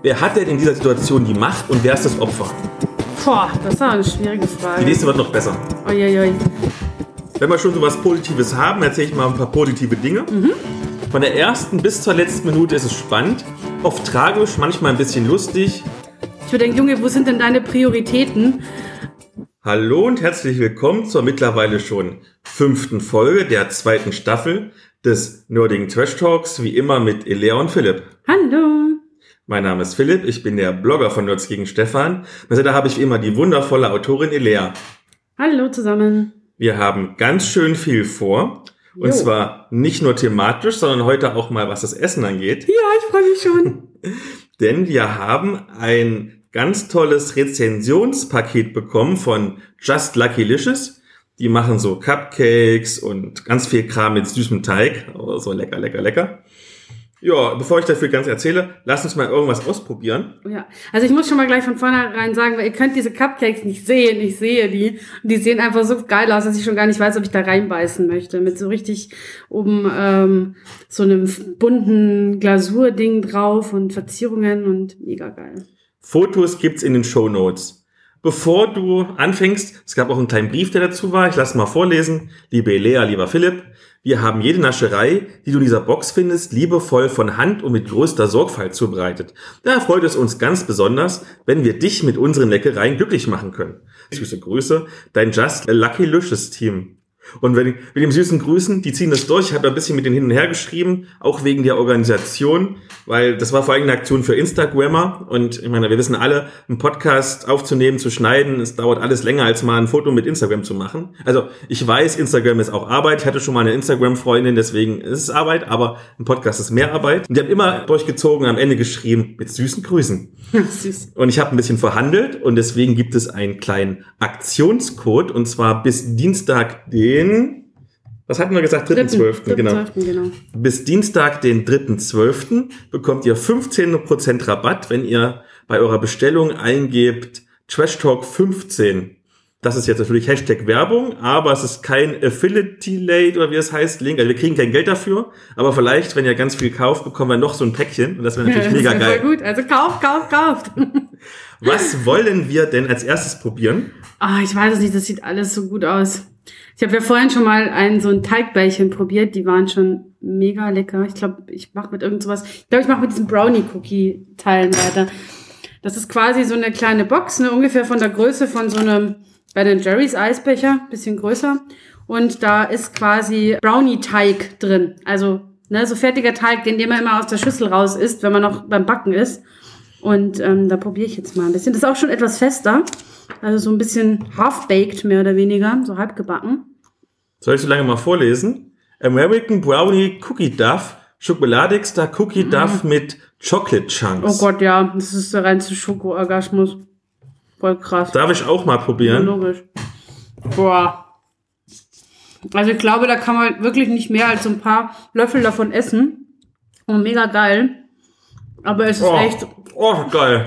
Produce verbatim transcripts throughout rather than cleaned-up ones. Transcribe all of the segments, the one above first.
Wer hat denn in dieser Situation die Macht und wer ist das Opfer? Boah, das ist eine schwierige Frage. Die nächste wird noch besser. Uiuiui. Wenn wir schon so was Positives haben, erzähle ich mal ein paar positive Dinge. Mhm. Von der ersten bis zur letzten Minute ist es spannend, oft tragisch, manchmal ein bisschen lustig. Ich würde denken, Junge, wo sind denn deine Prioritäten? Hallo und herzlich willkommen zur mittlerweile schon fünften Folge der zweiten Staffel des Nerdigen Trash Talks, wie immer mit Elea und Philipp. Hallo. Mein Name ist Philipp, ich bin der Blogger von Nerds gegen Stefan. Also da habe ich wie immer die wundervolle Autorin Elea. Hallo zusammen. Wir haben ganz schön viel vor. Und jo. zwar nicht nur thematisch, sondern heute auch mal, was das Essen angeht. Ja, ich freue mich schon. Denn wir haben ein ganz tolles Rezensionspaket bekommen von Just Luckylicious. Die machen so Cupcakes und ganz viel Kram mit süßem Teig. Oh, so lecker, lecker, lecker. Ja, bevor ich dafür ganz erzähle, lass uns mal irgendwas ausprobieren. Ja, also ich muss schon mal gleich von vornherein sagen, weil ihr könnt diese Cupcakes nicht sehen, ich sehe die. Und die sehen einfach so geil aus, dass ich schon gar nicht weiß, ob ich da reinbeißen möchte. Mit so richtig oben ähm, so einem bunten Glasurding drauf und Verzierungen und mega geil. Fotos gibt's in den Shownotes. Bevor du anfängst, es gab auch einen kleinen Brief, der dazu war, ich lasse mal vorlesen. Liebe Elea, lieber Philipp, wir haben jede Nascherei, die du in dieser Box findest, liebevoll von Hand und mit größter Sorgfalt zubereitet. Da freut es uns ganz besonders, wenn wir dich mit unseren Leckereien glücklich machen können. Süße Grüße, dein Just Luckylicious Team. Und wenn, mit dem süßen Grüßen, die ziehen das durch. Ich habe ein bisschen mit denen hin und her geschrieben, auch wegen der Organisation, weil das war vor allem eine Aktion für Instagrammer. Und ich meine, wir wissen alle, einen Podcast aufzunehmen, zu schneiden, es dauert alles länger, als mal ein Foto mit Instagram zu machen. Also ich weiß, Instagram ist auch Arbeit. Ich hatte schon mal eine Instagram-Freundin, deswegen ist es Arbeit, aber ein Podcast ist mehr Arbeit. Und die haben immer durchgezogen und am Ende geschrieben, mit süßen Grüßen. Süß. Und ich habe ein bisschen verhandelt und deswegen gibt es einen kleinen Aktionscode und zwar bis Dienstag den, was hatten wir gesagt, dritten zwölften Genau. genau. Bis Dienstag den dritten zwölften bekommt ihr fünfzehn Prozent Rabatt, wenn ihr bei eurer Bestellung eingebt Trash Talk fünfzehn. Das ist jetzt natürlich Hashtag Werbung, aber es ist kein Affiliate oder wie es heißt, Link. Also wir kriegen kein Geld dafür, aber vielleicht, wenn ihr ganz viel kauft, bekommen wir noch so ein Päckchen und das wäre natürlich ja, das mega geil. Voll gut, also kauft, kauft, kauft. Was wollen wir denn als erstes probieren? Ah, ich weiß es nicht, das sieht alles so gut aus. Ich habe ja vorhin schon mal ein so ein Teigbällchen probiert, die waren schon mega lecker. Ich glaube, ich mache mit irgend sowas, ich glaube, ich mache mit diesen Brownie-Cookie-Teilen weiter. Das ist quasi so eine kleine Box, ne, ungefähr von der Größe von so einem bei den Jerry's Eisbecher, bisschen größer. Und da ist quasi Brownie-Teig drin. Also ne, so fertiger Teig, den, den man immer aus der Schüssel raus isst, wenn man noch beim Backen ist. Und ähm, da probiere ich jetzt mal ein bisschen. Das ist auch schon etwas fester. Also so ein bisschen half-baked, mehr oder weniger. So halb gebacken. Soll ich so lange mal vorlesen? American Brownie Cookie Duff. Schokoladigster Cookie Duff mm. mit Chocolate Chunks. Oh Gott, ja. Das ist der reinste Schoko-Orgasmus. Voll krass. Darf ich auch mal probieren? Ja, logisch. Boah. Also ich glaube, da kann man wirklich nicht mehr als so ein paar Löffel davon essen. Und mega geil. Aber es ist oh. echt... Oh, geil.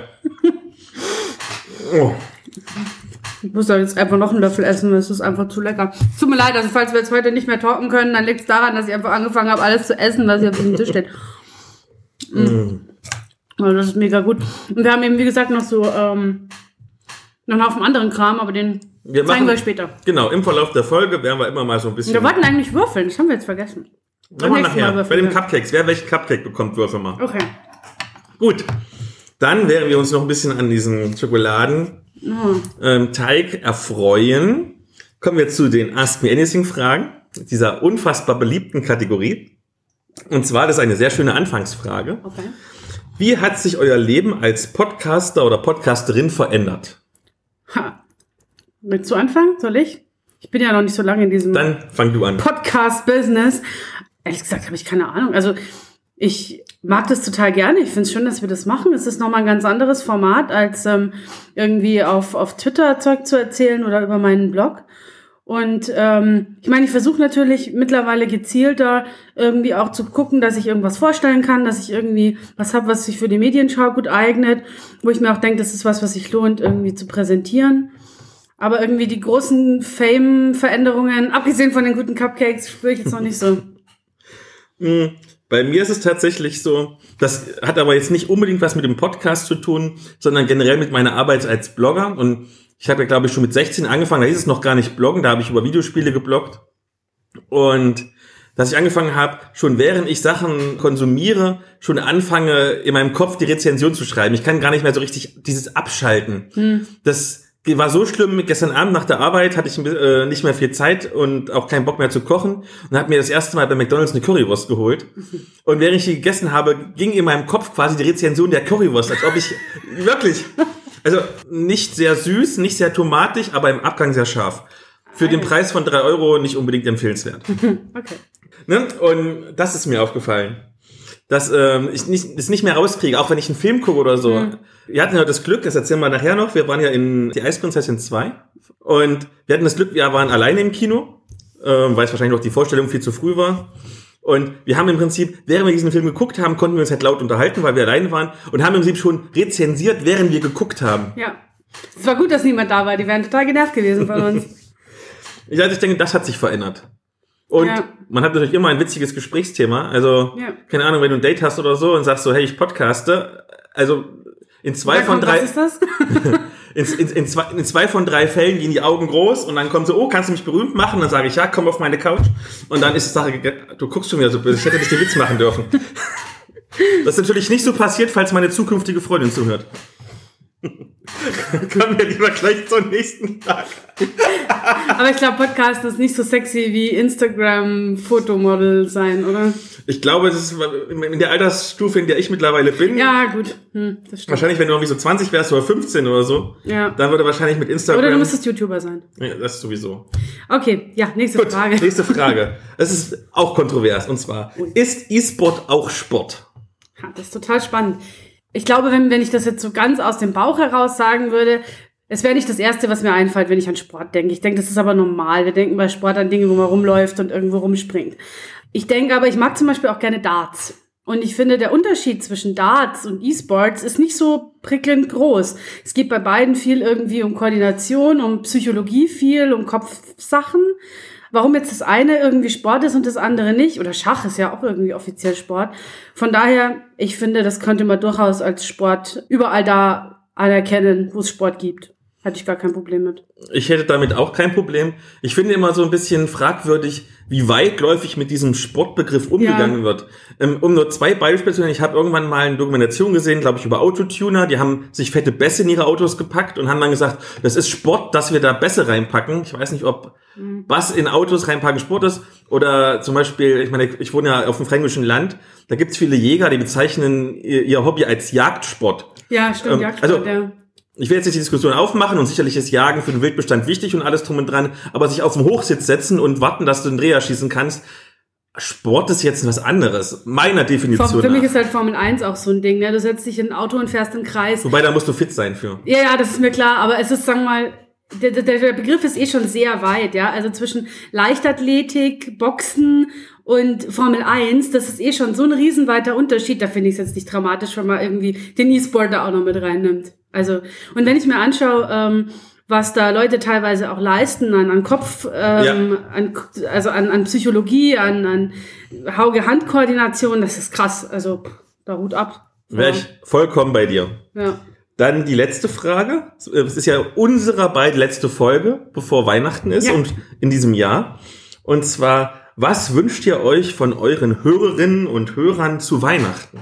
oh. Ich muss da jetzt einfach noch einen Löffel essen, weil es ist einfach zu lecker. Es tut mir leid, also falls wir jetzt heute nicht mehr talken können, dann liegt es daran, dass ich einfach angefangen habe, alles zu essen, was hier auf dem Tisch steht. Mm. Mm. Also das ist mega gut. Und wir haben eben, wie gesagt, noch so... Ähm, noch einen Haufen anderen Kram, aber den wir zeigen machen, wir später. Genau, im Verlauf der Folge werden wir immer mal so ein bisschen... Wir wollten eigentlich würfeln, das haben wir jetzt vergessen. Nochmal nachher, mal bei den Cupcakes. Wer welchen Cupcake bekommt, würfeln wir. Okay. Gut, dann werden wir uns noch ein bisschen an diesen Schokoladenteig oh. ähm, erfreuen. Kommen wir zu den Ask Me Anything-Fragen, dieser unfassbar beliebten Kategorie. Und zwar, das ist eine sehr schöne Anfangsfrage. Okay. Wie hat sich euer Leben als Podcaster oder Podcasterin verändert? Ha. Willst du anfangen? Soll ich? Ich bin ja noch nicht so lange in diesem Dann fang du an. Podcast-Business. Ehrlich gesagt habe ich keine Ahnung. Also ich mag das total gerne. Ich finde es schön, dass wir das machen. Es ist nochmal ein ganz anderes Format, als ähm, irgendwie auf, auf Twitter Zeug zu erzählen oder über meinen Blog. Und ähm, ich meine, ich versuche natürlich mittlerweile gezielter irgendwie auch zu gucken, dass ich irgendwas vorstellen kann, dass ich irgendwie was habe, was sich für die Medienschau gut eignet, wo ich mir auch denke, das ist was, was sich lohnt, irgendwie zu präsentieren. Aber irgendwie die großen Fame-Veränderungen, abgesehen von den guten Cupcakes, spüre ich jetzt noch nicht so. Bei mir ist es tatsächlich so, das hat aber jetzt nicht unbedingt was mit dem Podcast zu tun, sondern generell mit meiner Arbeit als Blogger. Und ich habe ja, glaube ich, schon mit sechzehn angefangen, da hieß es noch gar nicht bloggen, da habe ich über Videospiele gebloggt. Und dass ich angefangen habe, schon während ich Sachen konsumiere, schon anfange, in meinem Kopf die Rezension zu schreiben. Ich kann gar nicht mehr so richtig dieses Abschalten. Hm. Das war so schlimm, gestern Abend nach der Arbeit hatte ich äh, nicht mehr viel Zeit und auch keinen Bock mehr zu kochen und habe mir das erste Mal bei McDonald's eine Currywurst geholt. Und während ich die gegessen habe, ging in meinem Kopf quasi die Rezension der Currywurst, als ob ich wirklich, also nicht sehr süß, nicht sehr tomatig, aber im Abgang sehr scharf. Für den Preis von drei Euro nicht unbedingt empfehlenswert. Okay. Ne? Und das ist mir aufgefallen. Dass ähm, ich nicht, das nicht mehr rauskriege, auch wenn ich einen Film gucke oder so. Mhm. Wir hatten ja das Glück, das erzählen wir nachher noch, wir waren ja in Die Eisprinzessin zwei und wir hatten das Glück, wir waren alleine im Kino, äh, weil es wahrscheinlich noch die Vorstellung viel zu früh war. Und wir haben im Prinzip, während wir diesen Film geguckt haben, konnten wir uns halt laut unterhalten, weil wir alleine waren und haben im Prinzip schon rezensiert, während wir geguckt haben. Ja, es war gut, dass niemand da war, die wären total genervt gewesen von uns. Ich, also ich denke, das hat sich verändert. Und ja. Man hat natürlich immer ein witziges Gesprächsthema. Also, ja. Keine Ahnung, wenn du ein Date hast oder so und sagst so, hey, ich podcaste. Also, in zwei von drei... Was ist das? in, in, in, zwei, in zwei von drei Fällen gehen die Augen groß und dann kommt so, oh, kannst du mich berühmt machen? Dann sage ich, ja, komm auf meine Couch. Und dann ist die Sache, du guckst schon wieder so böse, ich hätte dich den Witz machen dürfen. Das ist natürlich nicht so passiert, falls meine zukünftige Freundin zuhört. Kommen wir lieber gleich zur nächsten Frage. Aber ich glaube, Podcast ist nicht so sexy wie Instagram-Fotomodel sein, oder? Ich glaube, es ist in der Altersstufe, in der ich mittlerweile bin. Ja, gut. Hm, das stimmt. Wahrscheinlich, wenn du irgendwie so zwanzig wärst oder fünfzehn oder so, ja. Dann würde wahrscheinlich mit Instagram... Oder du müsstest YouTuber sein. Ja, das sowieso. Okay, ja, nächste gut, Frage. Nächste Frage. Es ist auch kontrovers. Und zwar, ist E-Sport auch Sport? Ja, das ist total spannend. Ich glaube, wenn, wenn ich das jetzt so ganz aus dem Bauch heraus sagen würde, es wäre nicht das Erste, was mir einfällt, wenn ich an Sport denke. Ich denke, das ist aber normal. Wir denken bei Sport an Dinge, wo man rumläuft und irgendwo rumspringt. Ich denke aber, ich mag zum Beispiel auch gerne Darts. Und ich finde, der Unterschied zwischen Darts und E-Sports ist nicht so prickelnd groß. Es geht bei beiden viel irgendwie um Koordination, um Psychologie viel, um Kopfsachen. Warum jetzt das eine irgendwie Sport ist und das andere nicht, oder Schach ist ja auch irgendwie offiziell Sport. Von daher, ich finde, das könnte man durchaus als Sport überall da anerkennen, wo es Sport gibt. Hatte ich gar kein Problem mit. Ich hätte damit auch kein Problem. Ich finde immer so ein bisschen fragwürdig, wie weitläufig mit diesem Sportbegriff umgegangen ja. wird. Um nur zwei Beispiele zu nennen, ich habe irgendwann mal eine Dokumentation gesehen, glaube ich, über Autotuner. Die haben sich fette Bässe in ihre Autos gepackt und haben dann gesagt, das ist Sport, dass wir da Bässe reinpacken. Ich weiß nicht, ob mhm. Bass in Autos reinpacken Sport ist. Oder zum Beispiel, ich meine, ich wohne ja auf dem fränkischen Land, da gibt's viele Jäger, die bezeichnen ihr Hobby als Jagdsport. Ja, stimmt, ähm, Jagdsport, also, ja. Ich will jetzt nicht die Diskussion aufmachen und sicherlich ist Jagen für den Wildbestand wichtig und alles drum und dran, aber sich auf den Hochsitz setzen und warten, dass du den Dreher schießen kannst, Sport ist jetzt was anderes, meiner Definition nach. Für mich ist halt Formel eins auch so ein Ding, ne? Du setzt dich in ein Auto und fährst im Kreis. Wobei, da musst du fit sein für. Ja, ja, das ist mir klar, aber es ist, sagen wir mal, der, der, der Begriff ist eh schon sehr weit, ja, also zwischen Leichtathletik, Boxen und Formel eins, das ist eh schon so ein riesenweiter Unterschied, da finde ich es jetzt nicht dramatisch, wenn man irgendwie den E-Sport da auch noch mit reinnimmt. Also, und wenn ich mir anschaue, ähm, was da Leute teilweise auch leisten an, an Kopf, ähm, ja. an, also an, an Psychologie, an, an Auge-Hand-Koordination, das ist krass, also da Hut ab. Wäre ich vollkommen bei dir. Ja. Dann die letzte Frage. Es ist ja unsere beide letzte Folge, bevor Weihnachten ist ja. und in diesem Jahr. Und zwar, was wünscht ihr euch von euren Hörerinnen und Hörern zu Weihnachten?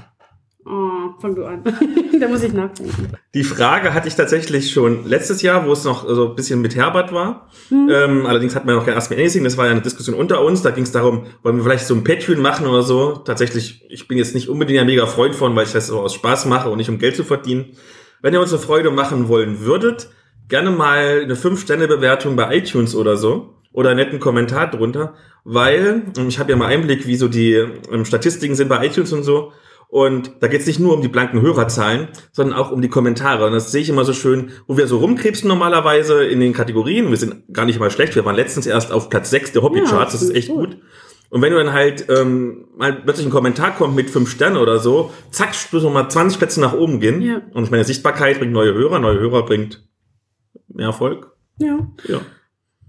Oh, fang du an. Da muss ich nachdenken. Die Frage hatte ich tatsächlich schon letztes Jahr, wo es noch so ein bisschen mit Herbert war. Hm. Ähm, allerdings hatten wir noch kein Ask Me Anything. Das war ja eine Diskussion unter uns. Da ging es darum, wollen wir vielleicht so ein Patreon machen oder so. Tatsächlich, ich bin jetzt nicht unbedingt ein mega Freund von, weil ich das so aus Spaß mache und nicht um Geld zu verdienen. Wenn ihr uns eine Freude machen wollen würdet, gerne mal eine fünf Sterne Bewertung bei iTunes oder so. Oder einen netten Kommentar drunter. Weil, ich habe ja mal Einblick, wie so die ähm, Statistiken sind bei iTunes und so. Und da geht es nicht nur um die blanken Hörerzahlen, sondern auch um die Kommentare. Und das sehe ich immer so schön, wo wir so rumkrebsen normalerweise in den Kategorien. Wir sind gar nicht mal schlecht. Wir waren letztens erst auf Platz sechs der Hobbycharts. Ja, das ist echt gut. gut. Und wenn du dann halt ähm, mal plötzlich ein Kommentar kommt mit fünf Sternen oder so, zack, du noch mal zwanzig Plätze nach oben gehen. Ja. Und ich meine, Sichtbarkeit bringt neue Hörer, neue Hörer bringt mehr Erfolg. Ja. Ja.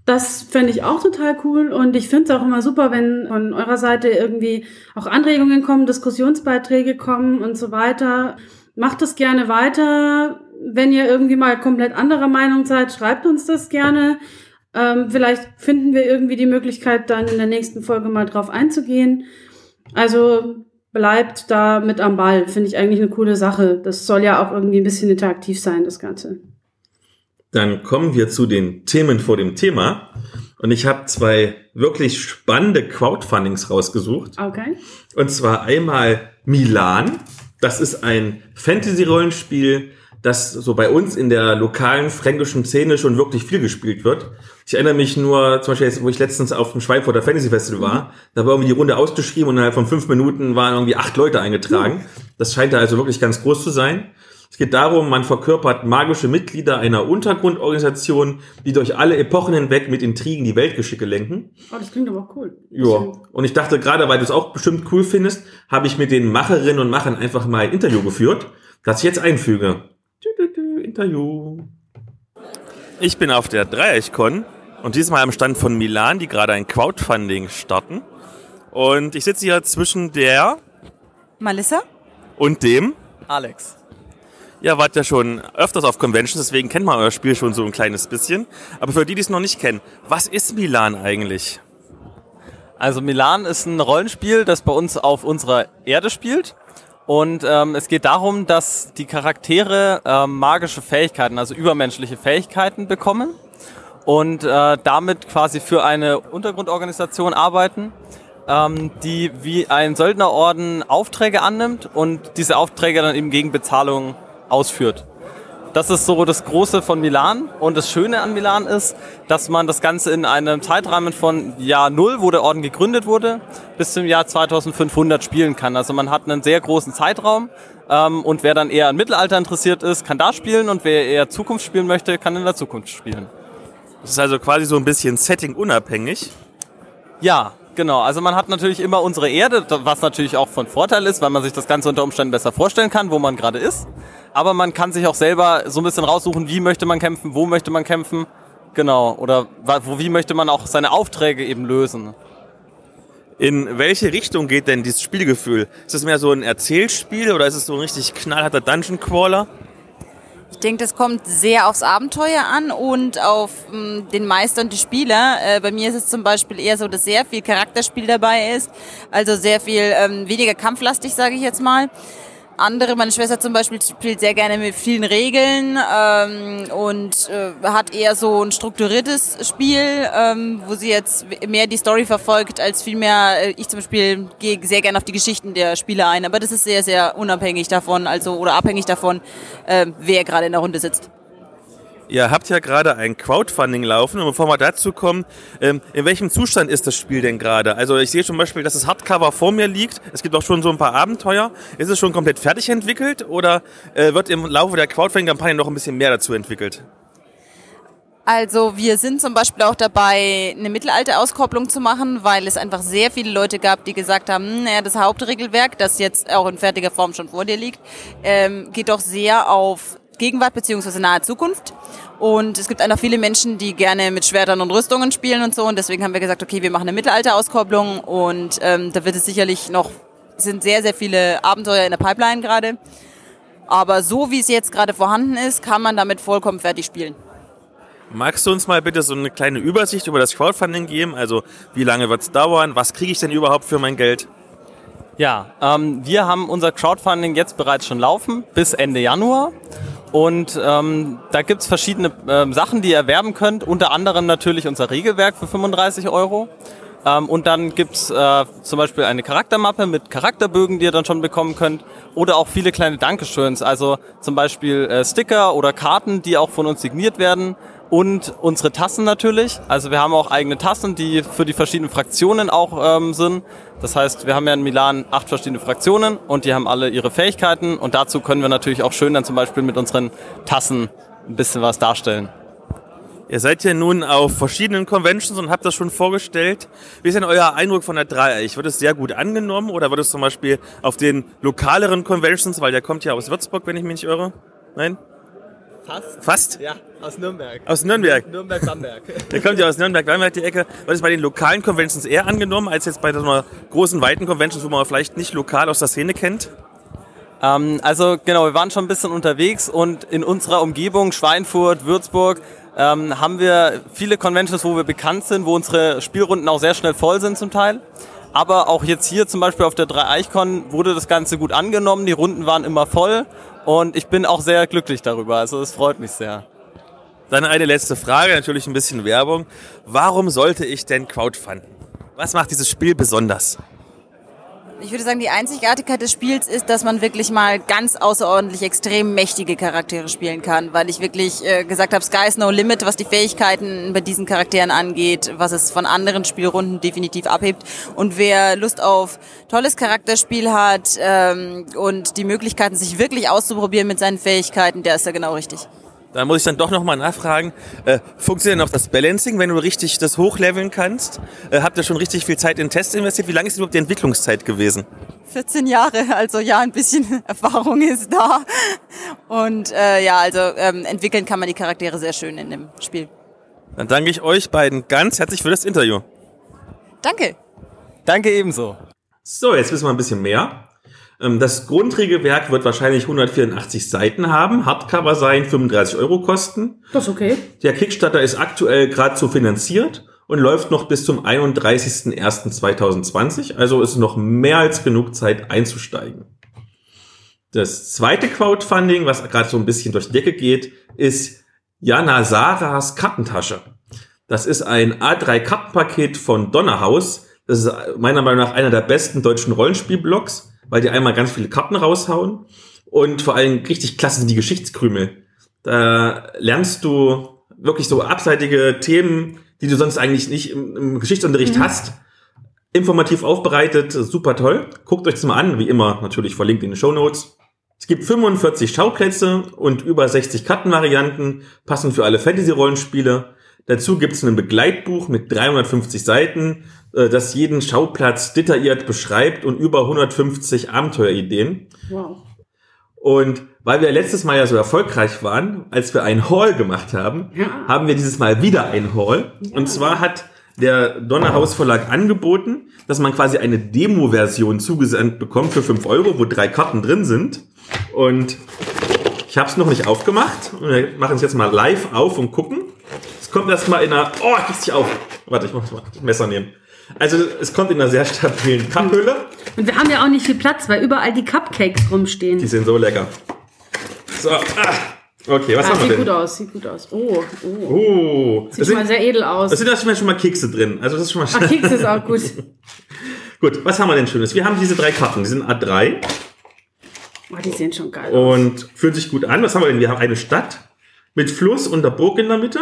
Das fände ich auch total cool und ich finde es auch immer super, wenn von eurer Seite irgendwie auch Anregungen kommen, Diskussionsbeiträge kommen und so weiter. Macht das gerne weiter. Wenn ihr irgendwie mal komplett anderer Meinung seid, schreibt uns das gerne. Ähm, vielleicht finden wir irgendwie die Möglichkeit, dann in der nächsten Folge mal drauf einzugehen. Also bleibt da mit am Ball. Finde ich eigentlich eine coole Sache. Das soll ja auch irgendwie ein bisschen interaktiv sein, das Ganze. Dann kommen wir zu den Themen vor dem Thema. Und ich habe zwei wirklich spannende Crowdfundings rausgesucht. Okay. Und zwar einmal Milan. Das ist ein Fantasy-Rollenspiel, das so bei uns in der lokalen fränkischen Szene schon wirklich viel gespielt wird. Ich erinnere mich nur, zum Beispiel, jetzt, wo ich letztens auf dem Schweinfurter Fantasy Festival war, mhm. da war irgendwie die Runde ausgeschrieben und innerhalb von fünf Minuten waren irgendwie acht Leute eingetragen. Mhm. Das scheint da also wirklich ganz groß zu sein. Es geht darum, man verkörpert magische Mitglieder einer Untergrundorganisation, die durch alle Epochen hinweg mit Intrigen die Weltgeschicke lenken. Oh, das klingt aber auch cool. Ja. Und ich dachte, gerade weil du es auch bestimmt cool findest, habe ich mit den Macherinnen und Machern einfach mal ein Interview geführt, das ich jetzt einfüge. Interview. Ich bin auf der Dreieichkon und diesmal am Stand von Milan, die gerade ein Crowdfunding starten. Und ich sitze hier zwischen der Melissa und dem Alex. Ja, wart ja schon öfters auf Conventions, deswegen kennt man euer Spiel schon so ein kleines bisschen. Aber für die, die es noch nicht kennen, was ist Milan eigentlich? Also Milan ist ein Rollenspiel, das bei uns auf unserer Erde spielt. Und ähm, es geht darum, dass die Charaktere ähm, magische Fähigkeiten, also übermenschliche Fähigkeiten bekommen und äh, damit quasi für eine Untergrundorganisation arbeiten, ähm, die wie ein Söldnerorden Aufträge annimmt und diese Aufträge dann eben gegen Bezahlung ausführt. Das ist so das Große von Milan und das Schöne an Milan ist, dass man das Ganze in einem Zeitrahmen von Jahr Null, wo der Orden gegründet wurde, bis zum Jahr zweitausendfünfhundert spielen kann. Also man hat einen sehr großen Zeitraum ähm, und wer dann eher an Mittelalter interessiert ist, kann da spielen und wer eher Zukunft spielen möchte, kann in der Zukunft spielen. Das ist also quasi so ein bisschen setting-unabhängig. Ja, genau. Also man hat natürlich immer unsere Erde, was natürlich auch von Vorteil ist, weil man sich das Ganze unter Umständen besser vorstellen kann, wo man gerade ist. Aber man kann sich auch selber so ein bisschen raussuchen, wie möchte man kämpfen, wo möchte man kämpfen. Genau. Oder wo, wie möchte man auch seine Aufträge eben lösen. In welche Richtung geht denn dieses Spielgefühl? Ist es mehr so ein Erzählspiel oder ist es so ein richtig knallharter Dungeon Crawler? Ich denke, das kommt sehr aufs Abenteuer an und auf m, den Meister und die Spieler. Äh, bei mir ist es zum Beispiel eher so, dass sehr viel Charakterspiel dabei ist, also sehr viel ähm, weniger kampflastig, sage ich jetzt mal. Andere, meine Schwester zum Beispiel, spielt sehr gerne mit vielen Regeln ähm, und äh, hat eher so ein strukturiertes Spiel, ähm, wo sie jetzt mehr die Story verfolgt, als vielmehr, äh, ich zum Beispiel gehe sehr gerne auf die Geschichten der Spieler ein, aber das ist sehr, sehr unabhängig davon, also oder abhängig davon, äh, wer gerade in der Runde sitzt. Ihr habt ja gerade ein Crowdfunding laufen und bevor wir dazu kommen, ähm, in welchem Zustand ist das Spiel denn gerade? Also ich sehe zum Beispiel, dass das Hardcover vor mir liegt. Es gibt auch schon so ein paar Abenteuer. Ist es schon komplett fertig entwickelt oder äh, wird im Laufe der Crowdfunding-Kampagne noch ein bisschen mehr dazu entwickelt? Also wir sind zum Beispiel auch dabei, eine Mittelalter-Auskopplung zu machen, weil es einfach sehr viele Leute gab, die gesagt haben, naja, das Hauptregelwerk, das jetzt auch in fertiger Form schon vor dir liegt, ähm, geht doch sehr auf Gegenwart bzw. nahe Zukunft. Und es gibt einfach viele Menschen, die gerne mit Schwertern und Rüstungen spielen und so. Und deswegen haben wir gesagt, okay, wir machen eine Mittelalter-Auskopplung. Und ähm, da wird es sicherlich noch, sind sehr, sehr viele Abenteuer in der Pipeline gerade. Aber so wie es jetzt gerade vorhanden ist, kann man damit vollkommen fertig spielen. Magst du uns mal bitte so eine kleine Übersicht über das Crowdfunding geben? Also wie lange wird es dauern? Was kriege ich denn überhaupt für mein Geld? Ja, ähm, wir haben unser Crowdfunding jetzt bereits schon laufen bis Ende Januar. Und ähm, da gibt's verschiedene ähm, Sachen, die ihr erwerben könnt. Unter anderem natürlich unser Regelwerk für fünfunddreißig Euro. Ähm, und dann gibt's äh, zum Beispiel eine Charaktermappe mit Charakterbögen, die ihr dann schon bekommen könnt. Oder auch viele kleine Dankeschöns. Also zum Beispiel äh, Sticker oder Karten, die auch von uns signiert werden. Und unsere Tassen natürlich. Also wir haben auch eigene Tassen, die für die verschiedenen Fraktionen auch ähm, sind. Das heißt, wir haben ja in Milan acht verschiedene Fraktionen und die haben alle ihre Fähigkeiten. Und dazu können wir natürlich auch schön dann zum Beispiel mit unseren Tassen ein bisschen was darstellen. Ihr seid ja nun auf verschiedenen Conventions und habt das schon vorgestellt. Wie ist denn euer Eindruck von der Dreieich? Wird es sehr gut angenommen oder wird es zum Beispiel auf den lokaleren Conventions, weil der kommt ja aus Würzburg, wenn ich mich nicht irre? Nein? Fast. Fast? Ja, aus Nürnberg. Aus Nürnberg? Nürnberg-Bamberg. Der kommt ja aus Nürnberg-Bamberg, die Ecke. War das bei den lokalen Conventions eher angenommen, als jetzt bei so einer großen, weiten Conventions, wo man vielleicht nicht lokal aus der Szene kennt? Ähm, also genau, wir waren schon ein bisschen unterwegs und in unserer Umgebung, Schweinfurt, Würzburg, ähm, haben wir viele Conventions, wo wir bekannt sind, wo unsere Spielrunden auch sehr schnell voll sind zum Teil. Aber auch jetzt hier zum Beispiel auf der drei Eichkon wurde das Ganze gut angenommen, die Runden waren immer voll und ich bin auch sehr glücklich darüber, also es freut mich sehr. Dann eine letzte Frage, natürlich ein bisschen Werbung. Warum sollte ich denn crowdfunden? Was macht dieses Spiel besonders? Ich würde sagen, die Einzigartigkeit des Spiels ist, dass man wirklich mal ganz außerordentlich extrem mächtige Charaktere spielen kann, weil ich wirklich äh, gesagt habe, Sky is no limit, was die Fähigkeiten bei diesen Charakteren angeht, was es von anderen Spielrunden definitiv abhebt. Und wer Lust auf tolles Charakterspiel hat ähm, und die Möglichkeiten, sich wirklich auszuprobieren mit seinen Fähigkeiten, der ist da genau richtig. Da muss ich dann doch nochmal nachfragen, äh, funktioniert noch das Balancing, wenn du richtig das hochleveln kannst? Äh, habt ihr schon richtig viel Zeit in Tests investiert? Wie lange ist überhaupt die Entwicklungszeit gewesen? vierzehn Jahre, also ja, ein bisschen Erfahrung ist da. Und äh, ja, also ähm, entwickeln kann man die Charaktere sehr schön in dem Spiel. Dann danke ich euch beiden ganz herzlich für das Interview. Danke. Danke ebenso. So, jetzt wissen wir ein bisschen mehr. Das Grundregelwerk wird wahrscheinlich hundertvierundachtzig Seiten haben, Hardcover sein, fünfunddreißig Euro kosten. Das ist okay. Der Kickstarter ist aktuell gerade so finanziert und läuft noch bis zum einunddreißigsten ersten zweitausendzwanzig, also ist noch mehr als genug Zeit einzusteigen. Das zweite Crowdfunding, was gerade so ein bisschen durch die Decke geht, ist Jana Saras Kartentasche. Das ist ein A drei Kartenpaket von Donnerhaus. Das ist meiner Meinung nach einer der besten deutschen Rollenspielblocks, weil die einmal ganz viele Karten raushauen und vor allem richtig klasse sind die Geschichtskrümel. Da lernst du wirklich so abseitige Themen, die du sonst eigentlich nicht im, im Geschichtsunterricht mhm. hast. Informativ aufbereitet, super toll. Guckt euch das mal an, wie immer natürlich verlinkt in den Shownotes. Es gibt fünfundvierzig Schauplätze und über sechzig Kartenvarianten, passend für alle Fantasy-Rollenspiele. Dazu gibt es ein Begleitbuch mit dreihundertfünfzig Seiten, das jeden Schauplatz detailliert beschreibt und über hundertfünfzig Abenteuerideen. Wow. Und weil wir letztes Mal ja so erfolgreich waren, als wir einen Haul gemacht haben, ja. haben wir dieses Mal wieder einen Haul. Ja. Und zwar hat der Donnerhaus Verlag angeboten, dass man quasi eine Demo-Version zugesandt bekommt für fünf Euro, wo drei Karten drin sind. Und ich habe es noch nicht aufgemacht. Wir machen es jetzt mal live auf und gucken. Es kommt erstmal in einer... Oh, ich krieg's nicht auf. Warte, ich muss mal das Messer nehmen. Also es kommt in einer sehr stabilen Papphülle. Und wir haben ja auch nicht viel Platz, weil überall die Cupcakes rumstehen. Die sind so lecker. So, ah, okay, was ah, haben wir sieht denn? Sieht gut aus, sieht gut aus. Oh, oh. oh. Sieht schon mal sehr edel aus. Da sind erstmal schon mal Kekse drin. Also das ist schon mal Ach, Kekse ist auch gut. Gut, was haben wir denn Schönes? Wir haben diese drei Karten, die sind A drei. Oh, die sehen schon geil aus. Und Und fühlen sich gut an. Was haben wir denn? Wir haben eine Stadt mit Fluss und der Burg in der Mitte.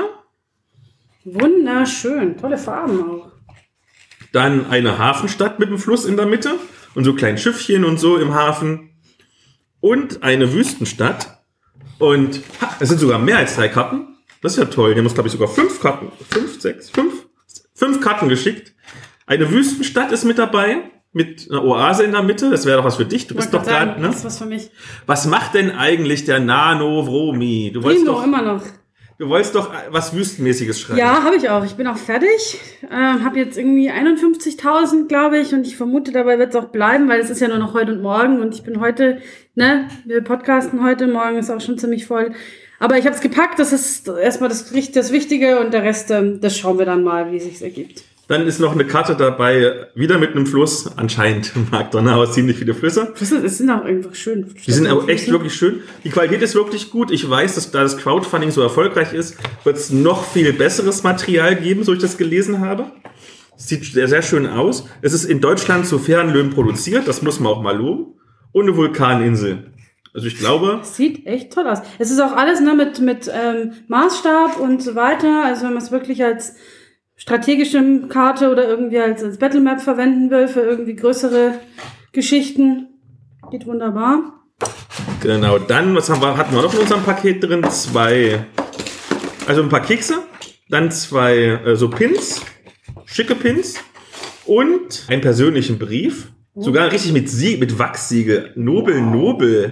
Wunderschön, tolle Farben auch. Dann eine Hafenstadt mit einem Fluss in der Mitte und so kleinen Schiffchen und so im Hafen. Und eine Wüstenstadt. Und es sind sogar mehr als drei Karten. Das ist ja toll. Die haben uns, glaube ich, sogar fünf Karten. Fünf, sechs, fünf? Fünf Karten geschickt. Eine Wüstenstadt ist mit dabei. Mit einer Oase in der Mitte. Das wäre doch was für dich. Du bist doch gerade, ne? Das ist was für mich. Was macht denn eigentlich der Nano-Vromi? Du wolltest Primo, doch immer noch. Du wolltest doch was Wüstenmäßiges schreiben. Ja, habe ich auch. Ich bin auch fertig. Ähm, habe jetzt irgendwie einundfünfzigtausend, glaube ich. Und ich vermute, dabei wird es auch bleiben, weil es ist ja nur noch heute und morgen. Und ich bin heute, ne, wir podcasten heute. Morgen ist auch schon ziemlich voll. Aber ich habe es gepackt. Das ist erstmal das, das Wichtige. Und der Rest, ähm, das schauen wir dann mal, wie es sich ergibt. Dann ist noch eine Karte dabei, wieder mit einem Fluss. Anscheinend mag Donnerhaus ziemlich viele Flüsse. Flüsse sind auch einfach schön. Die sind auch echt wirklich schön. Die Qualität ist wirklich gut. Ich weiß, dass da das Crowdfunding so erfolgreich ist, wird es noch viel besseres Material geben, so ich das gelesen habe. Sieht sehr, sehr schön aus. Es ist in Deutschland zu fairen Löhnen produziert, das muss man auch mal loben. Und eine Vulkaninsel. Also ich glaube... Das sieht echt toll aus. Es ist auch alles ne, mit, mit ähm, Maßstab und so weiter. Also wenn man es wirklich als strategische Karte oder irgendwie als, als Battlemap verwenden will für irgendwie größere Geschichten. Geht wunderbar. Genau, dann, was haben wir, hatten wir noch in unserem Paket drin? Zwei, also ein paar Kekse, dann zwei äh, so Pins, schicke Pins und einen persönlichen Brief. Oh. Sogar richtig mit Sie, mit Wachssiegel. Nobel, Nobel.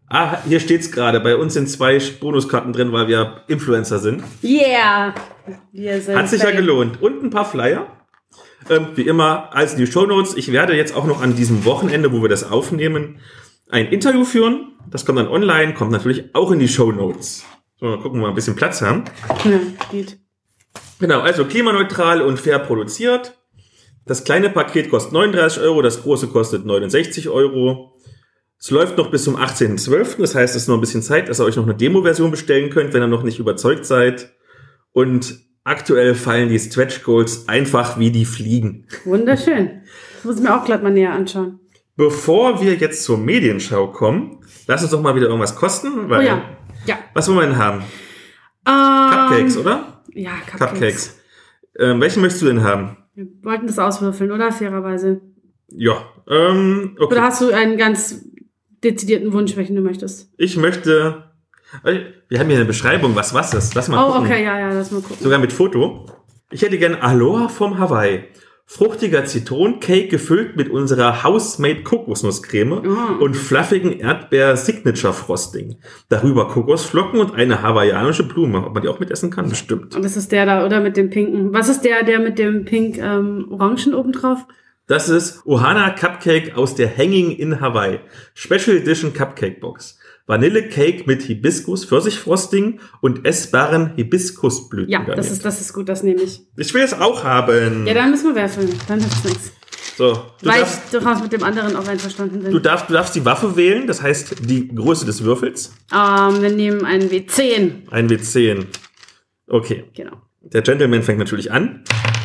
Ah, hier steht's gerade. Bei uns sind zwei Bonuskarten drin, weil wir Influencer sind. Yeah! Wir sind Hat sich ja gelohnt. Und ein paar Flyer. Ähm, wie immer, als in die Shownotes. Ich werde jetzt auch noch an diesem Wochenende, wo wir das aufnehmen, ein Interview führen. Das kommt dann online, kommt natürlich auch in die Shownotes. So, mal gucken, ob wir ein bisschen Platz haben. Ja, geht. Genau, also klimaneutral und fair produziert. Das kleine Paket kostet neununddreißig Euro, das große kostet neunundsechzig Euro. Es läuft noch bis zum achtzehnten zwölften Das heißt, es ist noch ein bisschen Zeit, dass ihr euch noch eine Demo-Version bestellen könnt, wenn ihr noch nicht überzeugt seid. Und aktuell fallen die Stretch Goals einfach wie die Fliegen. Wunderschön. Das muss ich mir auch gleich mal näher anschauen. Bevor wir jetzt zur Medienschau kommen, lass uns doch mal wieder irgendwas kosten. Weil, oh ja. ja. Was wollen wir denn haben? Ähm, Cupcakes, oder? Ja, Cupcakes. Cupcakes. Ähm, welchen möchtest du denn haben? Wir wollten das auswürfeln, oder? Fairerweise. Ja. Ähm, okay. Oder hast du einen ganz dezidierten Wunsch, welchen du möchtest? Ich möchte... Wir haben hier eine Beschreibung, was was ist. Lass mal oh, gucken. okay, ja, ja, lass mal gucken. Sogar mit Foto. Ich hätte gern Aloha vom Hawaii. Fruchtiger Zitronencake gefüllt mit unserer House-Made Kokosnusscreme oh. und fluffigen Erdbeer-Signature-Frosting. Darüber Kokosflocken und eine hawaiianische Blume. Ob man die auch mitessen kann? Bestimmt. Und das ist der da, oder mit dem pinken. Was ist der, der mit dem pink ähm, Orangen obendrauf? Das ist Ohana Cupcake aus der Hanging in Hawaii. Special Edition Cupcake Box. Vanillecake mit Hibiskus, Pfirsichfrosting und essbaren Hibiskusblüten. Ja, das ist, das ist gut, das nehme ich. Ich will es auch haben. Ja, dann müssen wir werfeln. Dann hilft's nichts. So, du Weil darfst, ich durchaus mit dem anderen auch einverstanden bin. du, darfst, du darfst die Waffe wählen, das heißt die Größe des Würfels. Ähm, wir nehmen einen W zehn. Ein W zehn. Okay. Genau. Der Gentleman fängt natürlich an.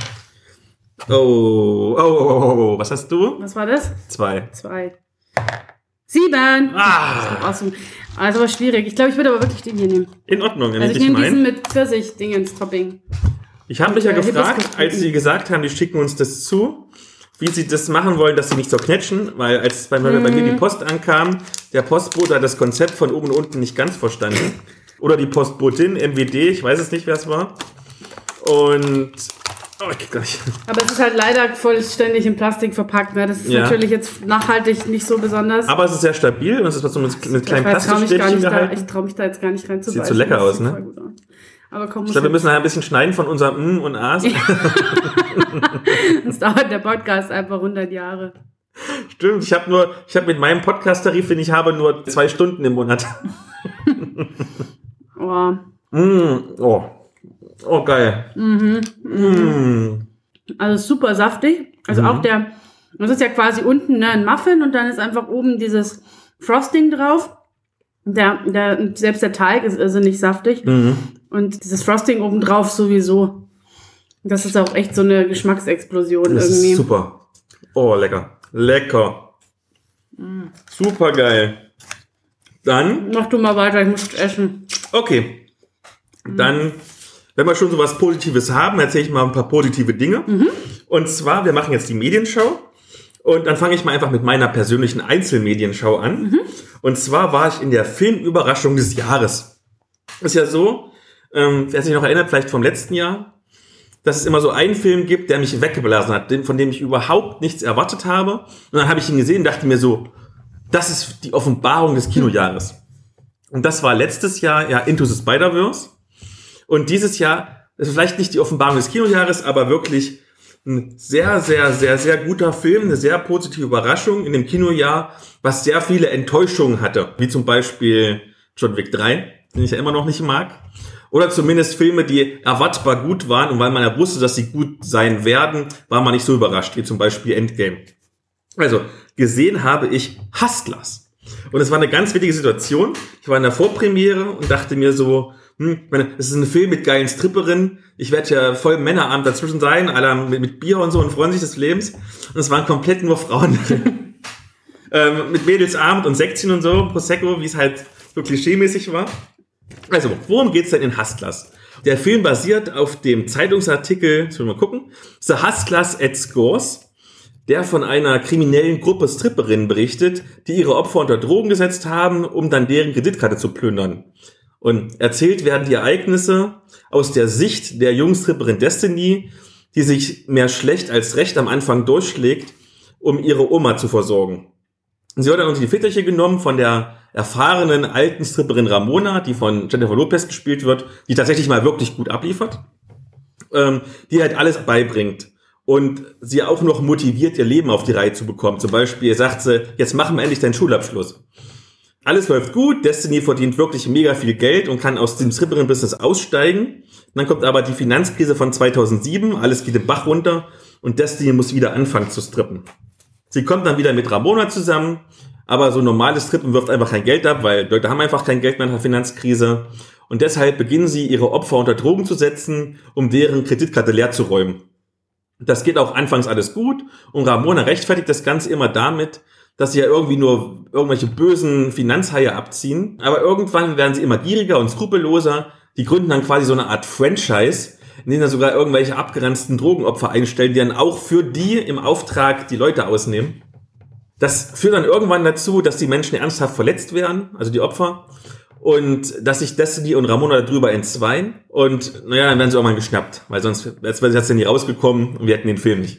Oh, oh, oh, oh, oh. Was hast du? Was war das? Zwei. Zwei. Sieben. Ah. Das ist also aber schwierig. Ich glaube, ich würde aber wirklich den hier nehmen. In Ordnung, wenn Also ich ich dich nehme diesen mein. mit Pfirsich-Dingens-Topping. Ich habe mich ja äh, gefragt, Hibiskus- als sie gesagt haben, die schicken uns das zu, wie sie das machen wollen, dass sie nicht so knetschen, weil als bei, mm. bei mir die Post ankam, der Postbote hat das Konzept von oben und unten nicht ganz verstanden. Oder die Postbotin, M W D, ich weiß es nicht, wer es war. Und... Oh, ich krieg gleich. Aber es ist halt leider vollständig in Plastik verpackt. Ne? Das ist Ja. natürlich jetzt nachhaltig nicht so besonders. Aber es ist sehr stabil und es ist was so mit, mit kleinen ich traue mich, gar Plastikstäbchen nicht da, gehalten. ich trau mich da jetzt gar nicht rein zu Sieht so beißen. lecker Das aus, sieht ne? voll gut aus. Aber komm, Ich glaube, wir müssen nachher ein bisschen schneiden von unserem Mm und A's. das dauert der Podcast einfach hundert Jahre. Stimmt, ich habe nur, ich habe mit meinem Podcast-Tarif, den ich habe, nur zwei Stunden im Monat. Oh. Mm, oh. Oh, geil. Mhm. Mm. Also super saftig. Also Mhm. auch der, das ist ja quasi unten ne, ein Muffin und dann ist einfach oben dieses Frosting drauf. Der, der, selbst der Teig ist also nicht saftig. Mhm. Und dieses Frosting oben drauf sowieso. Das ist auch echt so eine Geschmacksexplosion Das irgendwie. ist super. Oh, lecker. Lecker. Mm. Super geil. Dann, Mach du mal weiter, ich muss essen. okay. Dann, wenn wir schon sowas Positives haben, erzähle ich mal ein paar positive Dinge. Mhm. Und zwar, wir machen jetzt die Medienschau. Und dann fange ich mal einfach mit meiner persönlichen Einzelmedienschau an. Mhm. Und zwar war ich in der Filmüberraschung des Jahres. Ist ja so, ähm, wer sich noch erinnert, vielleicht vom letzten Jahr, dass es immer so einen Film gibt, der mich weggeblasen hat, den- von dem ich überhaupt nichts erwartet habe. Und dann habe ich ihn gesehen und dachte mir so, das ist die Offenbarung des Kinojahres. Und das war letztes Jahr ja Into the Spider-Verse. Und dieses Jahr, das ist vielleicht nicht die Offenbarung des Kinojahres, aber wirklich ein sehr, sehr, sehr, sehr guter Film, eine sehr positive Überraschung in dem Kinojahr, was sehr viele Enttäuschungen hatte, wie zum Beispiel John Wick drei, den ich ja immer noch nicht mag. Oder zumindest Filme, die erwartbar gut waren und weil man ja wusste, dass sie gut sein werden, war man nicht so überrascht, wie zum Beispiel Endgame. Also, gesehen habe ich Hustlers. Und es war eine ganz wichtige Situation. Ich war in der Vorpremiere und dachte mir so, hm, ich meine, es ist ein Film mit geilen Stripperinnen. Ich werde ja voll Männerabend dazwischen sein, alle mit, mit Bier und so und freuen sich des Lebens. Und es waren komplett nur Frauen. ähm, mit Mädelsabend und Sektchen und so, Prosecco, wie es halt so klischeemäßig war. Also, worum geht's denn in Hustlers? Der Film basiert auf dem Zeitungsartikel, jetzt wollen wir mal gucken, The Hustlers at Scores, der von einer kriminellen Gruppe Stripperinnen berichtet, die ihre Opfer unter Drogen gesetzt haben, um dann deren Kreditkarte zu plündern. Und erzählt werden die Ereignisse aus der Sicht der jungen Stripperin Destiny, die sich mehr schlecht als recht am Anfang durchschlägt, um ihre Oma zu versorgen. Und sie wird dann unter die Fittiche genommen von der erfahrenen alten Stripperin Ramona, die von Jennifer Lopez gespielt wird, die tatsächlich mal wirklich gut abliefert, ähm, die halt alles beibringt und sie auch noch motiviert, ihr Leben auf die Reihe zu bekommen. Zum Beispiel sagt sie, jetzt machen wir endlich deinen Schulabschluss. Alles läuft gut, Destiny verdient wirklich mega viel Geld und kann aus dem Stripperin-Business aussteigen. Dann kommt aber die Finanzkrise von zweitausendsieben, alles geht den Bach runter und Destiny muss wieder anfangen zu strippen. Sie kommt dann wieder mit Ramona zusammen, aber so normales Strippen wirft einfach kein Geld ab, weil Leute haben einfach kein Geld mehr nach der Finanzkrise. Und deshalb beginnen sie, ihre Opfer unter Drogen zu setzen, um deren Kreditkarte leer zu räumen. Das geht auch anfangs alles gut und Ramona rechtfertigt das Ganze immer damit, dass sie ja irgendwie nur irgendwelche bösen Finanzhaie abziehen. Aber irgendwann werden sie immer gieriger und skrupelloser. Die gründen dann quasi so eine Art Franchise, in denen dann sogar irgendwelche abgeranzten Drogenopfer einstellen, die dann auch für die im Auftrag die Leute ausnehmen. Das führt dann irgendwann dazu, dass die Menschen ernsthaft verletzt werden, also die Opfer, und dass sich Destiny und Ramona darüber entzweien. Und naja, dann werden sie irgendwann geschnappt, weil sonst wäre es jetzt ja nie rausgekommen und wir hätten den Film nicht.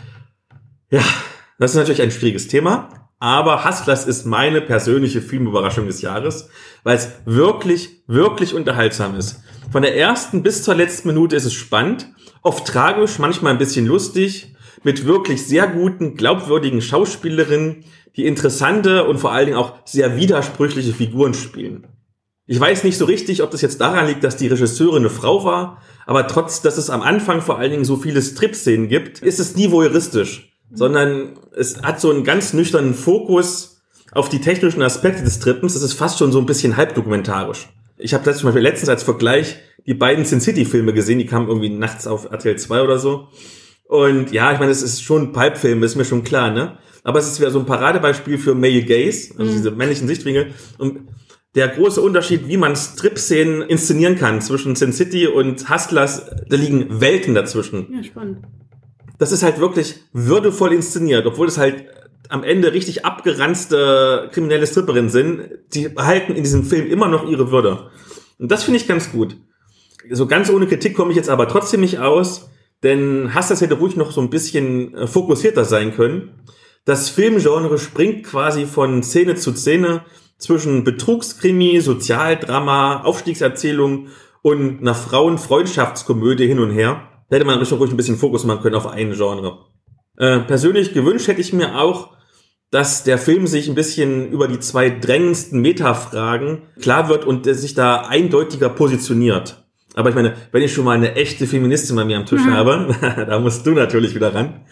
Ja, das ist natürlich ein schwieriges Thema. Aber Hustlers ist meine persönliche Filmüberraschung des Jahres, weil es wirklich, wirklich unterhaltsam ist. Von der ersten bis zur letzten Minute ist es spannend, oft tragisch, manchmal ein bisschen lustig, mit wirklich sehr guten, glaubwürdigen Schauspielerinnen, die interessante und vor allen Dingen auch sehr widersprüchliche Figuren spielen. Ich weiß nicht so richtig, ob das jetzt daran liegt, dass die Regisseurin eine Frau war, aber trotz, dass es am Anfang vor allen Dingen so viele Strip-Szenen gibt, ist es nie voyeuristisch, sondern es hat so einen ganz nüchternen Fokus auf die technischen Aspekte des Strippens. Es ist fast schon so ein bisschen halbdokumentarisch. Ich habe zum Beispiel letztens als Vergleich die beiden Sin City-Filme gesehen, die kamen irgendwie nachts auf R T L zwei oder so. Und ja, ich meine, es ist schon ein Pulp-Film, ist mir schon klar, ne? Aber es ist wieder so ein Paradebeispiel für Male Gaze, also mhm. diese männlichen Sichtwinkel. Und der große Unterschied, wie man Strip-Szenen inszenieren kann zwischen Sin City und Hustlers, da liegen Welten dazwischen. Ja, spannend. Das ist halt wirklich würdevoll inszeniert, obwohl es halt am Ende richtig abgeranzte kriminelle Stripperinnen sind. Die behalten in diesem Film immer noch ihre Würde. Und das finde ich ganz gut. So ganz ohne Kritik komme ich jetzt aber trotzdem nicht aus, denn Hustlers hätte ruhig noch so ein bisschen fokussierter sein können. Das Filmgenre springt quasi von Szene zu Szene zwischen Betrugskrimi, Sozialdrama, Aufstiegserzählung und einer Frauenfreundschaftskomödie hin und her. Da hätte man richtig ruhig ein bisschen Fokus machen können auf ein Genre. Äh, persönlich gewünscht hätte ich mir auch, dass der Film sich ein bisschen über die zwei drängendsten Metafragen klar wird und sich da eindeutiger positioniert. Aber ich meine, wenn ich schon mal eine echte Feministin bei mir am Tisch mhm. habe, da musst du natürlich wieder ran.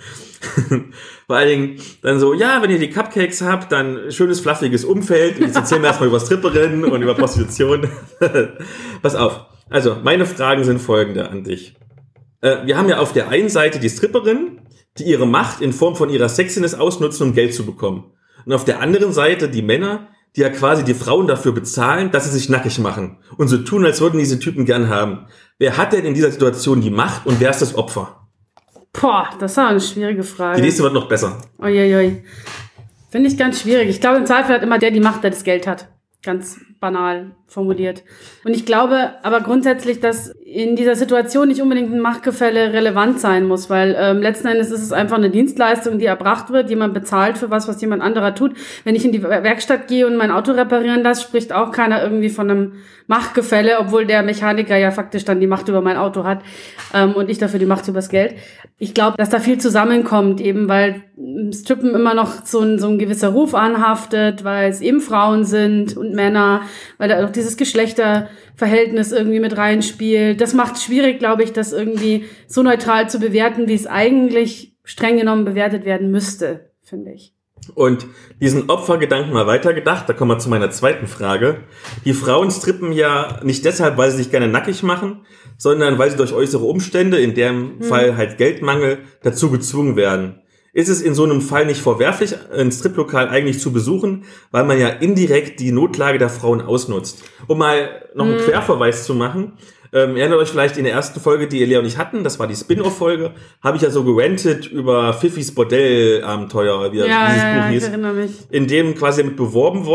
Vor allen Dingen dann so, ja, wenn ihr die Cupcakes habt, dann schönes, fluffiges Umfeld. Jetzt erzählen wir erstmal über Stripperinnen und über Prostitution. Pass auf. Also, meine Fragen sind folgende an dich. Äh, wir haben ja auf der einen Seite die Stripperinnen, die ihre Macht in Form von ihrer Sexiness ausnutzen, um Geld zu bekommen. Und auf der anderen Seite die Männer, die ja quasi die Frauen dafür bezahlen, dass sie sich nackig machen und so tun, als würden diese Typen gern haben. Wer hat denn in dieser Situation die Macht und wer ist das Opfer? Boah, das ist auch eine schwierige Frage. Die nächste wird noch besser. Uiuiui. Finde ich ganz schwierig. Ich glaube, im Zweifel hat immer der die Macht, der das Geld hat. Ganz banal formuliert. Und ich glaube aber grundsätzlich, dass in dieser Situation nicht unbedingt ein Machtgefälle relevant sein muss, weil ähm, letzten Endes ist es einfach eine Dienstleistung, die erbracht wird. Jemand bezahlt für was, was jemand anderer tut. Wenn ich in die Werkstatt gehe und mein Auto reparieren lasse, spricht auch keiner irgendwie von einem Machtgefälle, obwohl der Mechaniker ja faktisch dann die Macht über mein Auto hat ähm, und ich dafür die Macht übers Geld. Ich glaube, dass da viel zusammenkommt, eben weil Strippen immer noch so ein, so ein gewisser Ruf anhaftet, weil es eben Frauen sind und Männer, weil da auch dieses Geschlechterverhältnis irgendwie mit reinspielt. Das macht es schwierig, glaube ich, das irgendwie so neutral zu bewerten, wie es eigentlich streng genommen bewertet werden müsste, finde ich. Und diesen Opfergedanken mal weitergedacht, da kommen wir zu meiner zweiten Frage. Die Frauen strippen ja nicht deshalb, weil sie sich gerne nackig machen, sondern weil sie durch äußere Umstände, in dem hm. Fall halt Geldmangel, dazu gezwungen werden. Ist es in so einem Fall nicht verwerflich, ein Striplokal eigentlich zu besuchen, weil man ja indirekt die Notlage der Frauen ausnutzt? Um mal noch einen hm. Querverweis zu machen, ähm, erinnert euch vielleicht in der ersten Folge, die Lea und ich hatten, das war die Spin-Off-Folge, habe ich ja so gerantet über Fiffis Bordell-Abenteuer, wie ja, dieses ja, Buch ja, hieß, ich erinnere mich. in dem quasi damit beworben wurde,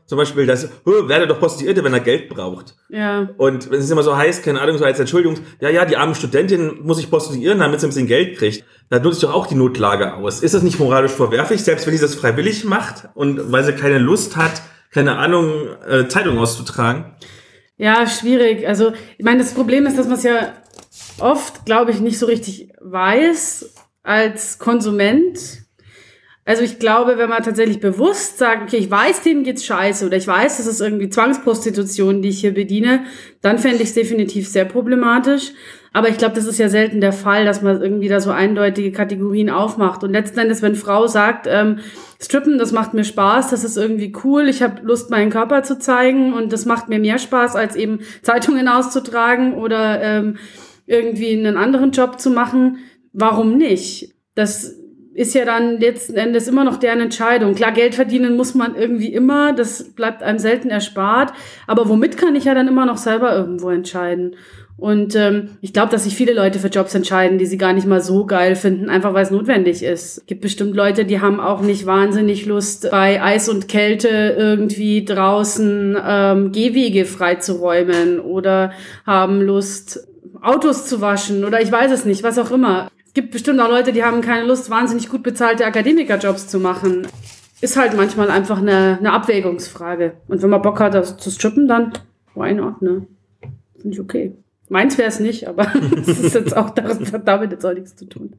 zum Beispiel, dass, oh, werde doch Prostituierte, wenn er Geld braucht. Ja. Und wenn es immer so heißt, keine Ahnung, so als Entschuldigung, ja, ja, die arme Studentin muss sich prostituieren, damit sie ein bisschen Geld kriegt. Da nutze ich doch auch die Notlage aus. Ist das nicht moralisch verwerflich, selbst wenn sie das freiwillig macht und weil sie keine Lust hat, keine Ahnung, äh, Zeitung auszutragen? Ja, schwierig. Also, ich meine, das Problem ist, dass man es ja oft, glaube ich, nicht so richtig weiß als Konsument. Also ich glaube, wenn man tatsächlich bewusst sagt, okay, ich weiß, denen geht's scheiße oder ich weiß, das ist irgendwie Zwangsprostitution, die ich hier bediene, dann fände ich es definitiv sehr problematisch. Aber ich glaube, das ist ja selten der Fall, dass man irgendwie da so eindeutige Kategorien aufmacht. Und letzten Endes, wenn Frau sagt, ähm, Strippen, das macht mir Spaß, das ist irgendwie cool, ich habe Lust, meinen Körper zu zeigen und das macht mir mehr Spaß, als eben Zeitungen auszutragen oder ähm, irgendwie einen anderen Job zu machen, warum nicht? Das ist ja dann letzten Endes immer noch deren Entscheidung. Klar, Geld verdienen muss man irgendwie immer, das bleibt einem selten erspart, aber womit kann ich ja dann immer noch selber irgendwo entscheiden. Und ähm, ich glaube, dass sich viele Leute für Jobs entscheiden, die sie gar nicht mal so geil finden, einfach weil es notwendig ist. Es gibt bestimmt Leute, die haben auch nicht wahnsinnig Lust, bei Eis und Kälte irgendwie draußen ähm, Gehwege freizuräumen oder haben Lust, Autos zu waschen oder ich weiß es nicht, was auch immer. Es gibt bestimmt auch Leute, die haben keine Lust, wahnsinnig gut bezahlte Akademikerjobs zu machen. Ist halt manchmal einfach eine, eine Abwägungsfrage. Und wenn man Bock hat, das zu strippen, dann why not, ne? Finde ich okay. Meins wäre es nicht, aber es ist jetzt auch das hat damit jetzt auch nichts zu tun.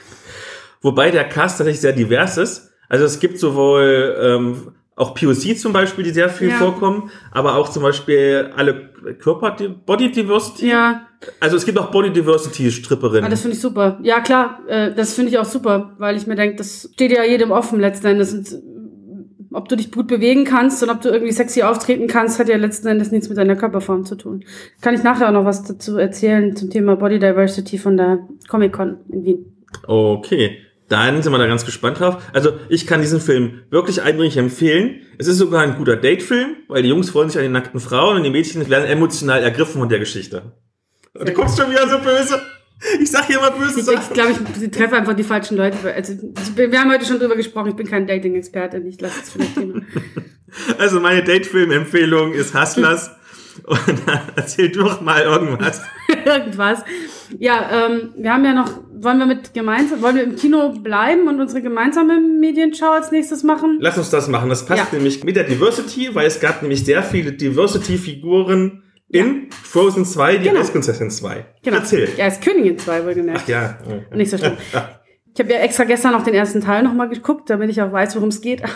Wobei der Cast tatsächlich sehr divers ist. Also es gibt sowohl ähm, auch P O C zum Beispiel, die sehr viel ja. vorkommen, aber auch zum Beispiel alle Körper, Body Diversity. Ja. Also es gibt auch Body Diversity Stripperinnen. Ah, das finde ich super. Ja, klar, äh, das finde ich auch super, weil ich mir denke, das steht ja jedem offen letzten Endes. Und ob du dich gut bewegen kannst und ob du irgendwie sexy auftreten kannst, hat ja letzten Endes nichts mit deiner Körperform zu tun. Kann ich nachher auch noch was dazu erzählen zum Thema Body Diversity von der Comic-Con in Wien. Okay, dann sind wir da ganz gespannt drauf. Also ich kann diesen Film wirklich eindringlich empfehlen. Es ist sogar ein guter Date-Film, weil die Jungs freuen sich an die nackten Frauen und die Mädchen werden emotional ergriffen von der Geschichte. Und du guckst schon wieder so böse. Ich sag hier mal böse Sachen. Ich glaube, ich, ich treffe einfach die falschen Leute. Also, wir haben heute schon drüber gesprochen, ich bin kein Dating-Experte, ich lasse es für das Thema. Also meine Date-Film-Empfehlung ist Hustlers. Und dann erzähl du doch mal irgendwas. Irgendwas. Ja, ähm, wir haben ja noch, wollen wir mit gemeinsam, wollen wir im Kino bleiben und unsere gemeinsame Medienschau als nächstes machen? Lass uns das machen. Das passt ja. nämlich mit der Diversity, weil es gab nämlich sehr viele Diversity-Figuren in ja. Frozen zwei, die genau. Eisprinzessin zwei. Genau. Erzähl. Ja, ist Königin zwei, wohlgemerkt. Ach ja. Oh. Nicht so schlimm. Ich habe ja extra gestern noch den ersten Teil nochmal geguckt, damit ich auch weiß, worum es geht.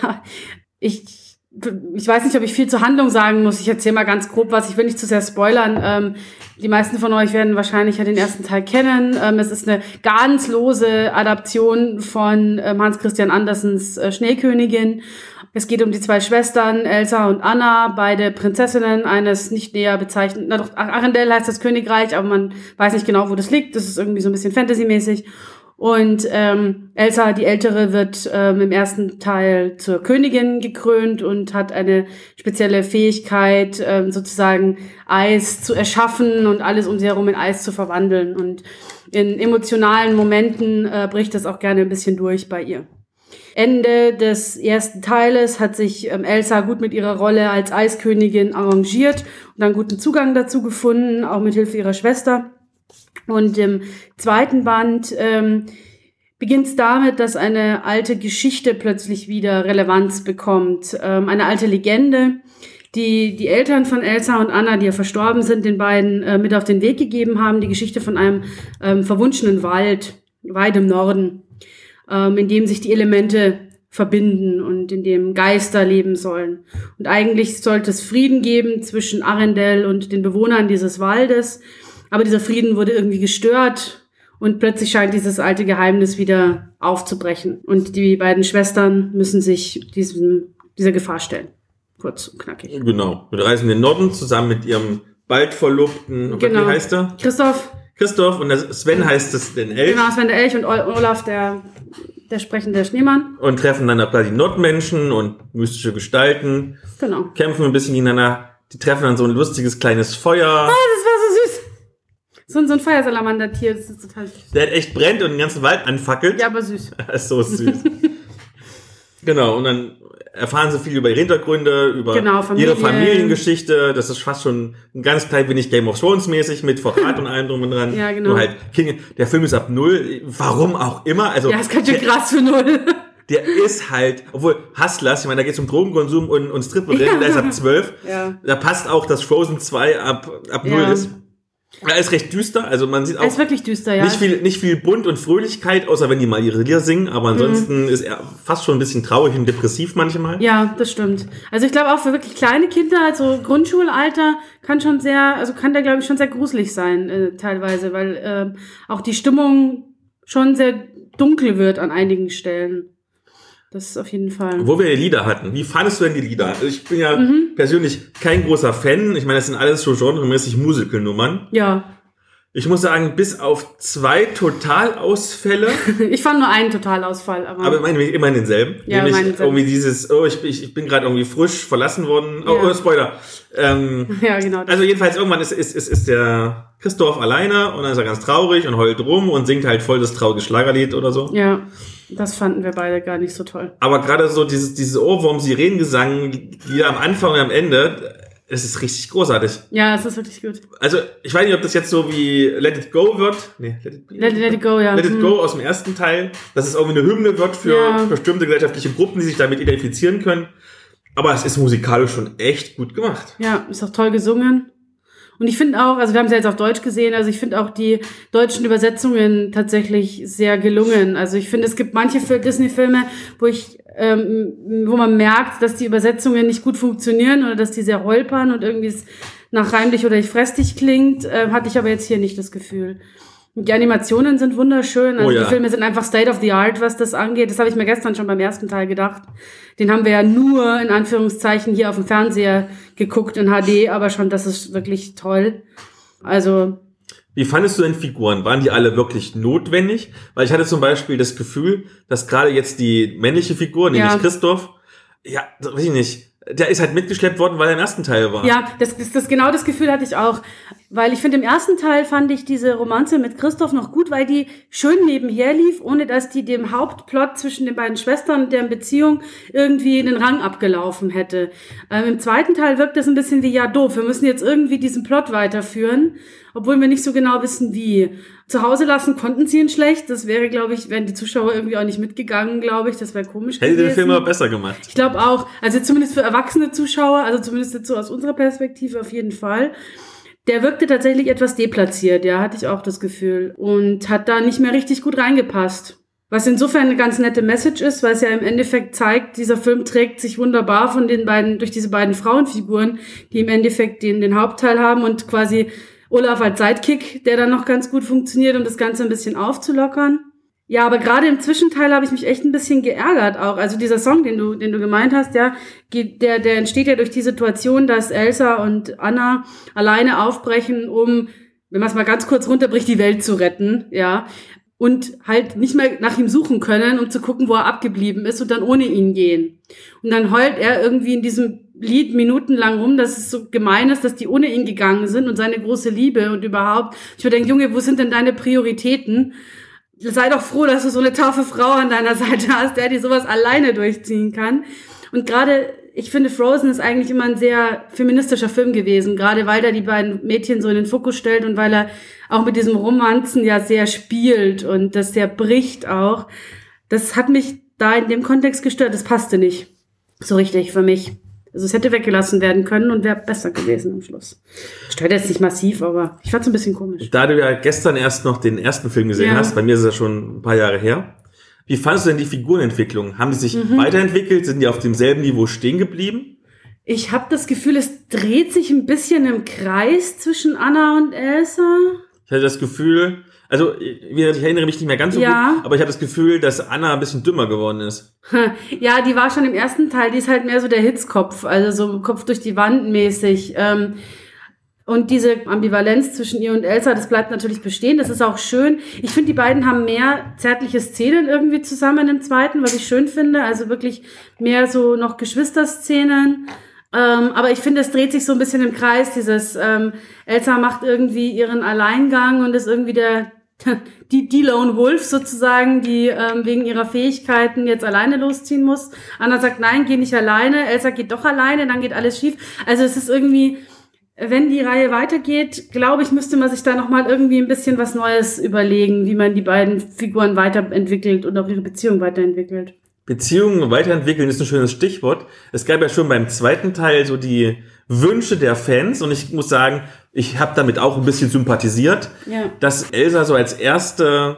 Ich Ich weiß nicht, ob ich viel zur Handlung sagen muss. Ich erzähle mal ganz grob was. Ich will nicht zu sehr spoilern. Ähm, die meisten von euch werden wahrscheinlich ja den ersten Teil kennen. Ähm, es ist eine ganz lose Adaption von ähm, Hans Christian Andersens äh, Schneekönigin. Es geht um die zwei Schwestern, Elsa und Anna, beide Prinzessinnen eines nicht näher bezeichneten, na doch, Arendelle heißt das Königreich, aber man weiß nicht genau, wo das liegt. Das ist irgendwie so ein bisschen Fantasy-mäßig. Und ähm, Elsa, die Ältere, wird ähm, im ersten Teil zur Königin gekrönt und hat eine spezielle Fähigkeit, ähm, sozusagen Eis zu erschaffen und alles um sie herum in Eis zu verwandeln. Und in emotionalen Momenten äh, bricht das auch gerne ein bisschen durch bei ihr. Ende des ersten Teiles hat sich ähm, Elsa gut mit ihrer Rolle als Eiskönigin arrangiert und dann guten Zugang dazu gefunden, auch mit Hilfe ihrer Schwester. Und im zweiten Band ähm, beginnt es damit, dass eine alte Geschichte plötzlich wieder Relevanz bekommt. Ähm, eine alte Legende, die die Eltern von Elsa und Anna, die ja verstorben sind, den beiden äh, mit auf den Weg gegeben haben. Die Geschichte von einem ähm, verwunschenen Wald, weit im Norden, ähm, in dem sich die Elemente verbinden und in dem Geister leben sollen. Und eigentlich sollte es Frieden geben zwischen Arendelle und den Bewohnern dieses Waldes. Aber dieser Frieden wurde irgendwie gestört und plötzlich scheint dieses alte Geheimnis wieder aufzubrechen. Und die beiden Schwestern müssen sich diesem, dieser Gefahr stellen. Kurz und knackig. Genau. Wir reisen in den Norden zusammen mit ihrem bald Verlobten. Genau. Wie heißt er? Christoph. Christoph und Sven heißt es den Elch. Genau, Sven der Elch und Olaf der, der sprechende Schneemann. Und treffen dann da die Nordmenschen und mystische Gestalten. Genau. Kämpfen ein bisschen gegeneinander. Die treffen dann so ein lustiges kleines Feuer. Ah, das war so süß. So ein, so ein Feuersalamander-Tier, das ist total süß. Der echt brennt und den ganzen Wald anfackelt. Ja, aber süß. Das ist so süß. Genau, und dann erfahren sie viel über ihre Hintergründe, über genau, Familie. ihre Familiengeschichte. Das ist fast schon ein ganz klein wenig Game of Thrones mäßig mit Verrat und allem drum und dran. Ja, genau. Nur halt, King, der Film ist ab null, warum auch immer. Also, ja, ist ganz schön krass für null. Der ist halt, obwohl Hustlers, ich meine, da geht es um Drogenkonsum und, und Stripperin, Ja. der ist ab zwölf. Ja. Da passt auch, dass Frozen zwei ab, ab null Ja. ist. Er ist recht düster, also man sieht Er auch ist wirklich düster, ja. nicht viel, nicht viel Bunt und Fröhlichkeit, außer wenn die mal ihre Lieder singen, aber ansonsten mhm. ist er fast schon ein bisschen traurig und depressiv manchmal. Ja, das stimmt. Also ich glaube auch für wirklich kleine Kinder, also Grundschulalter, kann schon sehr, also kann der glaube ich schon sehr gruselig sein, äh, teilweise, weil äh, auch die Stimmung schon sehr dunkel wird an einigen Stellen. Das ist auf jeden Fall. Wo wir die Lieder hatten, wie fandest du denn die Lieder? Also ich bin ja Mhm. persönlich kein großer Fan. Ich meine, das sind alles so genremäßig Musical-Nummern. Ja. Ich muss sagen, bis auf zwei Totalausfälle, Ich fand nur einen Totalausfall, aber. aber immerhin, immerhin denselben. Ja, Nämlich immerhin denselben. irgendwie dieses, oh, ich, ich, ich bin gerade irgendwie frisch verlassen worden. Oh, Ja. oh Spoiler. Ähm, ja, genau. also jedenfalls irgendwann ist, ist, ist, ist der Christoph alleine und dann ist er ganz traurig und heult rum und singt halt voll das traurige Schlagerlied oder so. ja, das fanden wir beide gar nicht so toll. Aber gerade so dieses, dieses Ohrwurm-Sirenengesang, die am Anfang und am Ende, das ist richtig großartig. Ja, es ist wirklich gut. Also, ich weiß nicht, ob das jetzt so wie Let It Go wird. Nee, Let It, Let, let it go, ja. Let It Hm. Go aus dem ersten Teil. Dass es irgendwie eine Hymne wird für Ja. bestimmte gesellschaftliche Gruppen, die sich damit identifizieren können. Aber es ist musikalisch schon echt gut gemacht. Ja, ist auch toll gesungen. Und ich finde auch, also wir haben es ja jetzt auf Deutsch gesehen, also ich finde auch die deutschen Übersetzungen tatsächlich sehr gelungen. Also ich finde, es gibt manche Disney-Filme, wo ich, ähm, wo man merkt, dass die Übersetzungen nicht gut funktionieren oder dass die sehr holpern und irgendwie es nach reimlich oder ich fress dich klingt, äh, hatte ich aber jetzt hier nicht das Gefühl. Und die Animationen sind wunderschön. Also Oh ja. die Filme sind einfach State of the Art, was das angeht. Das habe ich mir gestern schon beim ersten Teil gedacht. Den haben wir ja nur in Anführungszeichen hier auf dem Fernseher geguckt in H D, aber schon, das ist wirklich toll. Also Wie fandest du denn Figuren? Waren die alle wirklich notwendig? Weil ich hatte zum Beispiel das Gefühl, dass gerade jetzt die männliche Figur, nämlich Ja. Christoph, ja, weiß ich nicht, der ist halt mitgeschleppt worden, weil er im ersten Teil war. ja, das, das, das genau das Gefühl hatte ich auch. Weil ich finde, im ersten Teil fand ich diese Romanze mit Christoph noch gut, weil die schön nebenher lief, ohne dass die dem Hauptplot zwischen den beiden Schwestern und deren Beziehung irgendwie den Rang abgelaufen hätte. Ähm, Im zweiten Teil wirkt das ein bisschen wie, ja doof, wir müssen jetzt irgendwie diesen Plot weiterführen, obwohl wir nicht so genau wissen, wie. Zu Hause lassen konnten sie ihn schlecht, das wäre, glaube ich, wären die Zuschauer irgendwie auch nicht mitgegangen, glaube ich, das wäre komisch Hätte gewesen. den Film aber besser gemacht. Ich glaube auch, also zumindest für erwachsene Zuschauer, also zumindest jetzt so aus unserer Perspektive auf jeden Fall. Der wirkte tatsächlich etwas deplatziert, ja, hatte ich auch das Gefühl. Und hat da nicht mehr richtig gut reingepasst. Was insofern eine ganz nette Message ist, weil es ja im Endeffekt zeigt, dieser Film trägt sich wunderbar von den beiden, durch diese beiden Frauenfiguren, die im Endeffekt den, den Hauptteil haben und quasi Olaf als Sidekick, der dann noch ganz gut funktioniert, um das Ganze ein bisschen aufzulockern. Ja, aber gerade im Zwischenteil habe ich mich echt ein bisschen geärgert auch. Also dieser Song, den du, den du gemeint hast, ja, der, der entsteht ja durch die Situation, dass Elsa und Anna alleine aufbrechen, um, wenn man es mal ganz kurz runterbricht, die Welt zu retten, ja. Und halt nicht mehr nach ihm suchen können, um zu gucken, wo er abgeblieben ist und dann ohne ihn gehen. Und dann heult er irgendwie in diesem Lied minutenlang rum, dass es so gemein ist, dass die ohne ihn gegangen sind und seine große Liebe und überhaupt. Ich würde denken, Junge, wo sind denn deine Prioritäten? Sei doch froh, dass du so eine taffe Frau an deiner Seite hast, der die sowas alleine durchziehen kann. Und gerade, ich finde, Frozen ist eigentlich immer ein sehr feministischer Film gewesen, gerade weil er die beiden Mädchen so in den Fokus stellt und weil er auch mit diesem Romanzen ja sehr spielt und das sehr bricht auch. Das hat mich da in dem Kontext gestört. Das passte nicht so richtig für mich. Also es hätte weggelassen werden können und wäre besser gewesen am Schluss. Stört jetzt nicht massiv, aber ich fand es ein bisschen komisch. Da du ja gestern erst noch den ersten Film gesehen Ja. hast, bei mir ist es ja schon ein paar Jahre her. Wie fandest du denn die Figurenentwicklung? Haben die sich Mhm. weiterentwickelt? Sind die auf demselben Niveau stehen geblieben? Ich habe das Gefühl, es dreht sich ein bisschen im Kreis zwischen Anna und Elsa. Ich hatte das Gefühl, also wie gesagt, ich erinnere mich nicht mehr ganz so Ja. gut, aber ich habe das Gefühl, dass Anna ein bisschen dümmer geworden ist. Ja, die war schon im ersten Teil, die ist halt mehr so der Hitzkopf, also so Kopf durch die Wand mäßig. Ähm, Und diese Ambivalenz zwischen ihr und Elsa, das bleibt natürlich bestehen. Das ist auch schön. Ich finde, die beiden haben mehr zärtliche Szenen irgendwie zusammen im zweiten, was ich schön finde. Also wirklich mehr so noch Geschwisterszenen. Ähm, aber ich finde, es dreht sich so ein bisschen im Kreis. Dieses ähm, Elsa macht irgendwie ihren Alleingang und ist irgendwie der die, die Lone Wolf sozusagen, die ähm, wegen ihrer Fähigkeiten jetzt alleine losziehen muss. Anna sagt, nein, geh nicht alleine. Elsa geht doch alleine, dann geht alles schief. Also es ist irgendwie, wenn die Reihe weitergeht, glaube ich, müsste man sich da nochmal irgendwie ein bisschen was Neues überlegen, wie man die beiden Figuren weiterentwickelt und auch ihre Beziehung weiterentwickelt. Beziehungen weiterentwickeln ist ein schönes Stichwort. Es gab ja schon beim zweiten Teil so die Wünsche der Fans und ich muss sagen, ich habe damit auch ein bisschen sympathisiert, Ja. dass Elsa so als erste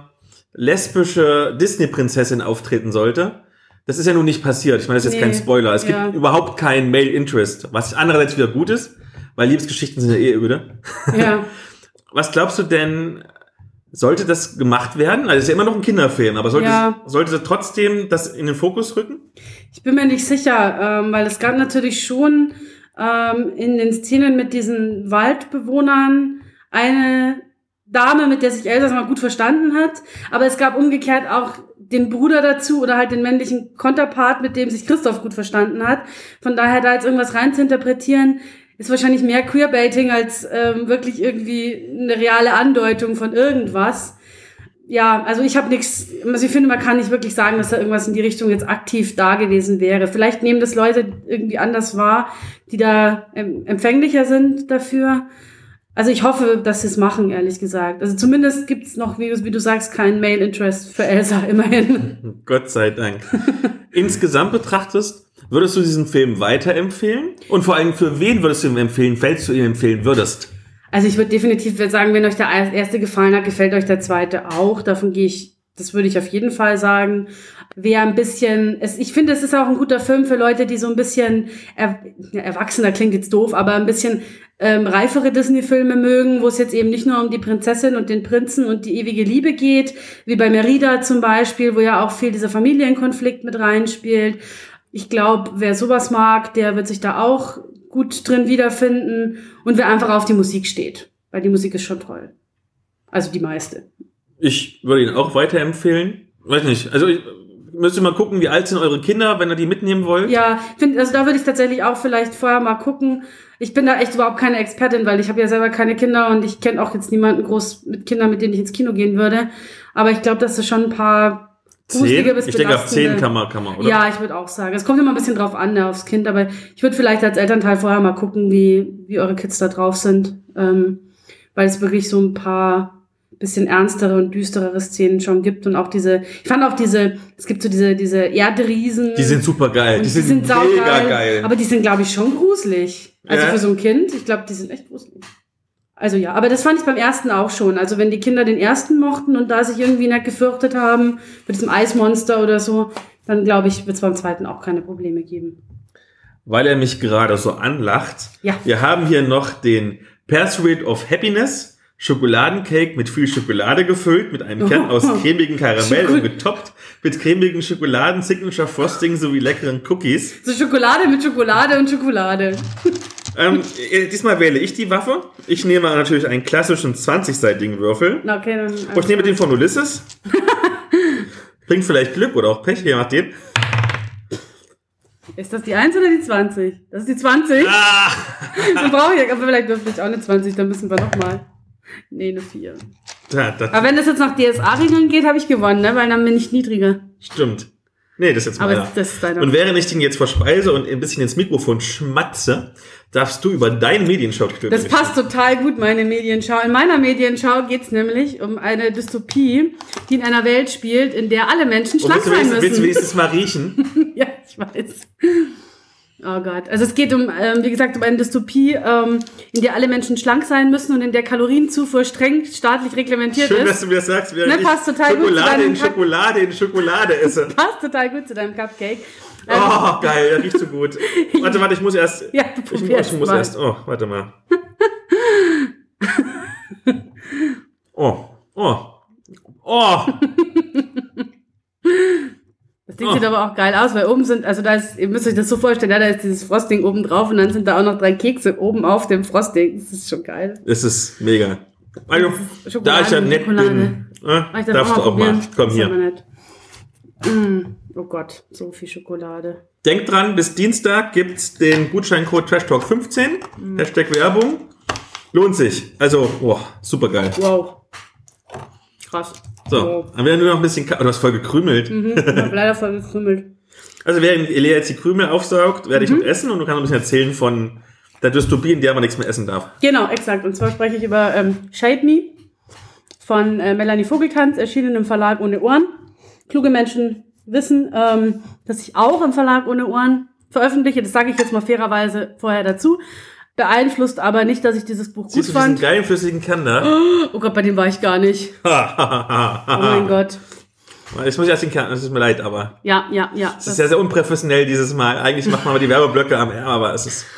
lesbische Disney-Prinzessin auftreten sollte. Das ist ja nun nicht passiert. Ich meine, das ist jetzt Nee, kein Spoiler. Es ja. gibt überhaupt keinen Male Interest, was andererseits wieder gut ist, weil Liebesgeschichten sind ja eh öde. Ja. Was glaubst du denn, sollte das gemacht werden? Also es ist ja immer noch ein Kinderfilm, aber sollte, Ja. es, sollte es trotzdem das in den Fokus rücken? Ich bin mir nicht sicher, ähm, weil es gab natürlich schon ähm, in den Szenen mit diesen Waldbewohnern eine Dame, mit der sich Elsa mal gut verstanden hat, aber es gab umgekehrt auch den Bruder dazu oder halt den männlichen Konterpart, mit dem sich Christoph gut verstanden hat. Von daher da jetzt irgendwas rein zu interpretieren, ist wahrscheinlich mehr Queerbaiting als ähm, wirklich irgendwie eine reale Andeutung von irgendwas. Ja, also ich habe nichts, also ich finde, man kann nicht wirklich sagen, dass da irgendwas in die Richtung jetzt aktiv da gewesen wäre. Vielleicht nehmen das Leute irgendwie anders wahr, die da ähm, empfänglicher sind dafür. Also ich hoffe, dass sie es machen, ehrlich gesagt. Also zumindest gibt's noch, wie, wie du sagst, keinen Male Interest für Elsa, immerhin. Gott sei Dank. Insgesamt betrachtest, würdest du diesen Film weiterempfehlen? Und vor allem, für wen würdest du ihn empfehlen, falls du ihn empfehlen würdest? Also ich würde definitiv sagen, wenn euch der erste gefallen hat, gefällt euch der zweite auch. Davon gehe ich, das würde ich auf jeden Fall sagen. Wer ein bisschen, es, ich finde, es ist auch ein guter Film für Leute, die so ein bisschen, er, ja, erwachsener klingt jetzt doof, aber ein bisschen ähm, reifere Disney-Filme mögen, wo es jetzt eben nicht nur um die Prinzessin und den Prinzen und die ewige Liebe geht, wie bei Merida zum Beispiel, wo ja auch viel dieser Familienkonflikt mit reinspielt. Ich glaube, wer sowas mag, der wird sich da auch gut drin wiederfinden und wer einfach auf die Musik steht, weil die Musik ist schon toll. Also die meiste. Ich würde ihn auch weiterempfehlen. Weiß nicht, also ich müsste mal gucken, wie alt sind eure Kinder, wenn ihr die mitnehmen wollt. Ja, find, also da würde ich tatsächlich auch vielleicht vorher mal gucken. Ich bin da echt überhaupt keine Expertin, weil ich habe ja selber keine Kinder und ich kenne auch jetzt niemanden groß mit Kindern, mit denen ich ins Kino gehen würde. Aber ich glaube, dass es schon ein paar Zehn? Ich denke, ab zehn kann man, kann man, oder? Ja, ich würde auch sagen. Es kommt immer ein bisschen drauf an, ne, aufs Kind, aber ich würde vielleicht als Elternteil vorher mal gucken, wie, wie eure Kids da drauf sind. Ähm, weil es wirklich so ein paar bisschen ernstere und düsterere Szenen schon gibt und auch diese, ich fand auch diese, es gibt so diese, diese Erdriesen. Die sind super geil. Die, die sind, sind mega saugeil, geil. aber die sind, glaube ich, schon gruselig. Also Ja. für so ein Kind, ich glaube, die sind echt gruselig. Also ja, aber das fand ich beim ersten auch schon. Also wenn die Kinder den ersten mochten und da sich irgendwie nicht gefürchtet haben, mit diesem Eismonster oder so, dann glaube ich, wird es beim zweiten auch keine Probleme geben. Weil er mich gerade so anlacht. Ja. Wir haben hier noch den Pursuit of Happiness, Schokoladencake mit viel Schokolade gefüllt, mit einem Kern aus cremigem Karamell und getoppt mit cremigen Schokoladen, Signature Frosting sowie leckeren Cookies. So Schokolade mit Schokolade und Schokolade. Ähm, äh, diesmal wähle ich die Waffe. Ich nehme natürlich einen klassischen zwanzig-seitigen Würfel. Na, okay, dann. Und ich nehme den von Ulysses. Bringt vielleicht Glück oder auch Pech, je nachdem. Ist das die eins oder die zwanzig? Das ist die zwanzig. Ah! Dann brauche ich, aber vielleicht würfel ich auch eine zwanzig, dann müssen wir nochmal. Nee, eine vier. Da, das Aber wenn das jetzt nach D S A-Regeln geht, habe ich gewonnen, ne? Weil dann bin ich niedriger. stimmt. Nee, das ist jetzt Aber meiner. das ist deiner. Und während ich den jetzt verspeise und ein bisschen ins Mikrofon schmatze, darfst du über deine Medienschau Das passt total gut, meine Medienschau. In meiner Medienschau geht's nämlich um eine Dystopie, die in einer Welt spielt, in der alle Menschen Und schlank willst du, sein wenigstens, willst du müssen. wenigstens mal riechen? Ja, ich weiß. Oh Gott. Also es geht um, ähm, wie gesagt, um eine Dystopie, ähm, in der alle Menschen schlank sein müssen und in der Kalorienzufuhr streng staatlich reglementiert Schön, ist. dass du mir das sagst, während Ne, ich passt total gut zu Schokolade deinem in Schokolade in Schokolade esse. Passt total gut zu deinem Cupcake. Ähm, Oh, geil, der riecht so gut. Warte, warte, ich muss erst... Ja, du ich, probierst ich muss mal. erst... Oh, warte mal. Oh, oh, oh. Das Ding Oh. sieht aber auch geil aus, weil oben sind, also da ist, ihr müsst euch das so vorstellen, ja, da ist dieses Frosting oben drauf und dann sind da auch noch drei Kekse oben auf dem Frosting. Das ist schon geil. Es ist mega. Also, Das ist da ich ja nett Schokolade. bin, äh, Mach ich das darfst du auch mal. probieren? Komm Das ist hier. aber nett. Mm, oh Gott, so viel Schokolade. Denkt dran, bis Dienstag gibt's den Gutscheincode TrashTalk fünfzehn. Mhm. Hashtag Werbung. Lohnt sich. Also, oh, super geil. Wow. krass. So, Oh. dann wäre nur noch ein bisschen... Ka- oh, du hast voll gekrümelt. Mhm, ich hab leider voll gekrümelt. Also während Elea jetzt die Krümel aufsaugt, werde ich noch essen und du kannst ein bisschen erzählen von der Dystopie, in der man nichts mehr essen darf. Genau, exakt. Und zwar spreche ich über ähm, Shape Me von äh, Melanie Vogeltanz, erschienen im Verlag Ohne Ohren. Kluge Menschen wissen, ähm, dass ich auch im Verlag Ohne Ohren veröffentliche. Das sage ich jetzt mal fairerweise vorher dazu. Beeinflusst aber nicht, dass ich dieses Buch Siehst gut du fand. diesen geilen flüssigen Kern da? Oh Gott, bei dem war ich gar nicht. Oh mein Gott. Jetzt muss ich erst den Kern, es tut mir leid, aber Ja, ja, ja. es ist sehr, sehr unprofessionell dieses Mal. Eigentlich macht man mal die Werbeblöcke am Ärmel, aber es ist...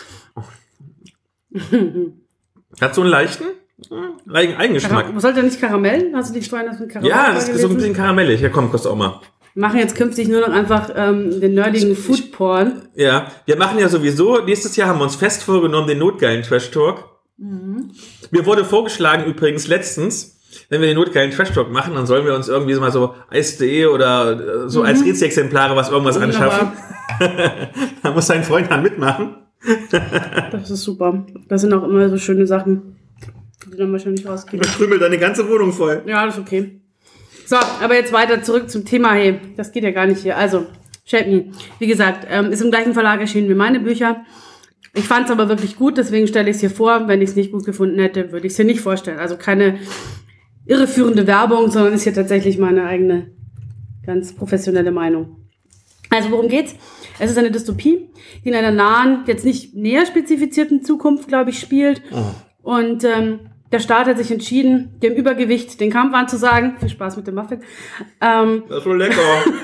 Hat so einen leichten, leichten Eigengeschmack. Kara- Sollte nicht Karamell? Hast du dich vorhin das mit Karamell Ja, das ist so ein vorgelesen? bisschen karamellig. Ja, komm, kostet auch mal. Wir machen jetzt künftig nur noch einfach ähm, den nerdigen Foodporn. Ja, wir machen ja sowieso, nächstes Jahr haben wir uns fest vorgenommen, den notgeilen Trash Talk. Mhm. Mir wurde vorgeschlagen übrigens letztens, wenn wir den notgeilen Trash Talk machen, dann sollen wir uns irgendwie so mal so Eis punkt de oder äh, so mhm. als Rätselexemplare was irgendwas anschaffen. Da muss sein Freund dann mitmachen. Das ist super. Das sind auch immer so schöne Sachen, die dann wahrscheinlich rausgehen. Ich krümel deine ganze Wohnung voll. Ja, das ist okay. So, aber jetzt weiter zurück zum Thema. Hey, das geht ja gar nicht hier. Also, Shape Me. Wie gesagt, ähm, ist im gleichen Verlag erschienen wie meine Bücher. Ich fand es aber wirklich gut, deswegen stelle ich es hier vor. Wenn ich es nicht gut gefunden hätte, würde ich es hier nicht vorstellen. Also keine irreführende Werbung, sondern ist hier tatsächlich meine eigene, ganz professionelle Meinung. Also, worum geht's? Es ist eine Dystopie, die in einer nahen, jetzt nicht näher spezifizierten Zukunft, glaube ich, spielt. Oh. Und ähm, der Staat hat sich entschieden, dem Übergewicht den Kampf anzusagen. Viel Spaß mit dem Muffin. Ähm, das ist wohl lecker.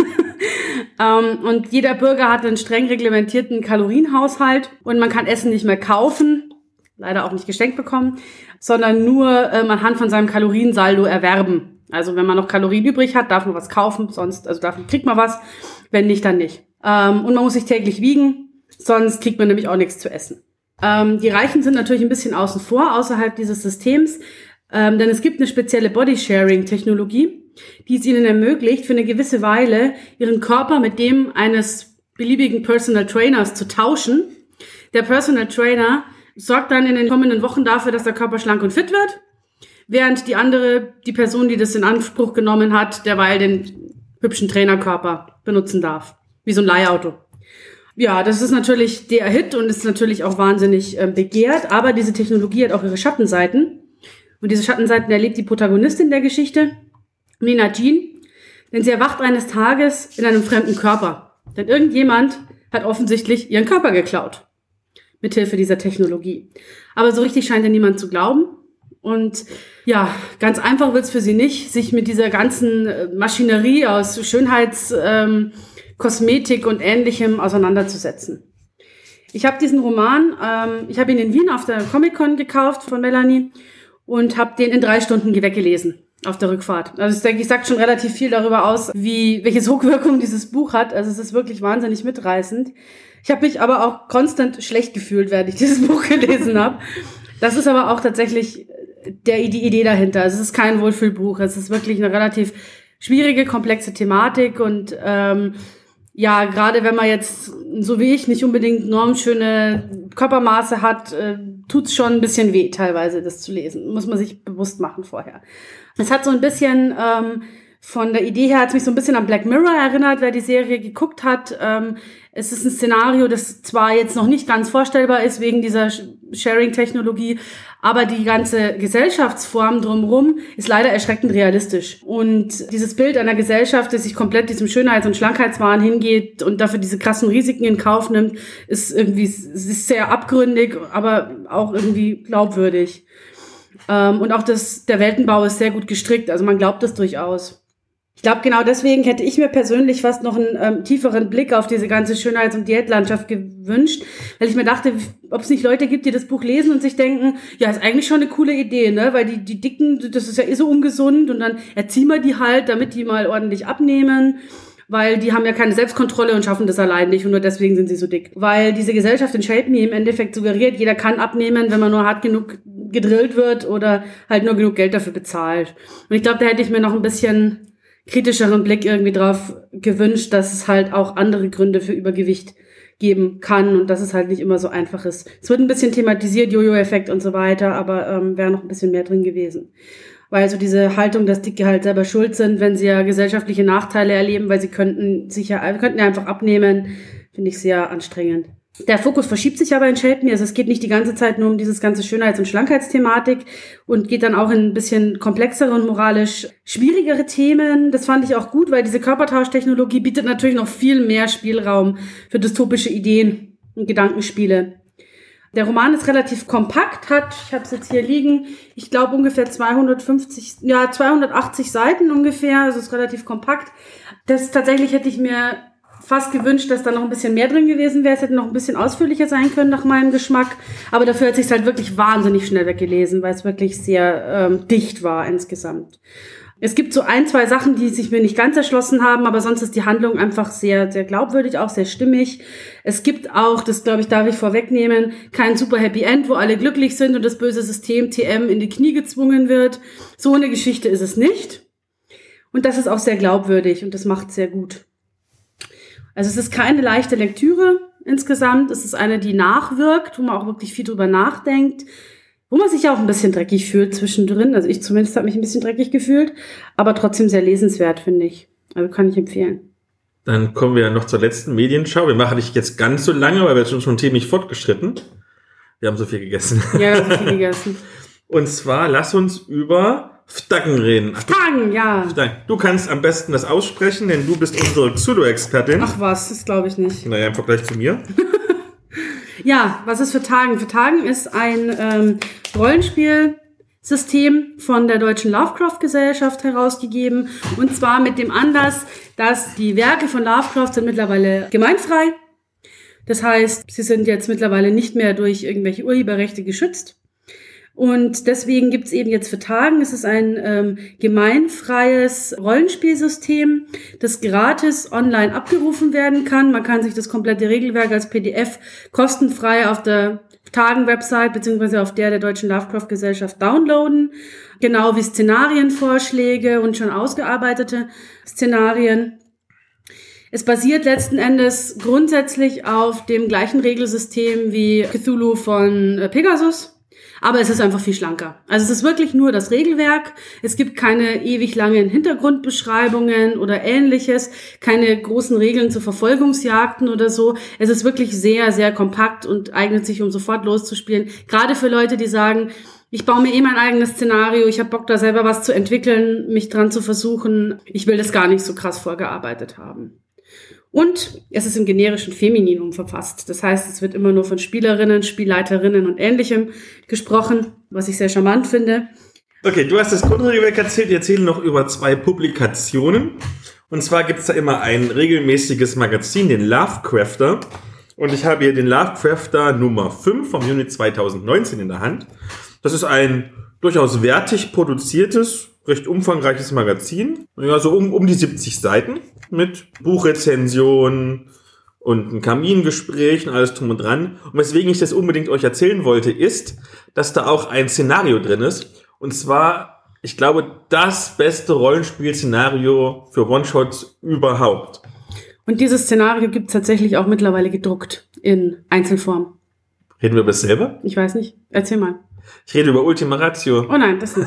ähm, und jeder Bürger hat einen streng reglementierten Kalorienhaushalt und man kann Essen nicht mehr kaufen, leider auch nicht geschenkt bekommen, sondern nur ähm, anhand von seinem Kaloriensaldo erwerben. Also wenn man noch Kalorien übrig hat, darf man was kaufen, sonst also dafür kriegt man was, wenn nicht, dann nicht. Ähm, und man muss sich täglich wiegen, sonst kriegt man nämlich auch nichts zu essen. Ähm, die Reichen sind natürlich ein bisschen außen vor, außerhalb dieses Systems, ähm, denn es gibt eine spezielle Body-Sharing-Technologie, die es ihnen ermöglicht, für eine gewisse Weile ihren Körper mit dem eines beliebigen Personal Trainers zu tauschen. Der Personal Trainer sorgt dann in den kommenden Wochen dafür, dass der Körper schlank und fit wird, während die andere, die Person, die das in Anspruch genommen hat, derweil den hübschen Trainerkörper benutzen darf. Wie so ein Leihauto. Ja, das ist natürlich der Hit und ist natürlich auch wahnsinnig äh, begehrt, aber diese Technologie hat auch ihre Schattenseiten. Und diese Schattenseiten erlebt die Protagonistin der Geschichte, Nina Jean, denn sie erwacht eines Tages in einem fremden Körper. Denn irgendjemand hat offensichtlich ihren Körper geklaut. Mithilfe dieser Technologie. Aber so richtig scheint ja niemand zu glauben. Und ja, ganz einfach wird's für sie nicht, sich mit dieser ganzen Maschinerie aus Schönheits... Ähm, Kosmetik und Ähnlichem auseinanderzusetzen. Ich habe diesen Roman, ähm, ich habe ihn in Wien auf der Comic-Con gekauft von Melanie und habe den in drei Stunden weggelesen auf der Rückfahrt. Also ich denke, ich sage schon relativ viel darüber aus, wie welche Sogwirkung dieses Buch hat. Also es ist wirklich wahnsinnig mitreißend. Ich habe mich aber auch konstant schlecht gefühlt, während ich dieses Buch gelesen habe. Das ist aber auch tatsächlich der, die Idee dahinter. Also es ist kein Wohlfühlbuch. Es ist wirklich eine relativ schwierige, komplexe Thematik und ähm, ja, gerade wenn man jetzt, so wie ich, nicht unbedingt normschöne Körpermaße hat, äh, tut's schon ein bisschen weh, teilweise das zu lesen. Muss man sich bewusst machen vorher. Es hat so ein bisschen, ähm, von der Idee her hat's mich so ein bisschen an Black Mirror erinnert, wer die Serie geguckt hat. Ähm, es ist ein Szenario, das zwar jetzt noch nicht ganz vorstellbar ist wegen dieser Sharing-Technologie, aber die ganze Gesellschaftsform drumherum ist leider erschreckend realistisch. Und dieses Bild einer Gesellschaft, die sich komplett diesem Schönheits- und Schlankheitswahn hingeht und dafür diese krassen Risiken in Kauf nimmt, ist irgendwie ist sehr abgründig, aber auch irgendwie glaubwürdig. Ähm, und auch das, der Weltenbau ist sehr gut gestrickt, also man glaubt das durchaus. Ich glaube, genau deswegen hätte ich mir persönlich fast noch einen ähm, tieferen Blick auf diese ganze Schönheits- und Diätlandschaft gewünscht, weil ich mir dachte, ob es nicht Leute gibt, die das Buch lesen und sich denken, ja, ist eigentlich schon eine coole Idee, ne, weil die die Dicken, das ist ja eh so ungesund und dann erziehen wir die halt, damit die mal ordentlich abnehmen, weil die haben ja keine Selbstkontrolle und schaffen das allein nicht und nur deswegen sind sie so dick. Weil diese Gesellschaft in Shape Me im Endeffekt suggeriert, jeder kann abnehmen, wenn man nur hart genug gedrillt wird oder halt nur genug Geld dafür bezahlt. Und ich glaube, da hätte ich mir noch ein bisschen kritischeren Blick irgendwie drauf gewünscht, dass es halt auch andere Gründe für Übergewicht geben kann und dass es halt nicht immer so einfach ist. Es wird ein bisschen thematisiert, Jojo-Effekt und so weiter, aber ähm, wäre noch ein bisschen mehr drin gewesen. Weil so diese Haltung, dass Dicke halt selber schuld sind, wenn sie ja gesellschaftliche Nachteile erleben, weil sie könnten sich ja, könnten ja einfach abnehmen, finde ich sehr anstrengend. Der Fokus verschiebt sich aber in Shape Me. Also es geht nicht die ganze Zeit nur um dieses ganze Schönheits- und Schlankheitsthematik und geht dann auch in ein bisschen komplexere und moralisch schwierigere Themen. Das fand ich auch gut, weil diese Körpertauschtechnologie bietet natürlich noch viel mehr Spielraum für dystopische Ideen und Gedankenspiele. Der Roman ist relativ kompakt, hat, ich habe es jetzt hier liegen, ich glaube ungefähr zweihundertfünfzig, ja zweihundertachtzig Seiten ungefähr, also ist relativ kompakt. Das tatsächlich hätte ich mir fast gewünscht, dass da noch ein bisschen mehr drin gewesen wäre. Es hätte noch ein bisschen ausführlicher sein können nach meinem Geschmack, aber dafür hat es sich halt wirklich wahnsinnig schnell weggelesen, weil es wirklich sehr ähm, dicht war insgesamt. Es gibt so ein, zwei Sachen, die sich mir nicht ganz erschlossen haben, aber sonst ist die Handlung einfach sehr, sehr glaubwürdig, auch sehr stimmig. Es gibt auch, das glaube ich, darf ich vorwegnehmen, kein super Happy End, wo alle glücklich sind und das böse System T M in die Knie gezwungen wird. So eine Geschichte ist es nicht. Und das ist auch sehr glaubwürdig und das macht sehr gut. Also es ist keine leichte Lektüre insgesamt. Es ist eine, die nachwirkt, wo man auch wirklich viel drüber nachdenkt. Wo man sich ja auch ein bisschen dreckig fühlt zwischendrin. Also ich zumindest habe mich ein bisschen dreckig gefühlt, aber trotzdem sehr lesenswert, finde ich. Also kann ich empfehlen. Dann kommen wir noch zur letzten Medienschau. Wir machen nicht jetzt ganz so lange, weil wir sind schon ziemlich fortgeschritten. Wir haben so viel gegessen. Ja, wir haben so viel gegessen. Und zwar lass uns über Ftacken reden. Ftacken, ja. Du kannst am besten das aussprechen, denn du bist unsere Pseudo-Expertin. Ach was, das glaube ich nicht. Naja, im Vergleich zu mir. Ja, was ist Ftacken? Ftacken ist ein ähm, Rollenspielsystem von der Deutschen Lovecraft-Gesellschaft herausgegeben. Und zwar mit dem Anlass, dass die Werke von Lovecraft sind mittlerweile gemeinfrei. Das heißt, sie sind jetzt mittlerweile nicht mehr durch irgendwelche Urheberrechte geschützt. Und deswegen gibt's eben jetzt Ftacken. Es ist ein ähm, gemeinfreies Rollenspielsystem, das gratis online abgerufen werden kann. Man kann sich das komplette Regelwerk als P D F kostenfrei auf der Ftacken-Website beziehungsweise auf der der Deutschen Lovecraft-Gesellschaft downloaden. Genau wie Szenarienvorschläge und schon ausgearbeitete Szenarien. Es basiert letzten Endes grundsätzlich auf dem gleichen Regelsystem wie Cthulhu von äh, Pegasus. Aber es ist einfach viel schlanker. Also es ist wirklich nur das Regelwerk. Es gibt keine ewig langen Hintergrundbeschreibungen oder Ähnliches, keine großen Regeln zu Verfolgungsjagden oder so. Es ist wirklich sehr, sehr kompakt und eignet sich, um sofort loszuspielen. Gerade für Leute, die sagen, ich baue mir eh mein eigenes Szenario, ich habe Bock, da selber was zu entwickeln, mich dran zu versuchen. Ich will das gar nicht so krass vorgearbeitet haben. Und es ist im generischen Femininum verfasst. Das heißt, es wird immer nur von Spielerinnen, Spielleiterinnen und Ähnlichem gesprochen, was ich sehr charmant finde. Okay, du hast das Grundregelwerk erzählt. Ich erzähle noch über zwei Publikationen. Und zwar gibt es da immer ein regelmäßiges Magazin, den Lovecrafter. Und ich habe hier den Lovecrafter Nummer fünf vom Juni zweitausendneunzehn in der Hand. Das ist ein durchaus wertig produziertes, recht umfangreiches Magazin. Ja, so um, um die siebzig Seiten mit Buchrezensionen und ein Kamingespräch und alles drum und dran. Und weswegen ich das unbedingt euch erzählen wollte, ist, dass da auch ein Szenario drin ist. Und zwar, ich glaube, das beste Rollenspiel-Szenario für One-Shots überhaupt. Und dieses Szenario gibt es tatsächlich auch mittlerweile gedruckt in Einzelform. Reden wir über dasselbe? Ich weiß nicht. Erzähl mal. Ich rede über Ultima Ratio. Oh nein, das nicht.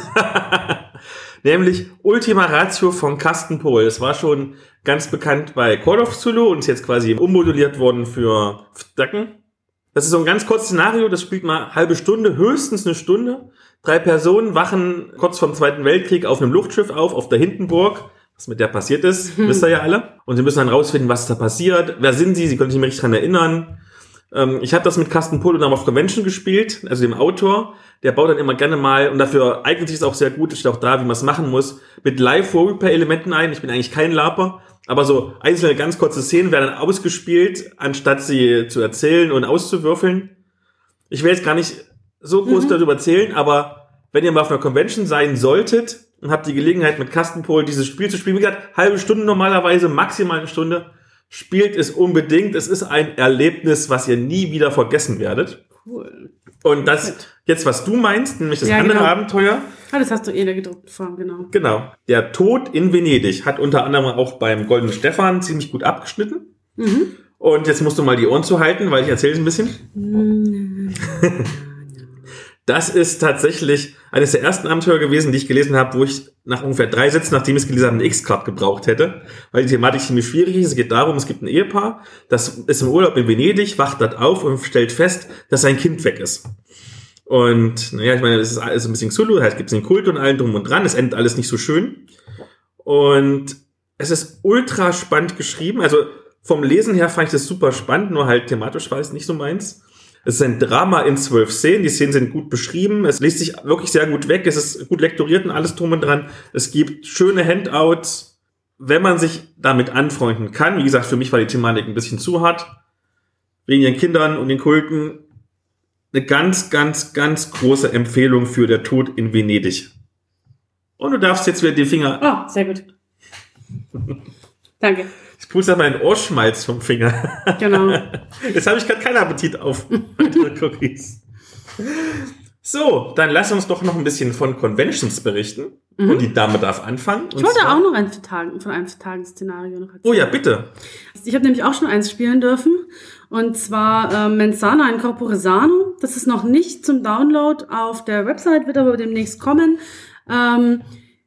Nämlich Ultima Ratio von Carsten Pohl. Das war schon ganz bekannt bei Call of Cthulhu und ist jetzt quasi ummoduliert worden für Ftacken. Das ist so ein ganz kurzes Szenario, das spielt mal eine halbe Stunde, höchstens eine Stunde. Drei Personen wachen kurz vorm Zweiten Weltkrieg auf einem Luftschiff auf, auf der Hindenburg. Was mit der passiert ist, hm. wisst ihr ja alle. Und sie müssen dann rausfinden, was ist da passiert. Wer sind sie? Sie können sich nicht mehr richtig dran erinnern. Ähm, ich habe das mit Carsten Pohl dann auf Convention gespielt, also dem Autor. Der baut dann immer gerne mal, und dafür eignet sich es auch sehr gut, steht auch da, wie man es machen muss, mit Live-Roleplay-Elementen ein. Ich bin eigentlich kein Laper, aber so einzelne ganz kurze Szenen werden dann ausgespielt, anstatt sie zu erzählen und auszuwürfeln. Ich will jetzt gar nicht so groß mhm. darüber erzählen, aber wenn ihr mal auf einer Convention sein solltet und habt die Gelegenheit, mit Carsten Pohl dieses Spiel zu spielen, wie gesagt, halbe Stunde normalerweise, maximal eine Stunde, spielt es unbedingt. Es ist ein Erlebnis, was ihr nie wieder vergessen werdet. Cool. Und das, jetzt was du meinst, nämlich das ja, andere genau. Abenteuer. Ah, das hast du eh in der gedruckten Form, genau. Genau. Der Tod in Venedig hat unter anderem auch beim Goldenen Stefan ziemlich gut abgeschnitten. Mhm. Und jetzt musst du mal die Ohren zuhalten, weil ich erzähle es ein bisschen. Das ist tatsächlich eines der ersten Abenteuer gewesen, die ich gelesen habe, wo ich nach ungefähr drei Sätzen, nachdem ich es gelesen habe, eine X-Card gebraucht hätte, weil die Thematik ziemlich schwierig ist. Es geht darum, es gibt ein Ehepaar, das ist im Urlaub in Venedig, wacht dort auf und stellt fest, dass sein Kind weg ist. Und naja, ich meine, es ist alles ein bisschen Zulu, halt gibt es den Kult und allen drum und dran, es endet alles nicht so schön. Und es ist ultra spannend geschrieben, also vom Lesen her fand ich das super spannend, nur halt thematisch war es nicht so meins. Es ist ein Drama in zwölf Szenen. Die Szenen sind gut beschrieben. Es liest sich wirklich sehr gut weg. Es ist gut lektoriert und alles drum und dran. Es gibt schöne Handouts. Wenn man sich damit anfreunden kann, wie gesagt, für mich war die Thematik ein bisschen zu hart, wegen den Kindern und den Kulten, eine ganz, ganz, ganz große Empfehlung für Der Tod in Venedig. Und du darfst jetzt wieder die Finger... Oh, sehr gut. Danke. Ich pulse da meinen Ohrschmalz vom Finger. Genau. Jetzt habe ich gerade keinen Appetit auf weitere Cookies. So, dann lass uns doch noch ein bisschen von Conventions berichten. Mhm. Und die Dame darf anfangen. Ich wollte auch noch ein Tagen, von einem Tagesszenario noch erzählen. Oh ja, bitte. Ich habe nämlich auch schon eins spielen dürfen. Und zwar äh, Mensana in Corpore Sano. Das ist noch nicht zum Download auf der Website, wird aber demnächst kommen. Ähm,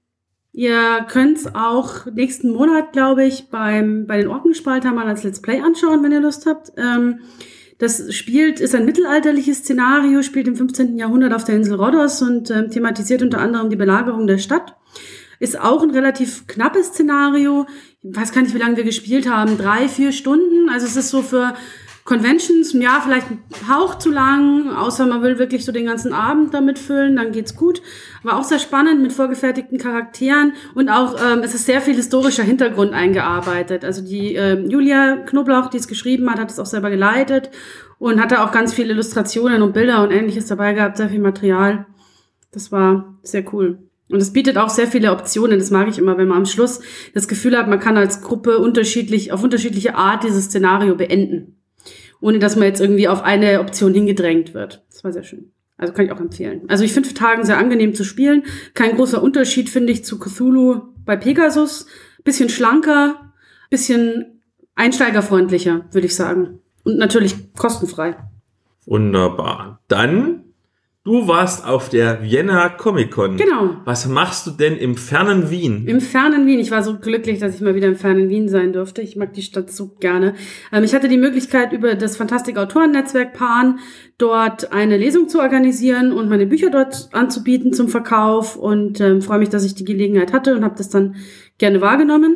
Ihr könnt es auch nächsten Monat, glaube ich, beim bei den Orkenspalter mal als Let's Play anschauen, wenn ihr Lust habt. Ähm, das spielt, ist ein mittelalterliches Szenario, spielt im fünfzehnten Jahrhundert auf der Insel Rhodos und ähm, thematisiert unter anderem die Belagerung der Stadt. Ist auch ein relativ knappes Szenario. Ich weiß gar nicht, wie lange wir gespielt haben. Drei, vier Stunden. Also es ist so für Conventions, ja, vielleicht ein Hauch zu lang, außer man will wirklich so den ganzen Abend damit füllen, dann geht's gut. Aber auch sehr spannend mit vorgefertigten Charakteren und auch, ähm, es ist sehr viel historischer Hintergrund eingearbeitet. Also die ähm, Julia Knoblauch, die es geschrieben hat, hat es auch selber geleitet und hatte auch ganz viele Illustrationen und Bilder und Ähnliches dabei gehabt, sehr viel Material. Das war sehr cool. Und es bietet auch sehr viele Optionen, das mag ich immer, wenn man am Schluss das Gefühl hat, man kann als Gruppe unterschiedlich, auf unterschiedliche Art dieses Szenario beenden. Ohne dass man jetzt irgendwie auf eine Option hingedrängt wird. Das war sehr schön. Also kann ich auch empfehlen. Also ich finde für Tagen sehr angenehm zu spielen. Kein großer Unterschied, finde ich, zu Cthulhu bei Pegasus. Bisschen schlanker, bisschen einsteigerfreundlicher, würde ich sagen. Und natürlich kostenfrei. Wunderbar. Dann, du warst auf der Vienna Comic Con. Genau. Was machst du denn im fernen Wien? Im fernen Wien. Ich war so glücklich, dass ich mal wieder im fernen Wien sein durfte. Ich mag die Stadt so gerne. Ähm, ich hatte die Möglichkeit, über das Fantastik-Autoren-Netzwerk Pan dort eine Lesung zu organisieren und meine Bücher dort anzubieten zum Verkauf und ähm, freue mich, dass ich die Gelegenheit hatte und habe das dann gerne wahrgenommen.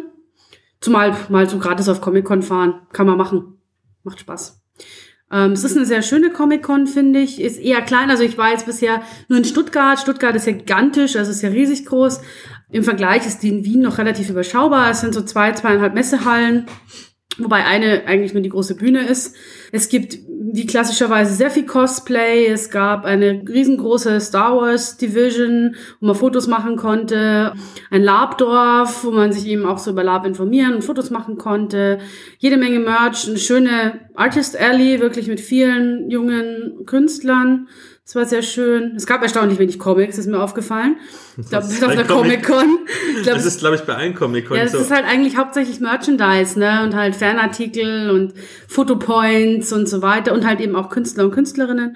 Zumal mal so gratis auf Comic-Con fahren. Kann man machen. Macht Spaß. Ähm, es ist eine sehr schöne Comic-Con, finde ich. Ist eher klein. Also ich war jetzt bisher nur in Stuttgart. Stuttgart ist ja gigantisch, also ist ja riesig groß. Im Vergleich ist die in Wien noch relativ überschaubar. Es sind so zwei, zweieinhalb Messehallen, wobei eine eigentlich nur die große Bühne ist. Es gibt, wie klassischerweise, sehr viel Cosplay. Es gab eine riesengroße Star Wars Division, wo man Fotos machen konnte. Ein Labdorf, wo man sich eben auch so über Lab informieren und Fotos machen konnte. Jede Menge Merch, eine schöne Artist Alley, wirklich mit vielen jungen Künstlern. Das war sehr schön. Es gab erstaunlich wenig Comics, ist mir aufgefallen. Ich glaube, das ist auf der Comic-Con. Ich glaub, das ist, glaube ich, bei allen Comic-Cons ja, das so. ist halt eigentlich hauptsächlich Merchandise, ne? Und halt Fanartikel und Fotopoints und so weiter. Und halt eben auch Künstler und Künstlerinnen.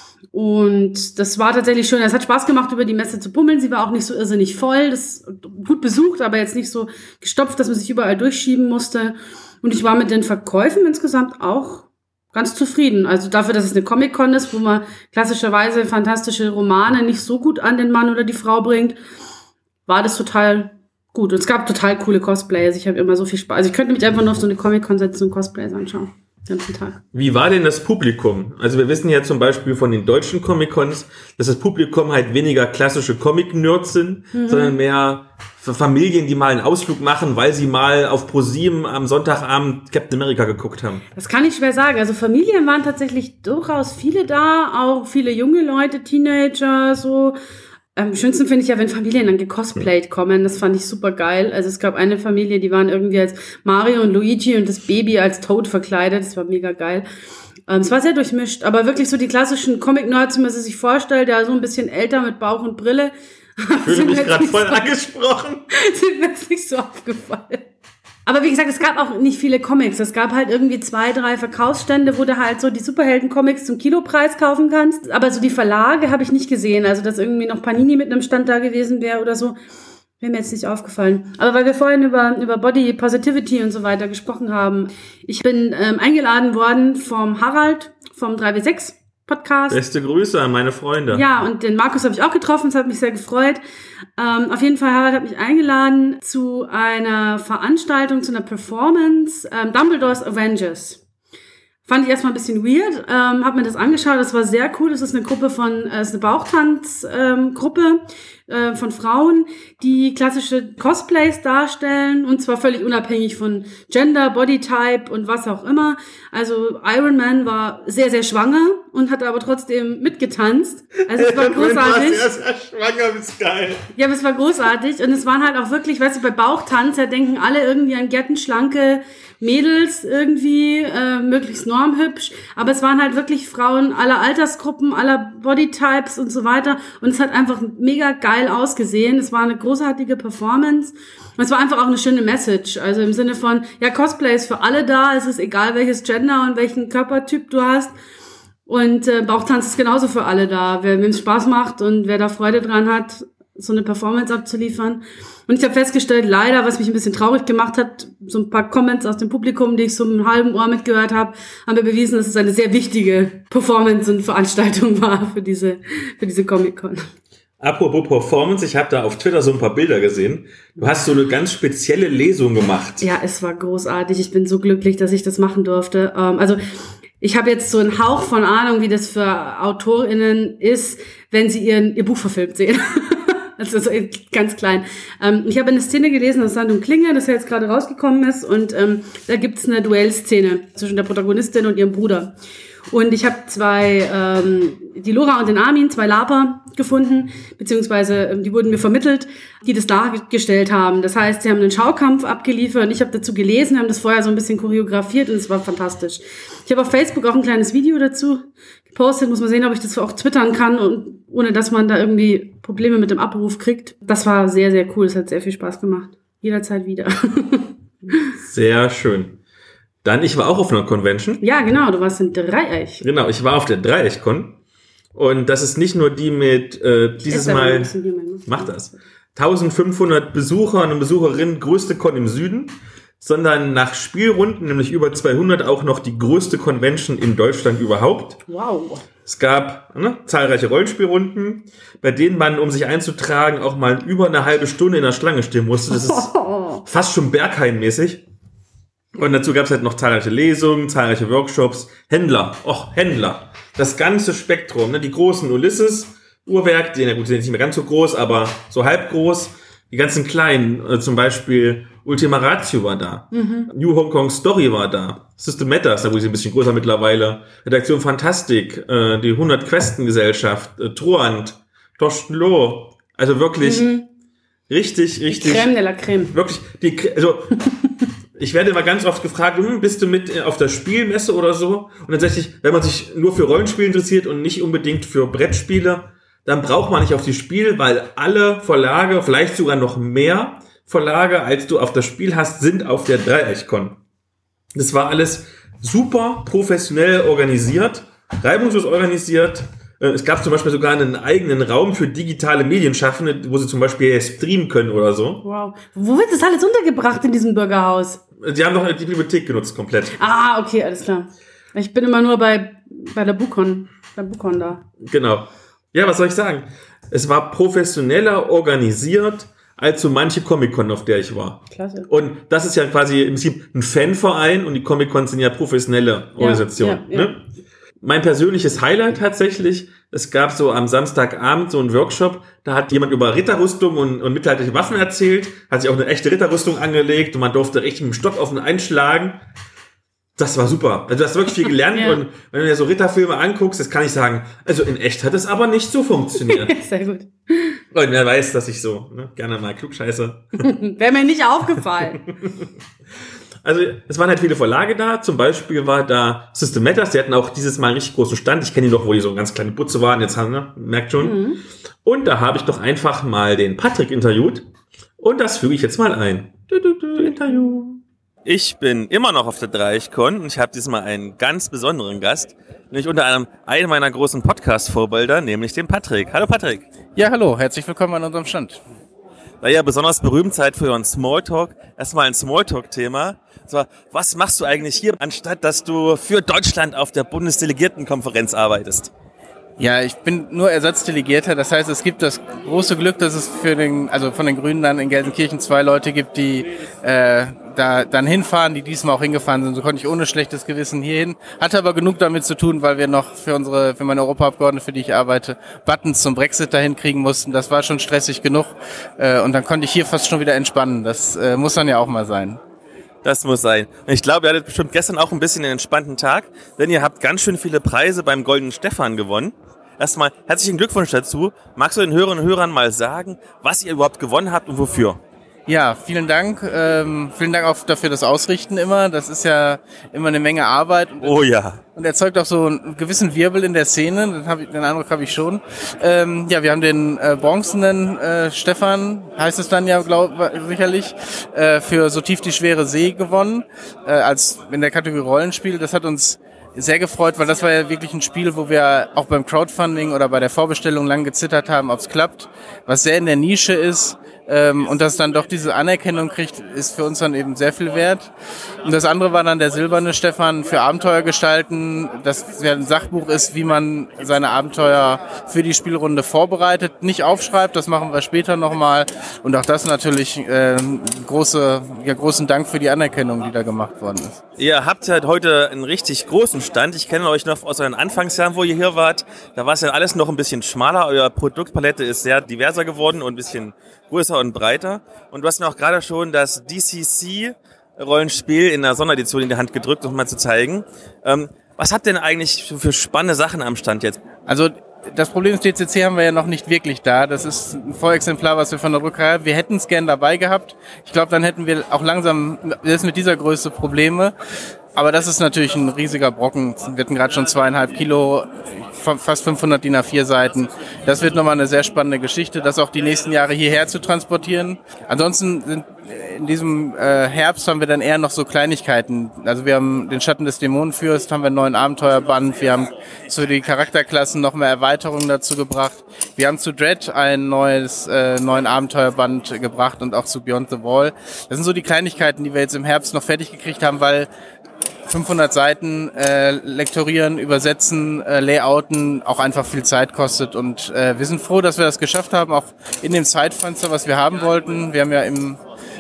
Und das war tatsächlich schön. Es hat Spaß gemacht, über die Messe zu bummeln. Sie war auch nicht so irrsinnig voll. Das ist gut besucht, aber jetzt nicht so gestopft, dass man sich überall durchschieben musste. Und ich war mit den Verkäufen insgesamt auch ganz zufrieden. Also dafür, dass es eine Comic-Con ist, wo man klassischerweise fantastische Romane nicht so gut an den Mann oder die Frau bringt, war das total gut. Und es gab total coole Cosplays. Ich habe immer so viel Spaß. Also ich könnte mich einfach nur auf so eine Comic-Con setzen und Cosplays anschauen. Den ganzen Tag. Wie war denn das Publikum? Also wir wissen ja zum Beispiel von den deutschen Comic-Cons, dass das Publikum halt weniger klassische Comic-Nerds sind, mhm. sondern mehr für Familien, die mal einen Ausflug machen, weil sie mal auf ProSieben am Sonntagabend Captain America geguckt haben. Das kann ich schwer sagen. Also Familien waren tatsächlich durchaus viele da, auch viele junge Leute, Teenager, so. Am schönsten finde ich ja, wenn Familien dann gecosplayt kommen. Das fand ich super geil. Also es gab eine Familie, die waren irgendwie als Mario und Luigi und das Baby als Toad verkleidet. Das war mega geil. Ähm, es war sehr durchmischt, aber wirklich so die klassischen Comic-Nerds, wie man sie sich vorstellt, ja, so ein bisschen älter mit Bauch und Brille. Ich fühle mich gerade voll so, angesprochen. Sind mir jetzt nicht so aufgefallen. Aber wie gesagt, es gab auch nicht viele Comics. Es gab halt irgendwie zwei, drei Verkaufsstände, wo du halt so die Superhelden-Comics zum Kilopreis kaufen kannst. Aber so die Verlage habe ich nicht gesehen. Also, dass irgendwie noch Panini mit einem Stand da gewesen wäre oder so, wäre mir jetzt nicht aufgefallen. Aber weil wir vorhin über, über Body Positivity und so weiter gesprochen haben, ich bin ähm, eingeladen worden vom Harald, vom drei W sechs Podcast. Beste Grüße an meine Freunde. Ja, und den Markus habe ich auch getroffen, das hat mich sehr gefreut. Ähm, auf jeden Fall, Harald hat mich eingeladen zu einer Veranstaltung, zu einer Performance, ähm, Dumbledores Avengers. Fand ich erstmal ein bisschen weird, ähm, habe mir das angeschaut, das war sehr cool. Das ist eine Gruppe von, äh, ist eine Bauchtanzgruppe ähm, äh, von Frauen, die klassische Cosplays darstellen und zwar völlig unabhängig von Gender, Bodytype und was auch immer. Also Iron Man war sehr, sehr schwanger und hat aber trotzdem mitgetanzt. Also es war großartig. Sehr, sehr schwanger, ist geil. Ja, aber es war großartig und es waren halt auch wirklich, weißt du, bei Bauchtanz, da denken alle irgendwie an gärtenschlanke Mädels irgendwie, äh, möglichst normhübsch, aber es waren halt wirklich Frauen aller Altersgruppen, aller Bodytypes und so weiter und es hat einfach mega geil ausgesehen. Es war eine großartige Performance und es war einfach auch eine schöne Message, also im Sinne von, ja, Cosplay ist für alle da, es ist egal welches Gender und welchen Körpertyp du hast und äh, Bauchtanz ist genauso für alle da, wer wem es Spaß macht und wer da Freude dran hat, so eine Performance abzuliefern. Und ich habe festgestellt, leider, was mich ein bisschen traurig gemacht hat, so ein paar Comments aus dem Publikum, die ich so mit einem halben Ohr mitgehört habe, haben mir bewiesen, dass es eine sehr wichtige Performance und Veranstaltung war für diese, für diese Comic-Con. Apropos Performance, ich habe da auf Twitter so ein paar Bilder gesehen. Du hast so eine ganz spezielle Lesung gemacht. Ja, es war großartig. Ich bin so glücklich, dass ich das machen durfte. Ähm, also ich habe jetzt so einen Hauch von Ahnung, wie das für AutorInnen ist, wenn sie ihren, ihr Buch verfilmt sehen. Also so ganz klein. Ähm, ich habe eine Szene gelesen aus Sand und Klinge, das ja jetzt gerade rausgekommen ist. Und ähm, da gibt's eine Duellszene zwischen der Protagonistin und ihrem Bruder. Und ich habe zwei, ähm, die Laura und den Armin, zwei Laper gefunden, beziehungsweise ähm, die wurden mir vermittelt, die das dargestellt haben. Das heißt, sie haben einen Schaukampf abgeliefert und ich habe dazu gelesen, haben das vorher so ein bisschen choreografiert und es war fantastisch. Ich habe auf Facebook auch ein kleines Video dazu gepostet, muss man sehen, ob ich das auch twittern kann und ohne dass man da irgendwie Probleme mit dem Abruf kriegt. Das war sehr, sehr cool, es hat sehr viel Spaß gemacht. Jederzeit wieder. Sehr schön. Dann, ich war auch auf einer Convention. Ja, genau, du warst in Dreieich. Genau, ich war auf der Dreieich-Con. Und das ist nicht nur die mit, äh, dieses Mal, mach das, eintausendfünfhundert Besucher und Besucherinnen, größte Con im Süden, sondern nach Spielrunden, nämlich über zweihundert, auch noch die größte Convention in Deutschland überhaupt. Wow. Es gab ne, zahlreiche Rollenspielrunden, bei denen man, um sich einzutragen, auch mal über eine halbe Stunde in der Schlange stehen musste. Das ist fast schon Berghain-mäßig. Und dazu gab es halt noch zahlreiche Lesungen, zahlreiche Workshops, Händler, och, Händler. Das ganze Spektrum, ne, die großen Ulysses, Uhrwerk, die, na gut, die sind nicht mehr ganz so groß, aber so halb groß. Die ganzen kleinen, äh, zum Beispiel Ultima Ratio war da. Mhm. New Hong Kong Story war da. System Matters, da wurde sie ein bisschen größer mittlerweile. Redaktion Fantastik, äh, die hundert Questen-Gesellschaft, äh, Troand, Torsten Loh. Also wirklich mhm. richtig, richtig. Die Crème de la Crème. Wirklich, die, also, ich werde immer ganz oft gefragt, hm, bist du mit auf der Spielmesse oder so? Und tatsächlich, wenn man sich nur für Rollenspiele interessiert und nicht unbedingt für Brettspiele, dann braucht man nicht auf die Spiel, weil alle Verlage, vielleicht sogar noch mehr Verlage, als du auf das Spiel hast, sind auf der Dreieich-Con. Das war alles super professionell organisiert, reibungslos organisiert. Es gab zum Beispiel sogar einen eigenen Raum für digitale Medienschaffende, wo sie zum Beispiel streamen können oder so. Wow. Wo wird das alles untergebracht in diesem Bürgerhaus? Die haben doch die Bibliothek genutzt komplett. Ah, okay, alles klar. Ich bin immer nur bei, bei der BuCon, bei BuCon da. Genau. Ja, was soll ich sagen? Es war professioneller organisiert als so manche Comic-Con, auf der ich war. Klasse. Und das ist ja quasi im Prinzip ein Fanverein und die Comic-Cons sind ja professionelle Organisationen. Ja, ja, ja. Ne? Mein persönliches Highlight tatsächlich, es gab so am Samstagabend so einen Workshop, da hat jemand über Ritterrüstung und, und mittelalterliche Waffen erzählt, hat sich auch eine echte Ritterrüstung angelegt und man durfte richtig mit dem Stock auf ihn einschlagen. Das war super. Also du hast wirklich viel gelernt ja. Und wenn du dir so Ritterfilme anguckst, das kann ich sagen, also in echt hat es aber nicht so funktioniert. Sehr gut. Und wer weiß, dass ich so ne, gerne mal klugscheiße. Wäre mir nicht aufgefallen. Also es waren halt viele Verlage da, zum Beispiel war da System Matters, die hatten auch dieses Mal einen richtig großen Stand, ich kenne ihn doch, wo die so eine ganz kleine Butze waren, jetzt haben wir, merkt schon. Mhm. Und da habe ich doch einfach mal den Patrick interviewt und das füge ich jetzt mal ein. Du, du, du, Interview. Ich bin immer noch auf der Dreichcon und ich habe diesmal einen ganz besonderen Gast, nämlich unter anderem einen meiner großen Podcast-Vorbilder, nämlich den Patrick. Hallo Patrick. Ja, hallo, herzlich willkommen an unserem Stand. Da ihr besonders berühmt seid für euren Smalltalk, erstmal ein Smalltalk-Thema. So, was machst du eigentlich hier, anstatt dass du für Deutschland auf der Bundesdelegiertenkonferenz arbeitest? Ja, ich bin nur Ersatzdelegierter, das heißt, es gibt das große Glück, dass es für den, also von den Grünen dann in Gelsenkirchen zwei Leute gibt, die äh, da dann hinfahren, die diesmal auch hingefahren sind. So konnte ich ohne schlechtes Gewissen hierhin. Hatte aber genug damit zu tun, weil wir noch für unsere, für meine Europaabgeordnete, für die ich arbeite, Buttons zum Brexit dahin kriegen mussten. Das war schon stressig genug äh, und dann konnte ich hier fast schon wieder entspannen. Das äh, muss dann ja auch mal sein. Das muss sein. Und ich glaube, ihr hattet bestimmt gestern auch ein bisschen einen entspannten Tag, denn ihr habt ganz schön viele Preise beim Goldenen Stefan gewonnen. Erstmal herzlichen Glückwunsch dazu. Magst du den Hörerinnen und Hörern mal sagen, was ihr überhaupt gewonnen habt und wofür? Ja, vielen Dank. Ähm, vielen Dank auch dafür das Ausrichten immer. Das ist ja immer eine Menge Arbeit. Oh ja. Und erzeugt auch so einen gewissen Wirbel in der Szene. Den, hab ich, den Eindruck habe ich schon. Ähm, ja, wir haben den äh, bronzenen äh, Stefan, heißt es dann ja glaub, sicherlich, äh, für So tief die schwere See gewonnen. Äh, als in der Kategorie Rollenspiel. Das hat uns sehr gefreut, weil das war ja wirklich ein Spiel, wo wir auch beim Crowdfunding oder bei der Vorbestellung lang gezittert haben, ob es klappt, was sehr in der Nische ist. Ähm, und das dann doch diese Anerkennung kriegt, ist für uns dann eben sehr viel wert. Und das andere war dann der silberne Stefan für Abenteuer gestalten, das ja ein Sachbuch ist, wie man seine Abenteuer für die Spielrunde vorbereitet, nicht aufschreibt, das machen wir später nochmal. Und auch das natürlich äh, große, ja, großen Dank für die Anerkennung, die da gemacht worden ist. Ihr habt halt heute einen richtig großen Stand. Ich kenne euch noch aus euren Anfangsjahren, wo ihr hier wart. Da war es ja alles noch ein bisschen schmaler. Euer Produktpalette ist sehr diverser geworden und ein bisschen größer und breiter. Und du hast mir auch gerade schon das D C C-Rollenspiel in der Sonderedition in die Hand gedrückt, um mal zu zeigen. Ähm, was habt ihr denn eigentlich für spannende Sachen am Stand jetzt? Also das Problem ist, D C C haben wir ja noch nicht wirklich da. Das ist ein Vorexemplar, was wir von der Druckerei haben. Wir hätten es gern dabei gehabt. Ich glaube, dann hätten wir auch langsam selbst mit dieser Größe Probleme. Aber das ist natürlich ein riesiger Brocken. Wir hatten gerade schon zweieinhalb Kilo, fast fünfhundert D I N A vier Seiten. Das wird nochmal eine sehr spannende Geschichte, das auch die nächsten Jahre hierher zu transportieren. Ansonsten sind in diesem äh, Herbst haben wir dann eher noch so Kleinigkeiten. Also wir haben den Schatten des Dämonenfürst, haben wir einen neuen Abenteuerband. Wir haben zu den Charakterklassen noch mehr Erweiterungen dazu gebracht. Wir haben zu Dread ein neues, äh, neuen Abenteuerband gebracht und auch zu Beyond the Wall. Das sind so die Kleinigkeiten, die wir jetzt im Herbst noch fertig gekriegt haben, weil fünfhundert Seiten äh, lektorieren, übersetzen, äh, layouten auch einfach viel Zeit kostet und äh, wir sind froh, dass wir das geschafft haben, auch in dem Zeitfenster, was wir haben wollten. Wir haben ja im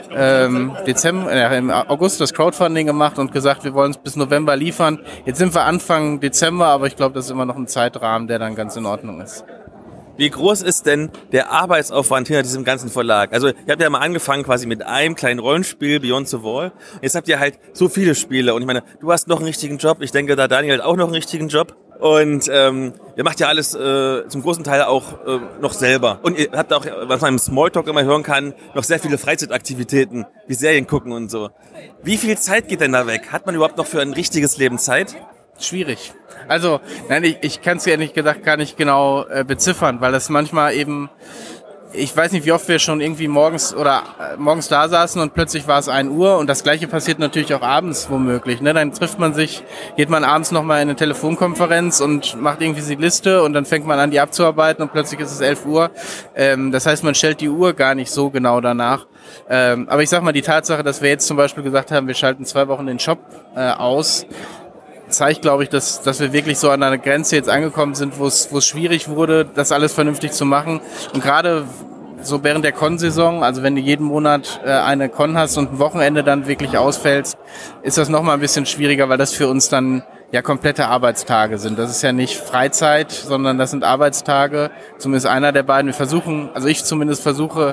ähm, Dezember, äh, im August das Crowdfunding gemacht und gesagt, wir wollen es bis November liefern. Jetzt sind wir Anfang Dezember, aber ich glaube, das ist immer noch ein Zeitrahmen, der dann ganz in Ordnung ist. Wie groß ist denn der Arbeitsaufwand hinter diesem ganzen Verlag? Also ihr habt ja mal angefangen quasi mit einem kleinen Rollenspiel, Beyond the Wall. Jetzt habt ihr halt so viele Spiele und ich meine, du hast noch einen richtigen Job, ich denke, da Daniel hat auch noch einen richtigen Job. Und ähm, ihr macht ja alles äh, zum großen Teil auch äh, noch selber. Und ihr habt auch, was man im Smalltalk immer hören kann, noch sehr viele Freizeitaktivitäten, wie Serien gucken und so. Wie viel Zeit geht denn da weg? Hat man überhaupt noch für ein richtiges Leben Zeit? Schwierig. Also, nein, ich, ich kann es ja ehrlich gesagt gar nicht genau äh, beziffern, weil das manchmal eben, ich weiß nicht, wie oft wir schon irgendwie morgens oder äh, morgens da saßen und plötzlich war es ein Uhr und das Gleiche passiert natürlich auch abends womöglich. Ne? Dann trifft man sich, geht man abends nochmal in eine Telefonkonferenz und macht irgendwie die Liste und dann fängt man an, die abzuarbeiten und plötzlich ist es elf Uhr. Ähm, das heißt, man stellt die Uhr gar nicht so genau danach. Ähm, aber ich sag mal, die Tatsache, dass wir jetzt zum Beispiel gesagt haben, wir schalten zwei Wochen den Shop äh, aus, zeigt, glaube ich, dass, dass wir wirklich so an einer Grenze jetzt angekommen sind, wo es, wo es schwierig wurde, das alles vernünftig zu machen. Und gerade so während der Con-Saison, also wenn du jeden Monat äh, eine Con hast und ein Wochenende dann wirklich ausfällst, ist das nochmal ein bisschen schwieriger, weil das für uns dann ja komplette Arbeitstage sind. Das ist ja nicht Freizeit, sondern das sind Arbeitstage, zumindest einer der beiden. Wir versuchen, also ich zumindest versuche,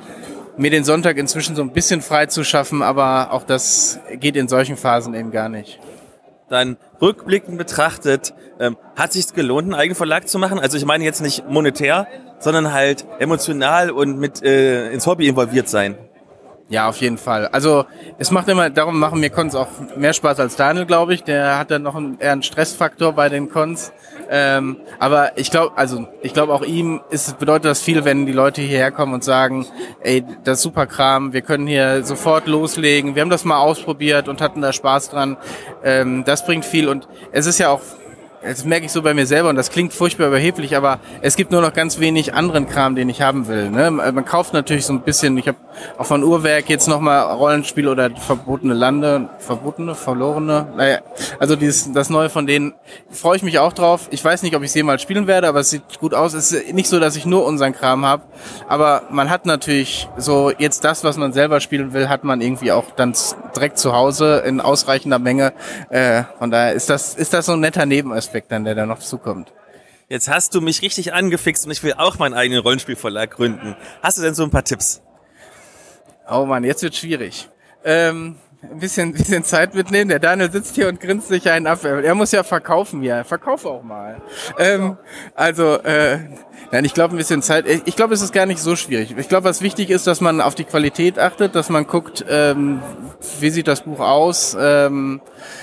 mir den Sonntag inzwischen so ein bisschen frei zu schaffen, aber auch das geht in solchen Phasen eben gar nicht. Dann rückblickend betrachtet, ähm, hat sich's gelohnt, einen eigenen Verlag zu machen? Also ich meine jetzt nicht monetär, sondern halt emotional und mit äh, ins Hobby involviert sein. Ja, auf jeden Fall. Also es macht immer, darum machen mir Cons auch mehr Spaß als Daniel, glaube ich. Der hat dann noch einen, eher einen Stressfaktor bei den Cons. Ähm, aber ich glaube, also ich glaube auch ihm ist, bedeutet das viel, wenn die Leute hierher kommen und sagen, ey, das ist super Kram, wir können hier sofort loslegen. Wir haben das mal ausprobiert und hatten da Spaß dran. Ähm, das bringt viel und es ist ja auch, das merke ich so bei mir selber und das klingt furchtbar überheblich, aber es gibt nur noch ganz wenig anderen Kram, den ich haben will. Ne? Man kauft natürlich so ein bisschen, ich habe auch von Uhrwerk jetzt nochmal Rollenspiel oder Verbotene Lande, Verbotene, Verlorene, naja, also dieses, das Neue von denen freue ich mich auch drauf. Ich weiß nicht, ob ich es jemals spielen werde, aber es sieht gut aus. Es ist nicht so, dass ich nur unseren Kram habe, aber man hat natürlich so jetzt das, was man selber spielen will, hat man irgendwie auch dann direkt zu Hause in ausreichender Menge. Äh, von daher ist das, ist das so ein netter Nebenaspekt dann, der da noch zukommt. Jetzt hast du mich richtig angefixt und ich will auch meinen eigenen Rollenspielverlag gründen. Hast du denn so ein paar Tipps? Oh Mann, jetzt wird schwierig. Ähm, ein bisschen, bisschen Zeit mitnehmen. Der Daniel sitzt hier und grinst sich einen ab. Er muss ja verkaufen hier. Verkauf auch mal. Ähm, also, äh, nein, ich glaube ein bisschen Zeit. Ich glaube, es ist gar nicht so schwierig. Ich glaube, was wichtig ist, dass man auf die Qualität achtet, dass man guckt, ähm, wie sieht das Buch aus, ähm,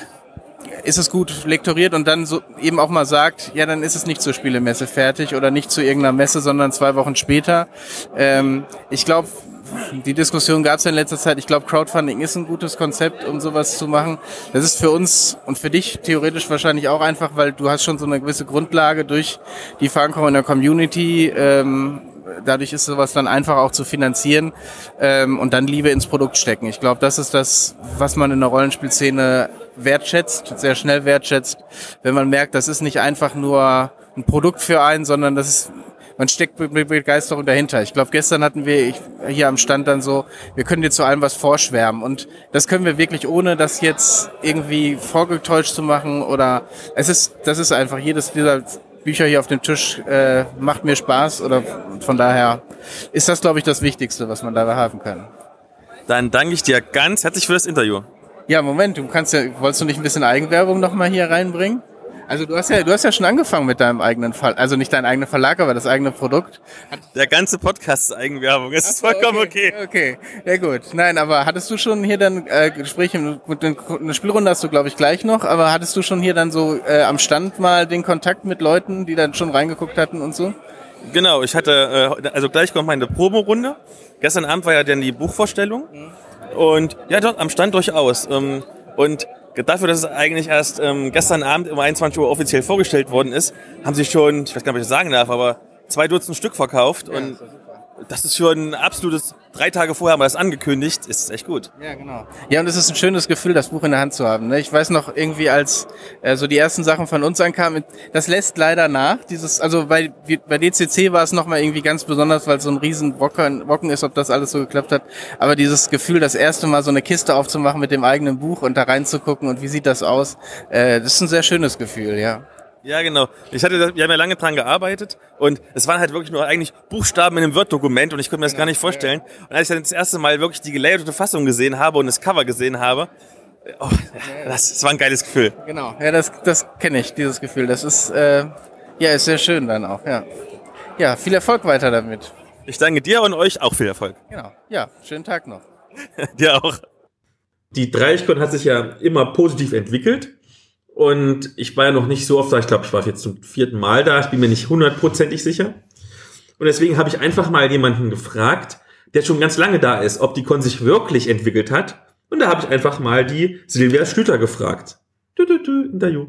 ist es gut lektoriert und dann so eben auch mal sagt, ja, dann ist es nicht zur Spielemesse fertig oder nicht zu irgendeiner Messe, sondern zwei Wochen später. Ähm, ich glaube, die Diskussion gab es ja in letzter Zeit. Ich glaube, Crowdfunding ist ein gutes Konzept, um sowas zu machen. Das ist für uns und für dich theoretisch wahrscheinlich auch einfach, weil du hast schon so eine gewisse Grundlage durch die Verankerung in der Community. Ähm, dadurch ist sowas dann einfach auch zu finanzieren ähm, und dann Liebe ins Produkt stecken. Ich glaube, das ist das, was man in der Rollenspielszene wertschätzt, sehr schnell wertschätzt, wenn man merkt, das ist nicht einfach nur ein Produkt für einen, sondern das ist, man steckt mit Begeisterung dahinter. Ich glaube, gestern hatten wir hier am Stand dann so, wir können dir zu allem was vorschwärmen und das können wir wirklich, ohne das jetzt irgendwie vorgetäuscht zu machen oder es ist, das ist einfach jedes dieser Bücher hier auf dem Tisch äh, macht mir Spaß oder von daher ist das, glaube ich, das Wichtigste, was man dabei haben kann. Dann danke ich dir ganz herzlich für das Interview. Ja, Moment, du kannst ja, wolltest du nicht ein bisschen Eigenwerbung nochmal hier reinbringen? Also du hast ja, du hast ja schon angefangen mit deinem eigenen Fall, also nicht dein eigener Verlag, aber das eigene Produkt. Der ganze Podcast ist Eigenwerbung, es ist vollkommen okay. Okay, ja gut. Nein, aber hattest du schon hier dann äh, Gespräche, mit den, eine Spielrunde hast du glaube ich gleich noch, aber hattest du schon hier dann so äh, am Stand mal den Kontakt mit Leuten, die dann schon reingeguckt hatten und so? Genau, ich hatte, äh, also gleich kommt meine Promo-Runde. Gestern Abend war ja dann die Buchvorstellung. Mhm. Und ja, dort am Stand durchaus. Ähm, und dafür, dass es eigentlich erst ähm, gestern Abend um einundzwanzig Uhr offiziell vorgestellt worden ist, haben sie schon, ich weiß gar nicht, ob ich das sagen darf, aber zwei Dutzend Stück verkauft. Ja, und das ist schon ein absolutes, drei Tage vorher haben wir das angekündigt, ist echt gut. Ja, genau. Ja, und es ist ein schönes Gefühl, das Buch in der Hand zu haben. Ne? Ich weiß noch irgendwie, als äh, so die ersten Sachen von uns ankamen, das lässt leider nach. Dieses, also bei, bei D C C war es nochmal irgendwie ganz besonders, weil es so ein riesen Brocken, Brocken ist, ob das alles so geklappt hat. Aber dieses Gefühl, das erste Mal so eine Kiste aufzumachen mit dem eigenen Buch und da reinzugucken und wie sieht das aus, äh, das ist ein sehr schönes Gefühl, ja. Ja, genau. Ich hatte, wir haben ja lange dran gearbeitet und es waren halt wirklich nur eigentlich Buchstaben in einem Word-Dokument und ich konnte mir das genau, gar nicht vorstellen. Und als ich dann das erste Mal wirklich die gelayerte Fassung gesehen habe und das Cover gesehen habe, oh, das, das war ein geiles Gefühl. Genau, ja, das, das kenne ich, dieses Gefühl. Das ist, äh, ja, ist sehr schön dann auch, ja. Ja, viel Erfolg weiter damit. Ich danke dir und euch auch viel Erfolg. Genau, ja, schönen Tag noch. Dir auch. Die Dreieichkon hat sich ja immer positiv entwickelt. Und ich war ja noch nicht so oft da, ich glaube, ich war jetzt zum vierten Mal da, ich bin mir nicht hundertprozentig sicher. Und deswegen habe ich einfach mal jemanden gefragt, der schon ganz lange da ist, ob die Con sich wirklich entwickelt hat. Und da habe ich einfach mal die Silvia Stüter gefragt. Du, du, du, Interview.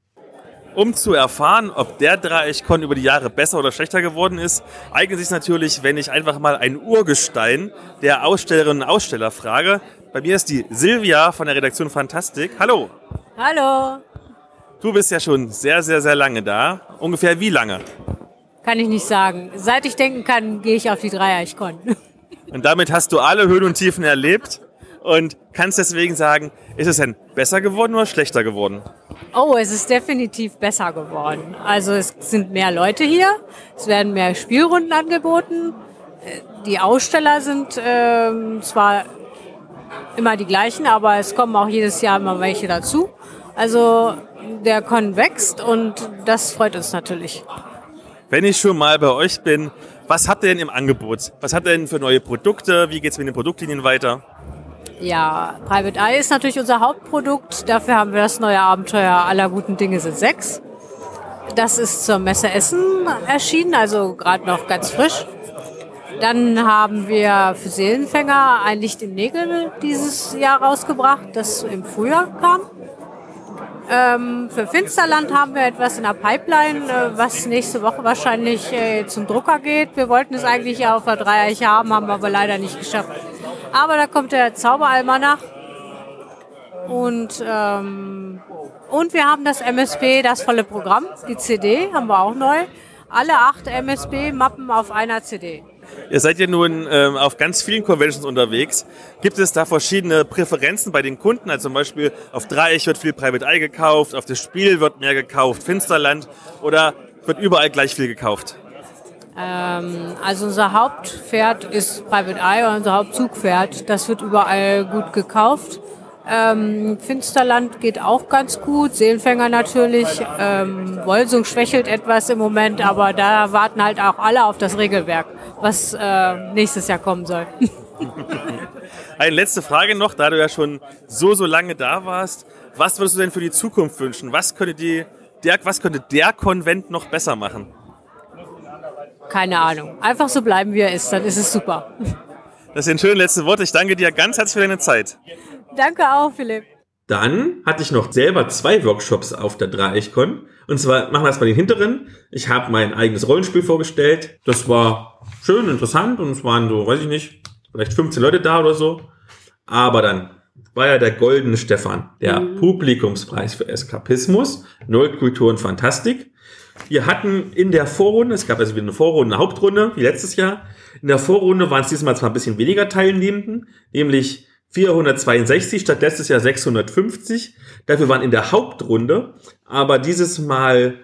Um zu erfahren, ob der Dreieichkon über die Jahre besser oder schlechter geworden ist, eignet sich natürlich, wenn ich einfach mal ein Urgestein der Ausstellerinnen und Aussteller frage. Bei mir ist die Silvia von der Redaktion Fantastik. Hallo. Hallo. Du bist ja schon sehr, sehr, sehr lange da. Ungefähr wie lange? Kann ich nicht sagen. Seit ich denken kann, gehe ich auf die Dreieichkon. Und damit hast du alle Höhen und Tiefen erlebt und kannst deswegen sagen, ist es denn besser geworden oder schlechter geworden? Oh, es ist definitiv besser geworden. Also es sind mehr Leute hier, es werden mehr Spielrunden angeboten. Die Aussteller sind äh, zwar immer die gleichen, aber es kommen auch jedes Jahr immer welche dazu. Also der Con wächst und das freut uns natürlich. Wenn ich schon mal bei euch bin, Was habt ihr denn im Angebot? Was habt ihr denn für neue Produkte? Wie geht es mit den Produktlinien weiter? Ja, Private Eye ist natürlich unser Hauptprodukt. Dafür haben wir das neue Abenteuer Aller guten Dinge sind sechs. Das ist zur Messe Essen erschienen, also gerade noch ganz frisch. Dann haben wir für Seelenfänger ein Licht im Nägel dieses Jahr rausgebracht, das im Frühjahr kam. Ähm, für Finsterland haben wir etwas in der Pipeline, äh, was nächste Woche wahrscheinlich äh, zum Drucker geht. Wir wollten es eigentlich ja auf der Dreieich haben, haben wir aber leider nicht geschafft. Aber da kommt der Zauberalmanach. Und, ähm, und wir haben das M S B, das volle Programm, die C D haben wir auch neu. Alle acht M S B-Mappen auf einer C D. Ihr seid ja nun ähm, auf ganz vielen Conventions unterwegs. Gibt es da verschiedene Präferenzen bei den Kunden? Also zum Beispiel auf Dreieich wird viel Private Eye gekauft, auf das Spiel wird mehr gekauft, Finsterland, oder wird überall gleich viel gekauft? Ähm, also unser Hauptpferd ist Private Eye, unser Hauptzugpferd. Das wird überall gut gekauft. Ähm, Finsterland geht auch ganz gut, Seelenfänger natürlich. Ähm, Wolsung schwächelt etwas im Moment, aber da warten halt auch alle auf das Regelwerk, was äh, nächstes Jahr kommen soll. Eine letzte Frage noch, da du ja schon so, so lange da warst. Was würdest du denn für die Zukunft wünschen? Was könnte, die, der, was könnte der Konvent noch besser machen? Keine Ahnung. Einfach so bleiben, wie er ist, dann ist es super. Das sind schöne letzte Worte. Ich danke dir ganz herzlich für deine Zeit. Danke auch, Philipp. Dann hatte ich noch selber zwei Workshops auf der Dreieichkon. Und zwar machen wir erstmal den hinteren. Ich habe mein eigenes Rollenspiel vorgestellt. Das war schön, interessant und es waren so, weiß ich nicht, vielleicht fünfzehn Leute da oder so. Aber dann war ja der goldene Stefan, der mhm. Publikumspreis für Eskapismus, Nerdkultur und Fantastik. Wir hatten in der Vorrunde, es gab also wieder eine Vorrunde, eine Hauptrunde, wie letztes Jahr. In der Vorrunde waren es diesmal zwar ein bisschen weniger Teilnehmenden, nämlich vierhundertzweiundsechzig statt letztes Jahr sechshundertfünfzig. Dafür waren in der Hauptrunde aber dieses Mal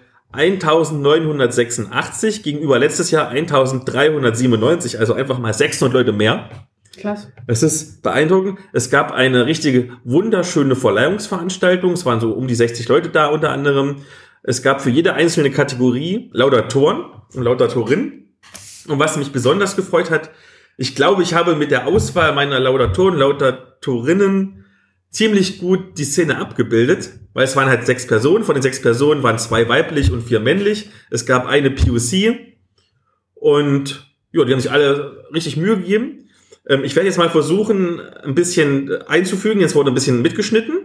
eintausendneunhundertsechsundachtzig gegenüber letztes Jahr eintausenddreihundertsiebenundneunzig, also einfach mal sechshundert Leute mehr. Klasse. Es ist beeindruckend. Es gab eine richtige wunderschöne Verleihungsveranstaltung. Es waren so um die sechzig Leute da unter anderem. Es gab für jede einzelne Kategorie Laudatoren und Laudatorin. Und was mich besonders gefreut hat, ich glaube, ich habe mit der Auswahl meiner Laudatoren, Laudatorinnen ziemlich gut die Szene abgebildet, weil es waren halt sechs Personen. Von den sechs Personen waren zwei weiblich und vier männlich. Es gab eine P O C und ja, die haben sich alle richtig Mühe gegeben. Ähm, ich werde jetzt mal versuchen, ein bisschen einzufügen. Jetzt wurde ein bisschen mitgeschnitten.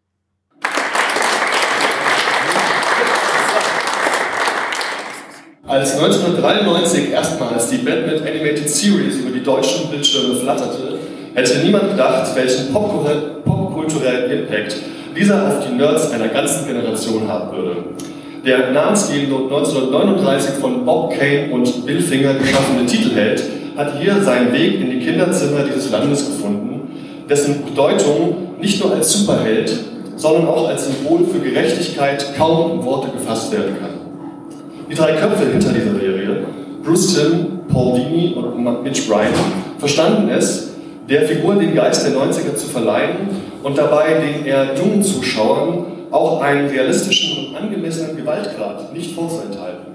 Als neunzehnhundertdreiundneunzig erstmals die Batman Animated Series über die deutschen Bildschirme flatterte, hätte niemand gedacht, welchen popkulturellen Impact dieser auf die Nerds einer ganzen Generation haben würde. Der namensgebende neunzehnhundertneununddreißig von Bob Kane und Bill Finger geschaffene Titelheld hat hier seinen Weg in die Kinderzimmer dieses Landes gefunden, dessen Bedeutung nicht nur als Superheld, sondern auch als Symbol für Gerechtigkeit kaum in Worte gefasst werden kann. Die drei Köpfe hinter dieser Serie, Bruce Timm, Paul Dini und Mitch Bryant, verstanden es, der Figur den Geist der neunziger zu verleihen und dabei den eher jungen Zuschauern auch einen realistischen und angemessenen Gewaltgrad nicht vorzuenthalten.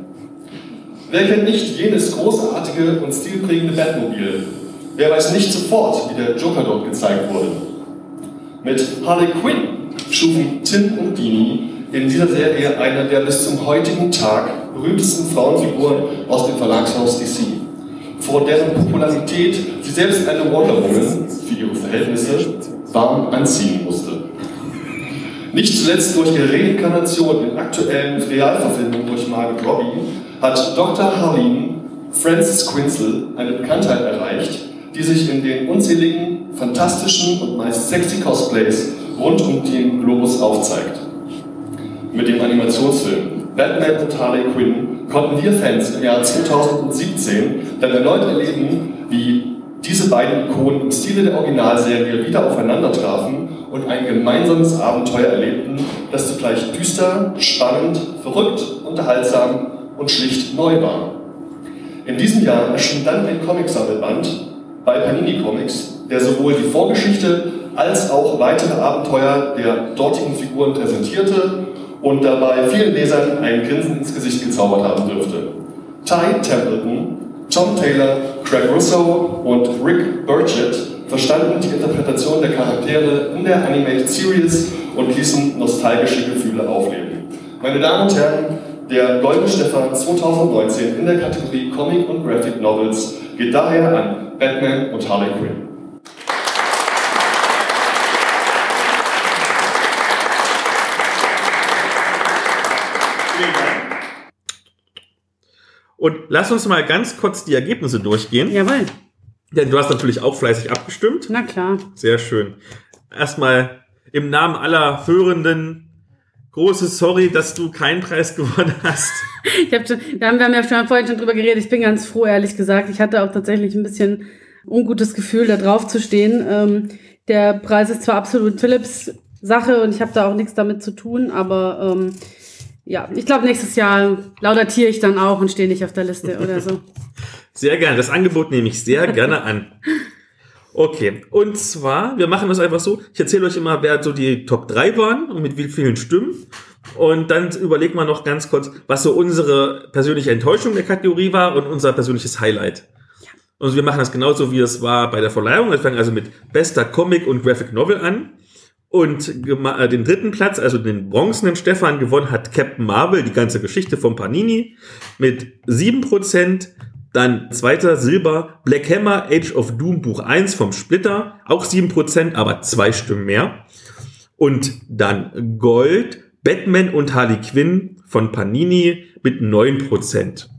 Wer kennt nicht jenes großartige und stilprägende Batmobil? Wer weiß nicht sofort, wie der Joker dort gezeigt wurde? Mit Harley Quinn schufen Tim und Dini in dieser Serie eine der bis zum heutigen Tag berühmtesten Frauenfiguren aus dem Verlagshaus D C, vor deren Popularität sie selbst eine Wonder Woman für ihre Verhältnisse warm anziehen musste. Nicht zuletzt durch ihre Reinkarnation in aktuellen Realverfilmungen durch Margot Robbie hat Doktor Harleen Frances Quinzel eine Bekanntheit erreicht, die sich in den unzähligen, fantastischen und meist sexy Cosplays rund um den Globus aufzeigt. Mit dem Animationsfilm Batman und Harley Quinn konnten wir Fans im Jahr zweitausendsiebzehn dann erneut erleben, wie diese beiden Ikonen im Stile der Originalserie wieder aufeinander trafen und ein gemeinsames Abenteuer erlebten, das zugleich düster, spannend, verrückt, unterhaltsam und schlicht neu war. In diesem Jahr erschien dann ein Comicsammelband bei Panini Comics, der sowohl die Vorgeschichte als auch weitere Abenteuer der dortigen Figuren präsentierte und dabei vielen Lesern ein Grinsen ins Gesicht gezaubert haben dürfte. Ty Templeton Tom Taylor, Craig Russo und Rick Burchett verstanden die Interpretation der Charaktere in der Animated Series und ließen nostalgische Gefühle aufleben. Meine Damen und Herren, der Goldene Stefan zwanzig neunzehn in der Kategorie Comic und Graphic Novels geht daher an Batman und Harley Quinn. Und lass uns mal ganz kurz die Ergebnisse durchgehen. Jawohl. Denn du hast natürlich auch fleißig abgestimmt. Na klar. Sehr schön. Erstmal im Namen aller Hörenden großes Sorry, dass du keinen Preis gewonnen hast. Ich hab schon, da haben wir ja schon vorhin schon drüber geredet. Ich bin ganz froh, ehrlich gesagt. Ich hatte auch tatsächlich ein bisschen ungutes Gefühl, da drauf zu stehen. Ähm, der Preis ist zwar absolut Philips Sache und ich habe da auch nichts damit zu tun, aber ähm, ja, ich glaube, nächstes Jahr laudatiere ich dann auch und stehe nicht auf der Liste oder so. Sehr gerne. Das Angebot nehme ich sehr gerne an. Okay, und zwar, wir machen das einfach so, ich erzähle euch immer, wer so die Top drei waren und mit wie vielen Stimmen. Und dann überlegen wir noch ganz kurz, was so unsere persönliche Enttäuschung der Kategorie war und unser persönliches Highlight. Ja. Und wir machen das genauso, wie es war bei der Verleihung. Wir fangen also mit bester Comic und Graphic Novel an. Und den dritten Platz, also den bronzenen Stefan, gewonnen hat Captain Marvel, die ganze Geschichte von Panini, mit sieben Prozent. Dann zweiter Silber, Black Hammer, Age of Doom, Buch eins vom Splitter, auch sieben Prozent, aber zwei Stimmen mehr. Und dann Gold, Batman und Harley Quinn von Panini mit neun Prozent.